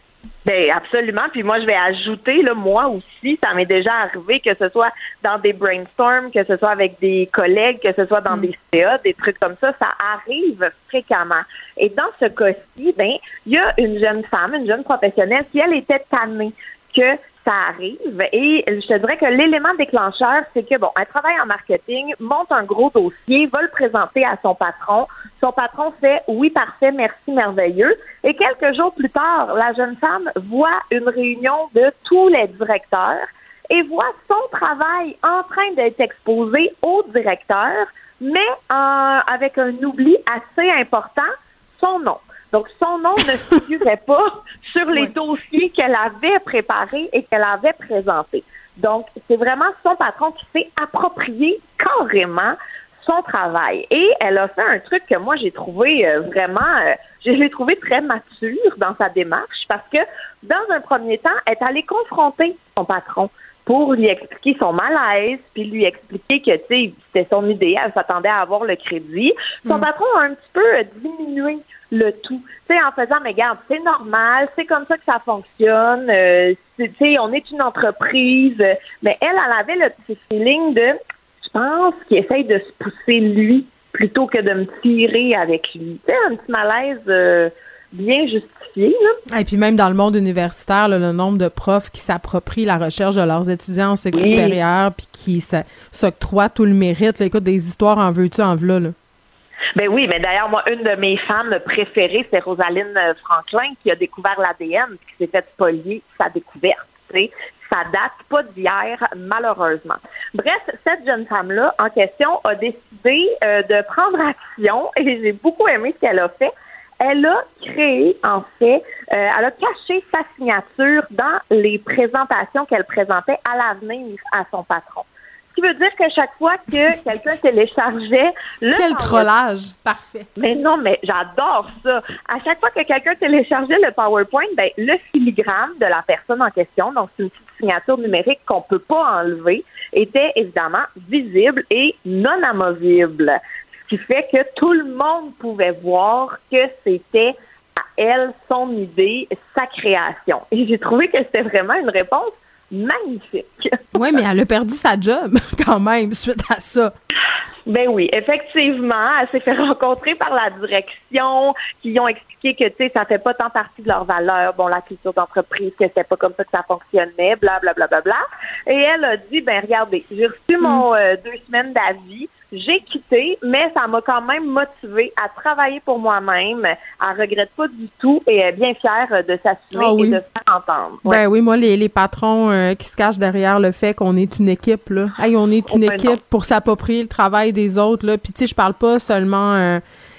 Ben absolument. Puis moi, je vais ajouter, là, moi aussi, ça m'est déjà arrivé, que ce soit dans des brainstorms, que ce soit avec des collègues, que ce soit dans mm. des C A, des trucs comme ça, ça arrive fréquemment. Et dans ce cas-ci, ben, il y a une jeune femme, une jeune professionnelle, qui, elle, était tannée que ça arrive. Et je te dirais que l'élément déclencheur, c'est que, bon, elle travaille en marketing, monte un gros dossier, va le présenter à son patron. Son patron fait « Oui, parfait, merci, merveilleux ». Et quelques jours plus tard, la jeune femme voit une réunion de tous les directeurs et voit son travail en train d'être exposé au directeur, mais euh, avec un oubli assez important, son nom. Donc, son nom ne figurait pas sur les oui. dossiers qu'elle avait préparés et qu'elle avait présentés. Donc, c'est vraiment son patron qui s'est approprié carrément son travail. Et elle a fait un truc que moi, j'ai trouvé euh, vraiment... Euh, je l'ai trouvé très mature dans sa démarche parce que, dans un premier temps, elle est allée confronter son patron pour lui expliquer son malaise, puis lui expliquer que, tu sais, c'était son idée, elle s'attendait à avoir le crédit. Son mmh. patron a un petit peu euh, diminué le tout, tu sais, en faisant, mais regarde, c'est normal, c'est comme ça que ça fonctionne, euh, tu sais, on est une entreprise, mais elle, elle avait le petit feeling de, je pense, qu'il essaye de se pousser lui, plutôt que de me tirer avec lui. Tu sais, un petit malaise euh, bien justifié, là. Et puis même dans le monde universitaire, là, le nombre de profs qui s'approprient la recherche de leurs étudiants au cycle oui. supérieur, puis qui s'octroient tout le mérite, là, écoute, des histoires en veux-tu, en v'là, là. Ben oui, mais d'ailleurs, moi, une de mes femmes préférées, c'est Rosaline Franklin, qui a découvert l'A D N, qui s'est fait spolier sa découverte. Tu sais, ça date pas d'hier, malheureusement. Bref, cette jeune femme-là, en question, a décidé euh, de prendre action, et j'ai beaucoup aimé ce qu'elle a fait. Elle a créé, en fait, euh, elle a caché sa signature dans les présentations qu'elle présentait à l'avenir à son patron. Ce qui veut dire que chaque fois que quelqu'un téléchargeait le Quel trollage! Parfait. Mais non, mais j'adore ça. À chaque fois que quelqu'un téléchargeait le PowerPoint, ben, le filigrane de la personne en question, donc c'est une petite signature numérique qu'on peut pas enlever, était évidemment visible et non amovible. Ce qui fait que tout le monde pouvait voir que c'était à elle, son idée, sa création. Et j'ai trouvé que c'était vraiment une réponse magnifique. Oui, mais elle a perdu sa job quand même suite à ça. Ben oui, effectivement, elle s'est fait rencontrer par la direction, qui lui ont expliqué que, tu sais, ça fait pas tant partie de leurs valeurs, bon, la culture d'entreprise, que c'était pas comme ça que ça fonctionnait, bla, bla, bla, bla, bla. Et elle a dit, ben regardez, j'ai reçu mon mm. euh, deux semaines d'avis, j'ai quitté, mais ça m'a quand même motivée à travailler pour moi-même. Elle regrette pas du tout et est bien fière de s'assumer oh oui. et de se faire entendre. Ouais. Ben oui, moi, les, les patrons euh, qui se cachent derrière le fait qu'on est une équipe, là. Hey, on est une oh, équipe pour s'approprier le travail des autres, là. Puis, tu sais, je parle pas seulement... Euh,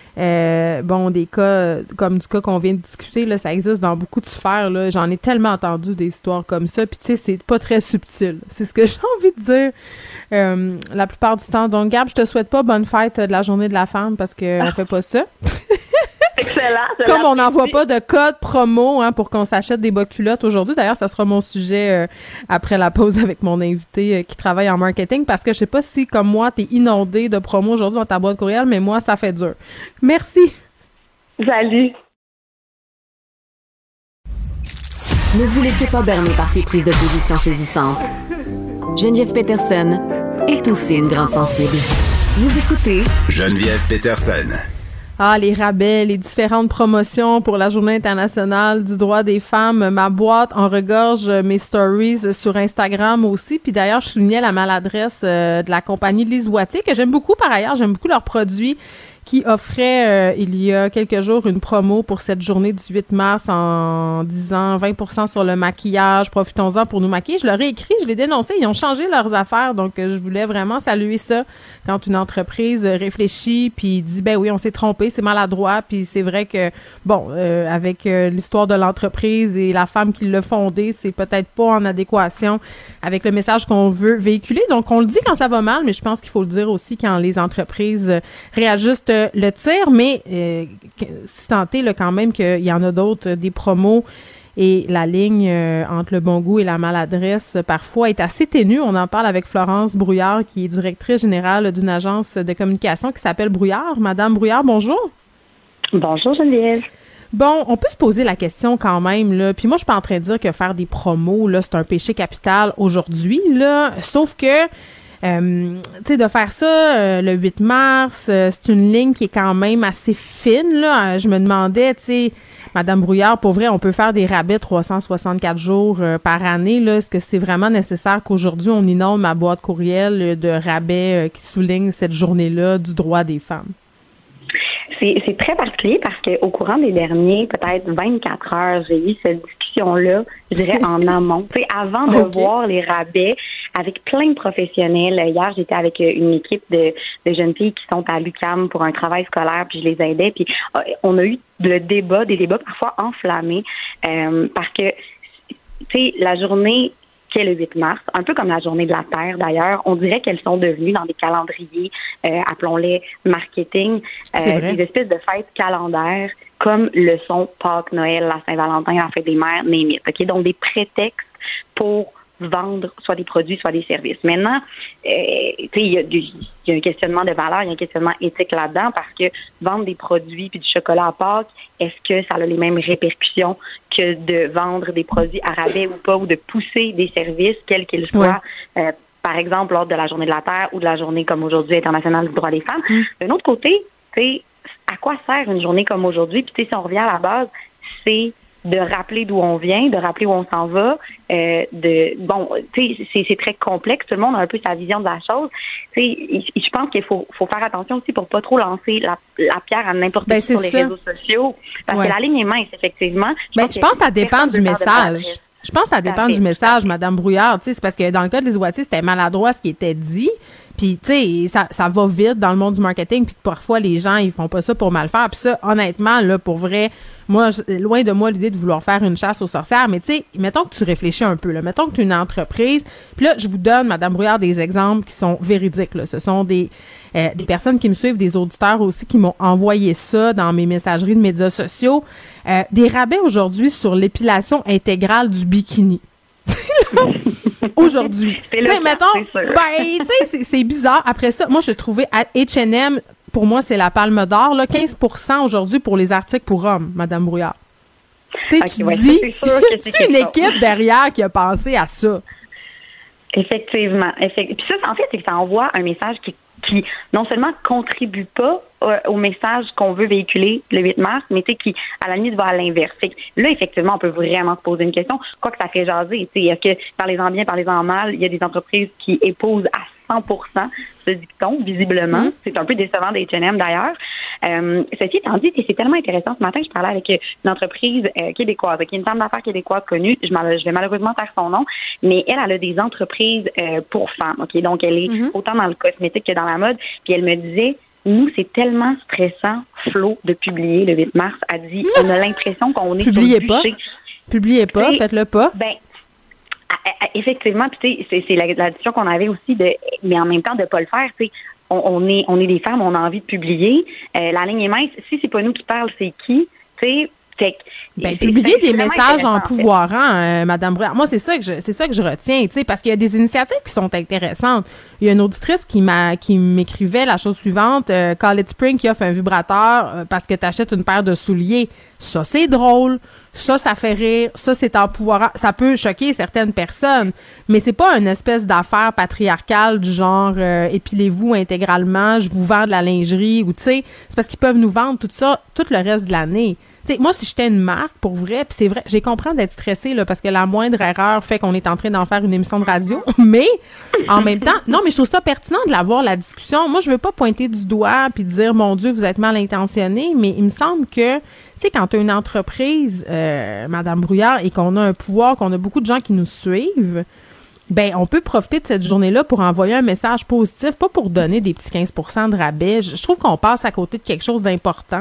Euh, bon, des cas comme du cas qu'on vient de discuter, là, ça existe dans beaucoup de sphères, là. J'en ai tellement entendu des histoires comme ça, puis tu sais, c'est pas très subtil. C'est ce que j'ai envie de dire euh, la plupart du temps. Donc, Gab, je te souhaite pas bonne fête de la journée de la femme parce qu'on ah. fait pas ça. Excellent. Comme on n'envoie pas de code promo hein, pour qu'on s'achète des bas culottes aujourd'hui. D'ailleurs, ça sera mon sujet euh, après la pause avec mon invité euh, qui travaille en marketing parce que je sais pas si, comme moi, t'es inondé de promos aujourd'hui dans ta boîte courriel, mais moi, ça fait dur. Merci. Salut. Ne vous laissez pas berner par ces prises de position saisissantes. Geneviève Peterson est aussi une grande sensible. Vous écoutez Geneviève Peterson. Ah, les rabais, les différentes promotions pour la Journée internationale du droit des femmes. Ma boîte en regorge mes stories sur Instagram aussi. Puis d'ailleurs, je soulignais la maladresse euh, de la compagnie Lise Wattier, que j'aime beaucoup par ailleurs. J'aime beaucoup leurs produits, qui offrait euh, il y a quelques jours une promo pour cette journée du huit mars en disant vingt pour cent sur le maquillage, profitons-en pour nous maquiller. Je leur ai écrit, je l'ai dénoncé, ils ont changé leurs affaires, donc euh, je voulais vraiment saluer ça quand une entreprise réfléchit puis dit ben oui, on s'est trompé, c'est maladroit, puis c'est vrai que bon, euh, avec euh, l'histoire de l'entreprise et la femme qui l'a fondée, c'est peut-être pas en adéquation avec le message qu'on veut véhiculer. Donc on le dit quand ça va mal, mais je pense qu'il faut le dire aussi quand les entreprises réajustent le tir, mais euh, si tant est là, quand même qu'il y en a d'autres, des promos, et la ligne euh, entre le bon goût et la maladresse parfois est assez ténue. On en parle avec Florence Brouillard, qui est directrice générale d'une agence de communication qui s'appelle Brouillard. Madame Brouillard, bonjour. Bonjour Geneviève. Bon, on peut se poser la question quand même, là. Puis moi, je suis pas en train de dire que faire des promos, là, c'est un péché capital aujourd'hui, là. Sauf que Euh, tu sais, de faire ça euh, le huit mars, euh, c'est une ligne qui est quand même assez fine, là. Je me demandais, tu sais, Madame Brouillard, pour vrai, on peut faire des rabais trois cent soixante-quatre jours euh, par année, là. Est-ce que c'est vraiment nécessaire qu'aujourd'hui, on inonde ma boîte courriel euh, de rabais euh, qui souligne cette journée-là du droit des femmes? C'est, c'est très particulier parce qu'au courant des derniers, peut-être vingt-quatre heures, j'ai eu cette discussion-là, je dirais, en amont. Tu sais, avant de okay. voir les rabais, avec plein de professionnels. Hier, j'étais avec une équipe de, de jeunes filles qui sont à l'U Q A M pour un travail scolaire, puis je les aidais. Puis on a eu le débat, des débats parfois enflammés, euh, parce que, tu sais, la journée qu'est le huit mars, un peu comme la journée de la Terre d'ailleurs, on dirait qu'elles sont devenues dans des calendriers, euh, appelons-les marketing, euh, des espèces de fêtes calendaires comme le sont Pâques, Noël, la Saint-Valentin, la fête des mères, name it. OK? Donc des prétextes pour vendre soit des produits, soit des services. Maintenant, euh, tu sais, il y a, du, y a un questionnement de valeur, il y a un questionnement éthique là-dedans parce que vendre des produits puis du chocolat à Pâques, est-ce que ça a les mêmes répercussions que de vendre des produits à rabais ou pas, ou de pousser des services, quels qu'ils soient, ouais. euh, par exemple, lors de la Journée de la Terre ou de la Journée comme aujourd'hui internationale du droit des femmes. Mmh. D'un autre côté, tu sais, à quoi sert une journée comme aujourd'hui? Puis tu sais, si on revient à la base, c'est de rappeler d'où on vient, de rappeler où on s'en va, euh, de bon, tu sais, c'est, c'est très complexe. Tout le monde a un peu sa vision de la chose. Tu sais, je pense qu'il faut, faut faire attention aussi pour pas trop lancer la, la pierre à n'importe ben, qui sur les ça. réseaux sociaux, parce ouais. que la ligne est mince, effectivement. Je ben, pense, je pense que ça dépend du message. Je pense que ça dépend du message, Madame Brouillard. Tu sais, c'est parce que dans le cas de Lise Wattier, c'était maladroit ce qui était dit. Puis, tu sais, ça, ça va vite dans le monde du marketing. Puis, parfois, les gens, ils font pas ça pour mal faire. Puis ça, honnêtement, là, pour vrai, moi, loin de moi l'idée de vouloir faire une chasse aux sorcières. Mais, tu sais, mettons que tu réfléchis un peu, là. Mettons que tu es une entreprise. Puis là, je vous donne, Madame Brouillard, des exemples qui sont véridiques, là. Ce sont des, euh, des personnes qui me suivent, des auditeurs aussi, qui m'ont envoyé ça dans mes messageries de médias sociaux. Euh, des rabais aujourd'hui sur l'épilation intégrale du bikini. Aujourd'hui. Tu sais, mettons, ben, tu sais, c'est, c'est bizarre. Après ça, moi, je trouvais à H and M, pour moi, c'est la palme d'or, là, quinze pour cent aujourd'hui pour les articles pour hommes, Madame Brouillard. Tu sais, okay, tu ouais, dis, c'est une équipe derrière qui a pensé à ça. Effectivement. Effectivement. Puis ça, en fait, c'est que ça envoie un message qui, qui non seulement contribue pas euh, au message qu'on veut véhiculer le huit mars, mais tu sais, qui, à la limite, va à l'inverse. Fait que là, effectivement, on peut vraiment se poser une question. Quoi que ça fait jaser, tu sais, il y a que, parlez-en bien, parlez-en mal, il y a des entreprises qui épousent à cent pour cent ce dicton, visiblement. Mm-hmm. C'est un peu décevant des H and M, d'ailleurs. Euh, ceci étant dit, c'est tellement intéressant. Ce matin, je parlais avec une entreprise euh, québécoise, qui est une femme d'affaires québécoise connue. Je, je vais malheureusement faire son nom, mais elle, elle a des entreprises euh, pour femmes. Ok, donc, elle est mm-hmm. autant dans le cosmétique que dans la mode. Puis elle me disait, nous, c'est tellement stressant, Flo, de publier le huit mars. Elle dit, on a l'impression qu'on est Publiez sur pas. Publiez pas, t'sais, faites-le pas. Ben, effectivement, puis c'est, c'est la, la discussion qu'on avait aussi, de, mais en même temps, de ne pas le faire, tu sais. On, on est on est des femmes, on a envie de publier. Euh, la ligne est mince. Si c'est pas nous qui parlent, c'est qui? Tu sais, Fait Ben, publier des messages empouvoirants, euh, Madame Brouillard. Moi, c'est ça que je, c'est ça que je retiens, tu sais, parce qu'il y a des initiatives qui sont intéressantes. Il y a une auditrice qui m'a, qui m'écrivait la chose suivante, euh, Call It Spring qui offre un vibrateur euh, parce que tu achètes une paire de souliers. Ça, c'est drôle. Ça, ça fait rire. Ça, c'est empouvoirant. Ça peut choquer certaines personnes, mais c'est pas une espèce d'affaire patriarcale du genre euh, épilez-vous intégralement, je vous vends de la lingerie ou tu sais, c'est parce qu'ils peuvent nous vendre tout ça tout le reste de l'année. T'sais, moi, si j'étais une marque, pour vrai, puis c'est vrai, j'ai compris d'être stressée, là, parce que la moindre erreur fait qu'on est en train d'en faire une émission de radio, mais en même temps, non, mais je trouve ça pertinent de l'avoir, la discussion. Moi, je veux pas pointer du doigt puis dire, mon Dieu, vous êtes mal intentionné, mais il me semble que, tu sais, quand tu as une entreprise, euh, Madame Brouillard, et qu'on a un pouvoir, qu'on a beaucoup de gens qui nous suivent, ben on peut profiter de cette journée-là pour envoyer un message positif, pas pour donner des petits quinze pour cent de rabais. Je, je trouve qu'on passe à côté de quelque chose d'important.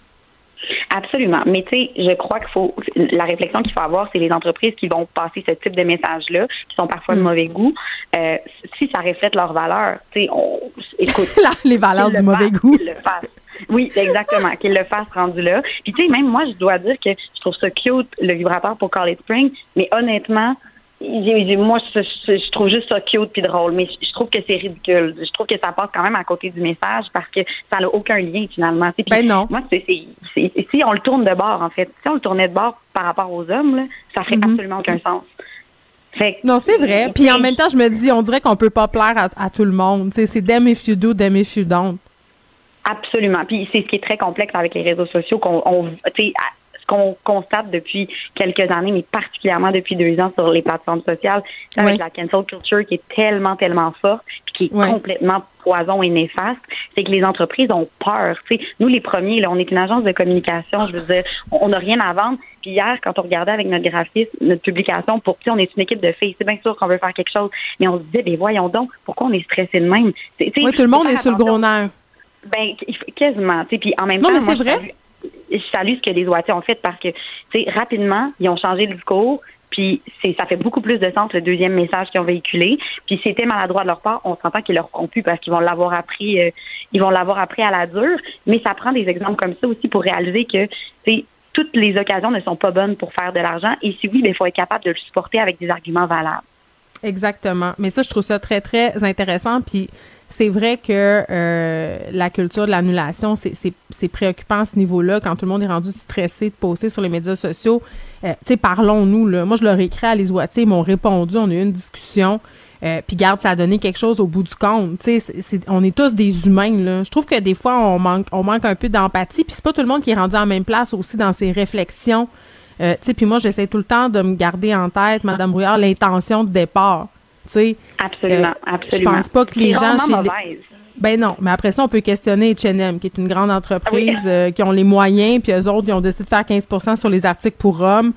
Absolument. Mais tu sais, je crois qu'il faut, la réflexion qu'il faut avoir, c'est les entreprises qui vont passer ce type de messages-là, qui sont parfois de mauvais goût, euh, si ça reflète leurs valeurs. Tu sais, on, écoute. Les valeurs du mauvais goût. Le fassent. Oui, exactement, qu'ils le fassent rendu là. Puis tu sais, même moi, je dois dire que je trouve ça cute, le vibrateur pour Call It Spring, mais honnêtement, J'ai, j'ai, moi, je, je, je trouve juste ça cute puis drôle, mais je, je trouve que c'est ridicule. Je trouve que ça passe quand même à côté du message parce que ça n'a aucun lien finalement. Puis, ben non. Moi, c'est, c'est, c'est, si on le tourne de bord, en fait, si on le tournait de bord par rapport aux hommes, là, ça ferait mm-hmm. absolument aucun sens. Fait, non, c'est vrai. Puis en même temps, je me dis, on dirait qu'on peut pas plaire à, à tout le monde. T'sais, c'est them if you do, them if you don't. Absolument. Puis c'est ce qui est très complexe avec les réseaux sociaux qu'on, on, tu sais, qu'on constate depuis quelques années, mais particulièrement depuis deux ans sur les plateformes sociales, avec oui. la cancel culture qui est tellement, tellement forte, puis qui est oui. complètement poison et néfaste, c'est que les entreprises ont peur. Tu sais, nous, les premiers, là, on est une agence de communication, je veux dire, on n'a rien à vendre. Puis hier, quand on regardait avec notre graphiste, notre publication, pour qui on est une équipe de filles, c'est bien sûr qu'on veut faire quelque chose, mais on se disait, ben voyons donc, pourquoi on est stressé de même? Oui, tout le monde est sur le gros nerf. Ben, quasiment. Tu sais, puis en même non, temps, mais c'est moi, vrai. Je salue, je salue ce que les O A T ont fait parce que, tu sais, rapidement, ils ont changé le discours. Puis c'est, ça fait beaucoup plus de sens le deuxième message qu'ils ont véhiculé. Puis c'était maladroit de leur part, on s'entend qu'ils leur ont pu parce qu'ils vont l'avoir appris, euh, ils vont l'avoir appris à la dure. Mais ça prend des exemples comme ça aussi pour réaliser que, tu sais, toutes les occasions ne sont pas bonnes pour faire de l'argent. Et si oui, il faut être capable de le supporter avec des arguments valables. Exactement. Mais ça, je trouve ça très, très intéressant. Puis c'est vrai que euh, la culture de l'annulation, c'est, c'est, c'est préoccupant à ce niveau-là. Quand tout le monde est rendu stressé de poster sur les médias sociaux, euh, tu sais, parlons-nous, là. Moi, je leur ai écrit à les O A T, ils m'ont répondu, on a eu une discussion. Euh, puis garde, ça a donné quelque chose au bout du compte. Tu sais, c'est, c'est, on est tous des humains, là. Je trouve que des fois, on manque, on manque un peu d'empathie. Puis c'est pas tout le monde qui est rendu à la même place aussi dans ses réflexions. Euh, tu sais, puis moi, j'essaie tout le temps de me garder en tête, Madame Brouillard, l'intention de départ. Tu sais. Absolument, euh, absolument. Je pense pas que c'est les gens chez les... Ben non, mais après ça, on peut questionner H and M, qui est une grande entreprise, oui. euh, qui ont les moyens, puis eux autres, ils ont décidé de faire quinze pour cent sur les articles pour hommes.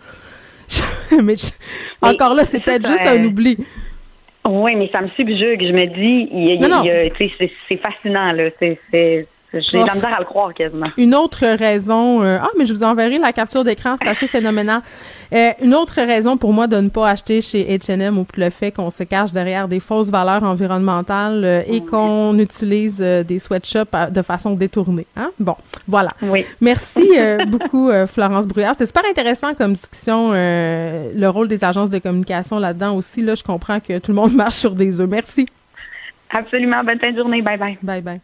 mais, je... mais encore là, c'est, c'est peut-être ça, juste euh... un oubli. Oui, mais ça me subjugue. Je me dis, il y a, non, non. Il y a, c'est, c'est fascinant, là. C'est... c'est... J'ai de la misère à le croire quasiment. Une autre raison... Euh, ah, mais je vous enverrai la capture d'écran, c'est assez phénoménal. Euh, une autre raison pour moi de ne pas acheter chez H and M, ou le fait qu'on se cache derrière des fausses valeurs environnementales euh, et qu'on utilise euh, des sweatshops à, de façon détournée. Hein? Bon, voilà. Oui. Merci euh, beaucoup, euh, Florence Brouillard. C'était super intéressant comme discussion, euh, le rôle des agences de communication là-dedans aussi. Là, je comprends que tout le monde marche sur des œufs. Merci. Absolument. Bonne fin de journée. Bye-bye. Bye-bye.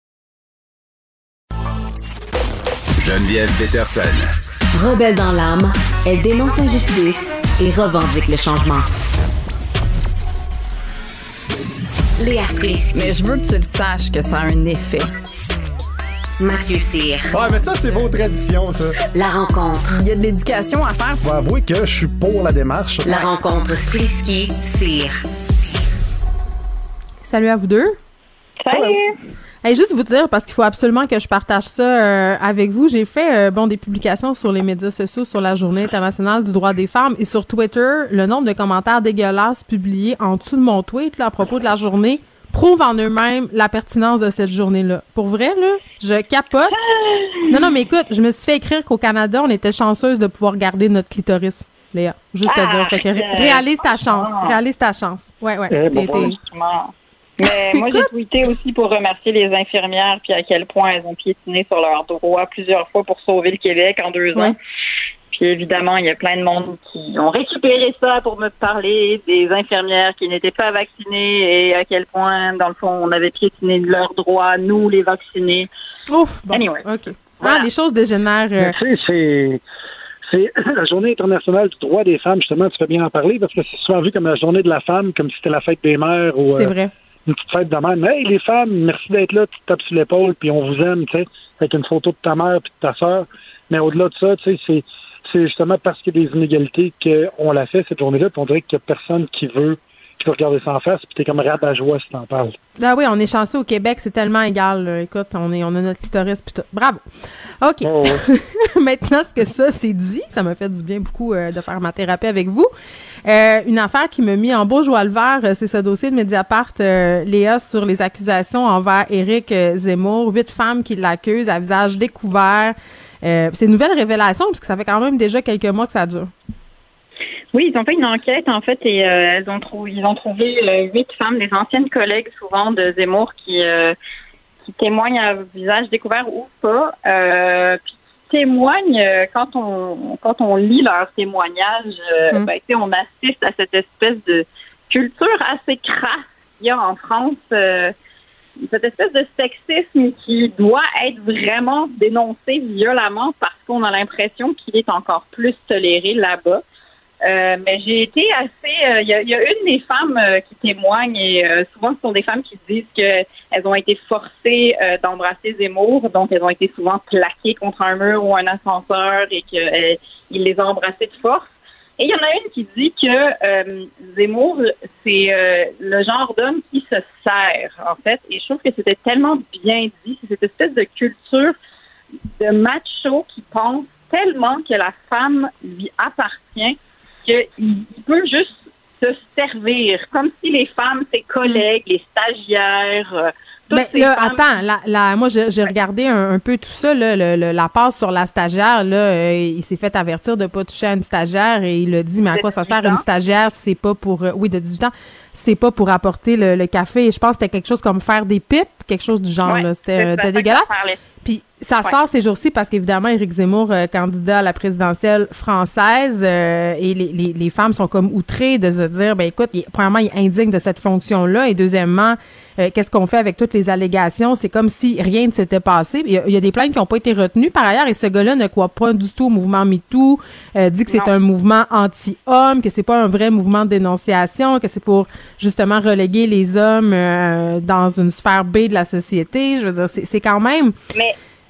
Geneviève Peterson. Rebelle dans l'âme, elle dénonce l'injustice et revendique le changement. Léa Strisky. Mais je veux que tu le saches que ça a un effet. Mathieu Cyr. Ouais, mais ça, c'est vos traditions, ça. La rencontre. Il y a de l'éducation à faire. Faut avouer que je suis pour la démarche. La rencontre Strisky-Cyr. Salut à vous deux. Salut. Hey, juste vous dire, parce qu'il faut absolument que je partage ça euh, avec vous, j'ai fait euh, bon des publications sur les médias sociaux sur la Journée internationale du droit des femmes et sur Twitter, le nombre de commentaires dégueulasses publiés en dessous de mon tweet là, à propos de la journée prouve en eux-mêmes la pertinence de cette journée-là. Pour vrai, là, je capote. Non, non, mais écoute, je me suis fait écrire qu'au Canada, on était chanceuse de pouvoir garder notre clitoris, Léa. Juste à dire. Fait que ré- réalise ta chance. Réalise ta chance. Ouais, ouais. Euh, t'es, bon, t'es... Mais moi, j'ai tweeté aussi pour remercier les infirmières puis à quel point elles ont piétiné sur leurs droits plusieurs fois pour sauver le Québec en deux ouais. ans. Puis évidemment, il y a plein de monde qui ont récupéré ça pour me parler des infirmières qui n'étaient pas vaccinées et à quel point, dans le fond, on avait piétiné leurs droits, nous, les vaccinés. Ouf! Bon, anyway. OK. Voilà. Ah, les choses dégénèrent. Euh... C'est, c'est, c'est la Journée internationale du droit des femmes, justement, tu fais bien en parler, parce que c'est souvent vu comme la Journée de la femme, comme si c'était la fête des mères ou c'est euh, vrai. une petite fête de mère. Mais hey, les femmes, merci d'être là, tu te tapes sur l'épaule, puis on vous aime, tu sais, avec une photo de ta mère puis de ta sœur. Mais au-delà de ça, tu sais, c'est c'est justement parce qu'il y a des inégalités qu'on l'a fait cette journée-là, puis on dirait qu'il n'y a personne qui veut, qui veut regarder ça en face, puis t'es comme rabat-joie si t'en parles. Ah oui, on est chanceux au Québec, c'est tellement égal. Là. Écoute, on est, on a notre clitoris puis tout. Bravo. OK. Oh, ouais. Maintenant, ce que ça, c'est dit, ça m'a fait du bien beaucoup euh, de faire ma thérapie avec vous. Euh, une affaire qui m'a mis en beau joie le vert, euh, c'est ce dossier de Mediapart, euh, Léa, sur les accusations envers Éric euh, Zemmour. Huit femmes qui l'accusent à visage découvert. Euh, c'est une nouvelle révélation, parce que ça fait quand même déjà quelques mois que ça dure. Oui, ils ont fait une enquête, en fait, et euh, elles ont trouvé, ils ont trouvé euh, huit femmes, des anciennes collègues, souvent, de Zemmour, qui, euh, qui témoignent à visage découvert ou pas, euh, puis qui témoignent, euh, quand on quand on lit leurs témoignages, euh, mmh. ben, tu sais, on assiste à cette espèce de culture assez crasse qu'il y a en France, euh, cette espèce de sexisme qui doit être vraiment dénoncé violemment parce qu'on a l'impression qu'il est encore plus toléré là-bas. Euh, mais j'ai été assez... Il euh, y, y a une des femmes euh, qui témoigne et euh, souvent ce sont des femmes qui disent qu'elles ont été forcées euh, d'embrasser Zemmour, donc elles ont été souvent plaquées contre un mur ou un ascenseur et qu'il euh, les a embrassées de force. Et il y en a une qui dit que euh, Zemmour, c'est euh, le genre d'homme qui se sert, en fait. Et je trouve que c'était tellement bien dit. C'est cette espèce de culture de macho qui pense tellement que la femme lui appartient qu'il peut juste se servir, comme si les femmes, ses collègues, les stagiaires... Euh, Ben, là, femmes... attends, la, la, moi, j'ai, j'ai regardé un, un peu tout ça, là, le, le, la passe sur la stagiaire, là, euh, il s'est fait avertir de pas toucher à une stagiaire et il a dit, mais à quoi ça sert une stagiaire si c'est pas pour, euh, oui, de dix-huit ans, c'est pas pour apporter le, le café. Et je pense que c'était quelque chose comme faire des pipes, quelque chose du genre, ouais, là. C'était, euh, c'était dégueulasse. Puis ça ouais. sort ces jours-ci parce qu'évidemment, Éric Zemmour, euh, candidat à la présidentielle française, euh, et les, les, les femmes sont comme outrées de se dire, ben écoute, il, premièrement, il est indigne de cette fonction-là, et deuxièmement, euh, qu'est-ce qu'on fait avec toutes les allégations? C'est comme si rien ne s'était passé. Il y a, il y a des plaintes qui n'ont pas été retenues par ailleurs, et ce gars-là ne croit pas du tout au mouvement MeToo, euh, dit que c'est non. un mouvement anti-homme, que c'est pas un vrai mouvement de dénonciation, que c'est pour justement reléguer les hommes euh, dans une sphère B de la société. Je veux dire, c'est, c'est quand même... Mais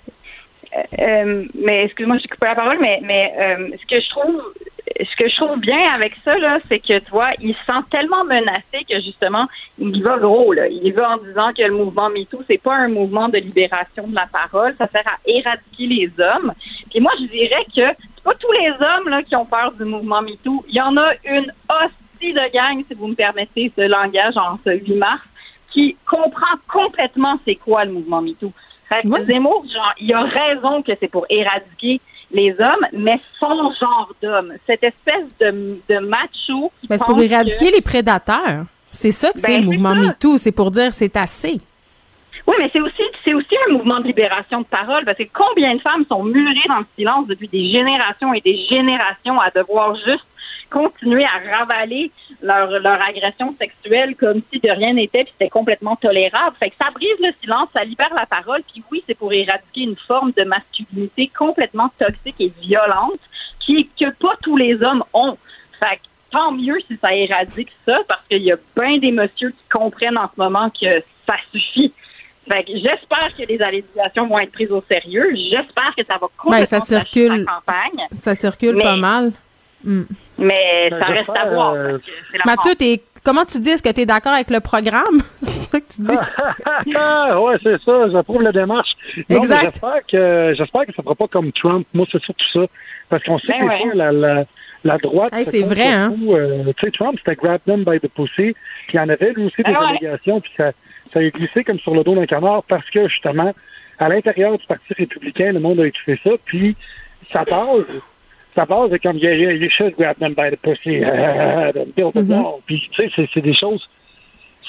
Euh, mais excuse-moi, j'ai coupé la parole, mais mais euh, ce que je trouve ce que je trouve bien avec ça, là, c'est que tu vois, il se sent tellement menacé que justement, il y va gros, là. Il y va en disant que le mouvement MeToo, c'est pas un mouvement de libération de la parole, ça sert à éradiquer les hommes. Puis moi, je dirais que c'est pas tous les hommes là qui ont peur du mouvement MeToo. Il y en a une hostie de gang, si vous me permettez ce langage, en ce huit mars, qui comprend complètement c'est quoi le mouvement MeToo. Fait que Zemmour, genre, il a raison que c'est pour éradiquer les hommes, mais son genre d'homme, cette espèce de, de macho qui ben, c'est pour éradiquer que... les prédateurs. C'est ça que ben, c'est le mouvement MeToo, c'est pour dire c'est assez. Oui, mais c'est aussi c'est aussi un mouvement de libération de parole, parce que combien de femmes sont murées dans le silence depuis des générations et des générations à devoir juste continuer à ravaler leur, leur agression sexuelle comme si de rien n'était, puis c'était complètement tolérable. Fait que ça brise le silence, ça libère la parole, puis oui, c'est pour éradiquer une forme de masculinité complètement toxique et violente qui que pas tous les hommes ont. Fait que tant mieux si ça éradique ça, parce qu'il y a bien des messieurs qui comprennent en ce moment que ça suffit. Fait que j'espère que les allégations vont être prises au sérieux. J'espère que ça va complètement ben, ça circule, la campagne. Ça circule mais, pas mal. Mm. Mais ça reste à voir. Euh... Mathieu, t'es, comment tu dis? Est-ce que tu es d'accord avec le programme? C'est ça que tu dis? Ah, ouais, c'est ça. J'approuve la démarche. Non, exact. Mais j'espère que, j'espère que ça ne fera pas comme Trump. Moi, c'est surtout ça. Parce qu'on sait ben que ouais. la, la, la droite... Hey, c'est vrai, hein? Euh, tu sais, Trump, c'était grab them by the pussy. Puis il y en avait, lui aussi, des ben allégations. Ouais. Puis ça, ça a glissé comme sur le dos d'un canard parce que, justement, à l'intérieur du Parti républicain, le monde a étouffé ça. Puis ça passe... Ça passe comme you, you should grab them by the pussy, uh, build a wall. Puis tu sais, c'est, c'est des choses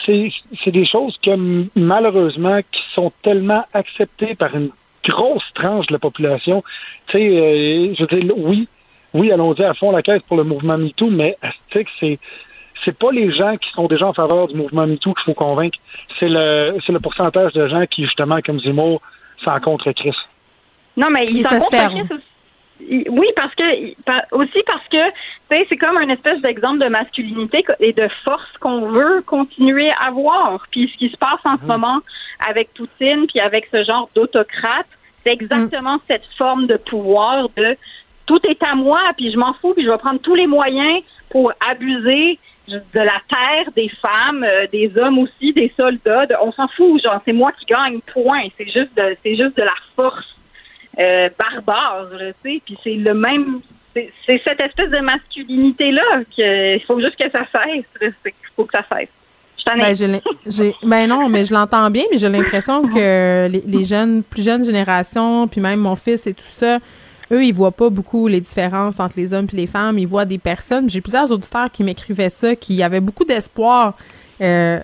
c'est, c'est des choses que, malheureusement, qui sont tellement acceptées par une grosse tranche de la population. Tu sais, euh, je veux dire, oui, oui, allons-y à fond la caisse pour le mouvement MeToo, mais tu sais que c'est c'est pas les gens qui sont déjà en faveur du mouvement MeToo qu'il faut convaincre. C'est le c'est le pourcentage de gens qui, justement, comme Zemmour, s'en contre Chris. Non, mais ils s'en contre Chris aussi. Oui, parce que aussi parce que tu sais, c'est comme un espèce d'exemple de masculinité et de force qu'on veut continuer à voir. Puis ce qui se passe en mmh. ce moment avec Poutine, puis avec ce genre d'autocrate, c'est exactement mmh. cette forme de pouvoir de tout est à moi, puis je m'en fous, puis je vais prendre tous les moyens pour abuser de la terre, des femmes, euh, des hommes aussi, des soldats. De, on s'en fout, genre c'est moi qui gagne, point. C'est juste de, c'est juste de la force euh, barbare, tu sais. Puis c'est le même, c'est, c'est cette espèce de masculinité là qu'il faut juste que ça cesse. Il faut que ça cesse. Ben, j'ai, j'ai, ben non, mais je l'entends bien, mais j'ai l'impression que les, les jeunes, plus jeunes générations, puis même mon fils et tout ça. Eux, ils voient pas beaucoup les différences entre les hommes et les femmes. Ils voient des personnes. J'ai plusieurs auditeurs qui m'écrivaient ça, qui avaient beaucoup d'espoir euh,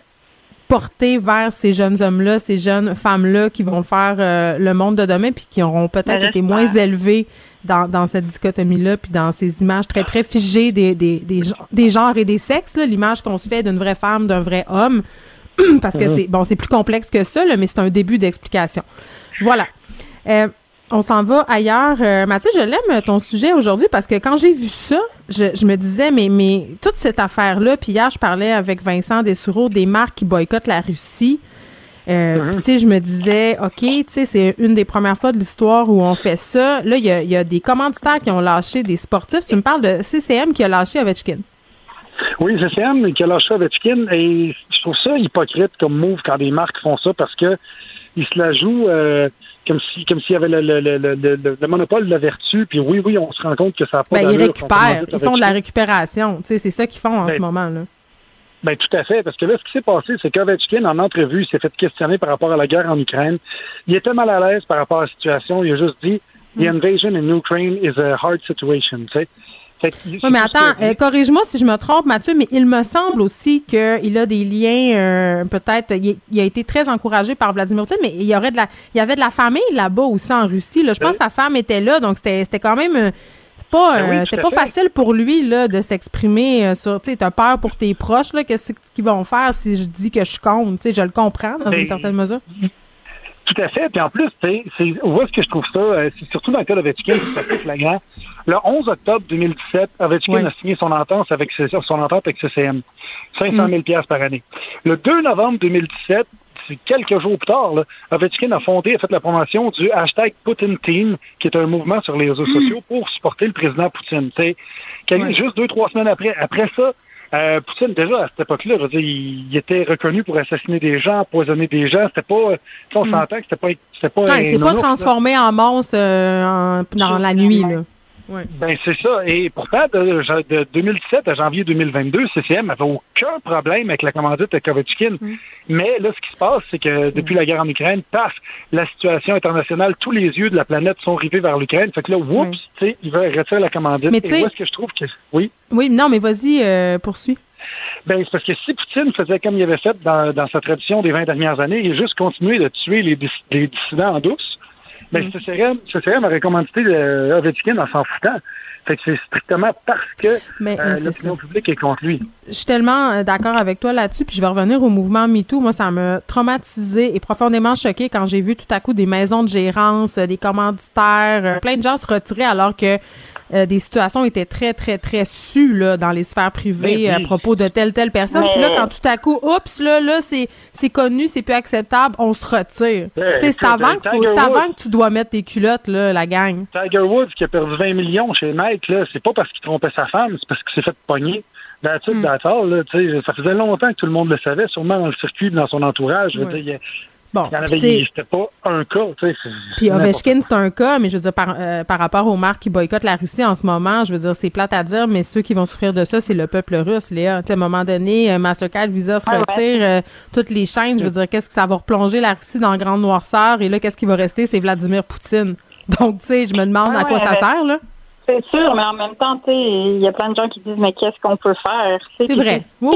porté vers ces jeunes hommes-là, ces jeunes femmes-là qui vont faire euh, le monde de demain puis qui auront peut-être ben, été moins élevés dans, dans cette dichotomie-là puis dans ces images très, très figées des, des, des, des genres et des sexes, là, l'image qu'on se fait d'une vraie femme, d'un vrai homme. Parce que mmh. c'est bon, c'est plus complexe que ça, là, mais c'est un début d'explication. Voilà. Euh, On s'en va ailleurs. Euh, Mathieu, je l'aime ton sujet aujourd'hui parce que quand j'ai vu ça, je, je me disais, mais, mais toute cette affaire-là, puis hier, je parlais avec Vincent Dessoureau des marques qui boycottent la Russie. Euh, mm-hmm. Puis, tu sais, je me disais, OK, tu sais, c'est une des premières fois de l'histoire où on fait ça. Là, il y a, y a des commanditaires qui ont lâché des sportifs. Tu me parles de C C M qui a lâché Ovechkin. Oui, C C M qui a lâché Ovechkin. Et je trouve ça hypocrite comme move quand des marques font ça parce que ils se la jouent... Euh, Comme si, comme s'il y avait le, le, le, le, le, le monopole de la vertu, puis oui, oui, on se rend compte que ça n'a pas ben, d'allure. Ils récupèrent, ils font de la récupération, tu sais, c'est ça qu'ils font en ben, ce moment-là. Ben tout à fait, parce que là, ce qui s'est passé, c'est qu'Ovechkin, en entrevue, il s'est fait questionner par rapport à la guerre en Ukraine. Il était mal à l'aise par rapport à la situation, il a juste dit « The invasion in Ukraine is a hard situation », tu sais. Oui, mais attends, euh, corrige-moi si je me trompe, Mathieu, mais il me semble aussi qu'il a des liens, euh, peut-être, il, il a été très encouragé par Vladimir Poutine, mais il y aurait de la, il y avait de la famille là-bas aussi en Russie. Là. Je pense que sa femme était là, donc c'était, c'était quand même, c'est pas, ben oui, euh, c'était pas facile pour lui là de s'exprimer euh, sur, tu sais, t'as peur pour tes proches là, qu'est-ce qu'ils vont faire si je dis que je compte, tu sais, je le comprends dans ben, une certaine mesure. Tout à fait. Puis en plus, c'est, c'est, où est-ce que je trouve ça? Euh, c'est surtout dans le cas d'Ovechkin, c'est assez flagrant. Le onze octobre deux mille dix-sept, Ovechkin oui. a signé son entente avec son entente avec C C M. cinq cent mille dollars par année. Le deux novembre deux mille dix-sept, c'est quelques jours plus tard, là, Ovechkin a fondé, a fait la promotion du hashtag Putin Team, qui est un mouvement sur les réseaux mm. sociaux pour supporter le président Poutine. C'est oui. juste deux, trois semaines après. Après ça, Euh, Poutine, déjà, à cette époque-là, je veux dire, il, il était reconnu pour assassiner des gens, empoisonner des gens. C'était pas... On mm. s'entend que c'était pas... C'était pas ouais, il s'est pas transformé là. en monstre euh, en, dans la nuit, là. Ouais. Ben, c'est ça. Et pourtant, de, de deux mille dix-sept à janvier deux mille vingt-deux, C C M n'avait aucun problème avec la commandite de Ovechkin. Mm. Mais là, ce qui se passe, c'est que depuis mm. la guerre en Ukraine, paf, la situation internationale, tous les yeux de la planète sont rivés vers l'Ukraine. Fait que là, oups, mm. tu sais, il va retirer la commandite. Mais et où est-ce que je trouve que... Oui? Oui, non, mais vas-y, euh, poursuis. Ben, c'est parce que si Poutine faisait comme il avait fait dans, dans sa tradition des vingt dernières années, il a juste continué de tuer les, diss- les dissidents en douce, ben, mm. C C M, C C M aurait commandité euh, Ovechkin en s'en foutant. Fait que c'est strictement parce que mais, euh, l'opinion publique est contre lui. Je suis tellement d'accord avec toi là-dessus, puis je vais revenir au mouvement MeToo. Moi, ça m'a traumatisé et profondément choqué quand j'ai vu tout à coup des maisons de gérance, des commanditaires, euh, plein de gens se retirer alors que Euh, des situations étaient très, très, très sues là, dans les sphères privées oui. à propos de telle, telle personne. Puis là, quand tout à coup, oups, là, là, c'est, c'est connu, c'est plus acceptable, on se retire. Ouais, c'est, c'est, avant que faut, c'est avant que tu dois mettre tes culottes, là, la gang. Tiger Woods qui a perdu vingt millions chez Nike, là, c'est pas parce qu'il trompait sa femme, c'est parce qu'il s'est fait pogner. That's it, that's all, là, ça faisait longtemps que tout le monde le savait, sûrement dans le circuit, dans son entourage. Je veux dire, Bon, il y en avait, c'était pas un cas, tu sais. Puis Ovechkin, c'est un cas, mais je veux dire, par, euh, par rapport aux marques qui boycottent la Russie en ce moment, je veux dire, c'est plate à dire, mais ceux qui vont souffrir de ça, c'est le peuple russe, Léa. Tu sais, à un moment donné, euh, Mastercard, Visa se retire, ah ouais. euh, toutes les chaînes, je veux dire, qu'est-ce que ça va replonger la Russie dans la grande noirceur, et là, qu'est-ce qui va rester? C'est Vladimir Poutine. Donc, tu sais, je me demande ah à quoi ouais, ça sert, là. C'est sûr, mais en même temps, tu sais, il y a plein de gens qui disent, mais qu'est-ce qu'on peut faire? C'est, c'est vrai, oui, oui.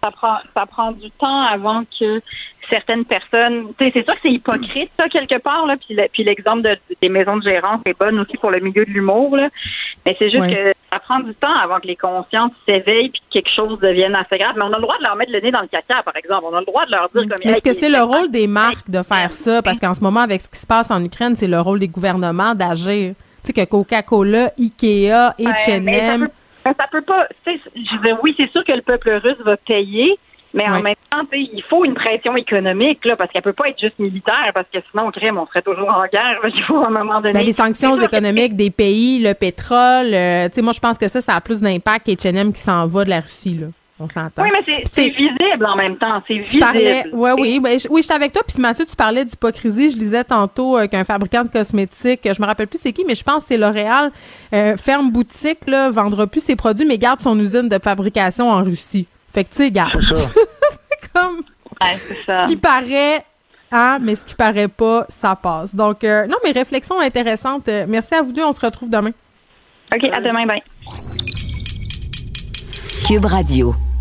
ça prend ça prend du temps avant que certaines personnes, tu sais, c'est sûr que c'est hypocrite ça quelque part là, puis le, puis l'exemple de, des maisons de gérance est bonne aussi pour le milieu de l'humour là, mais c'est juste ouais. que ça prend du temps avant que les consciences s'éveillent puis que quelque chose devienne assez grave. Mais on a le droit de leur mettre le nez dans le caca, par exemple. On a le droit de leur dire comme. Est-ce que c'est le rôle des marques de faire ça? Parce qu'en ce moment, avec ce qui se passe en Ukraine, c'est le rôle des gouvernements d'agir. Tu sais que Coca-Cola, Ikea, H and M. Ça peut, ça peut pas. Tu sais, je veux dire, oui, c'est sûr que le peuple russe va payer. Mais en ouais. même temps, il faut une pression économique, là, parce qu'elle peut pas être juste militaire, parce que sinon, crime, on serait toujours en guerre. Il faut à un moment donné. Ben, les sanctions économiques que... des pays, le pétrole, euh, tu sais, moi, je pense que ça, ça a plus d'impact qu'H and M qui s'en va de la Russie, là. On s'entend. Oui, mais c'est, c'est visible en même temps. C'est visible. Parlais, ouais, oui, ben, je, oui, j'étais avec toi. Puis Mathieu, tu parlais d'hypocrisie. Je disais tantôt euh, qu'un fabricant de cosmétiques, je me rappelle plus c'est qui, mais je pense que c'est L'Oréal, euh, ferme boutique, là, vendra plus ses produits, mais garde son usine de fabrication en Russie. Fait que, tu sais, garde. C'est ça. c'est comme. Ouais, c'est ça. Ce qui paraît, hein, mais ce qui paraît pas, ça passe. Donc, euh, non, mais réflexion intéressante. Euh, merci à vous deux. On se retrouve demain. OK, à demain. Bye. Cube Radio.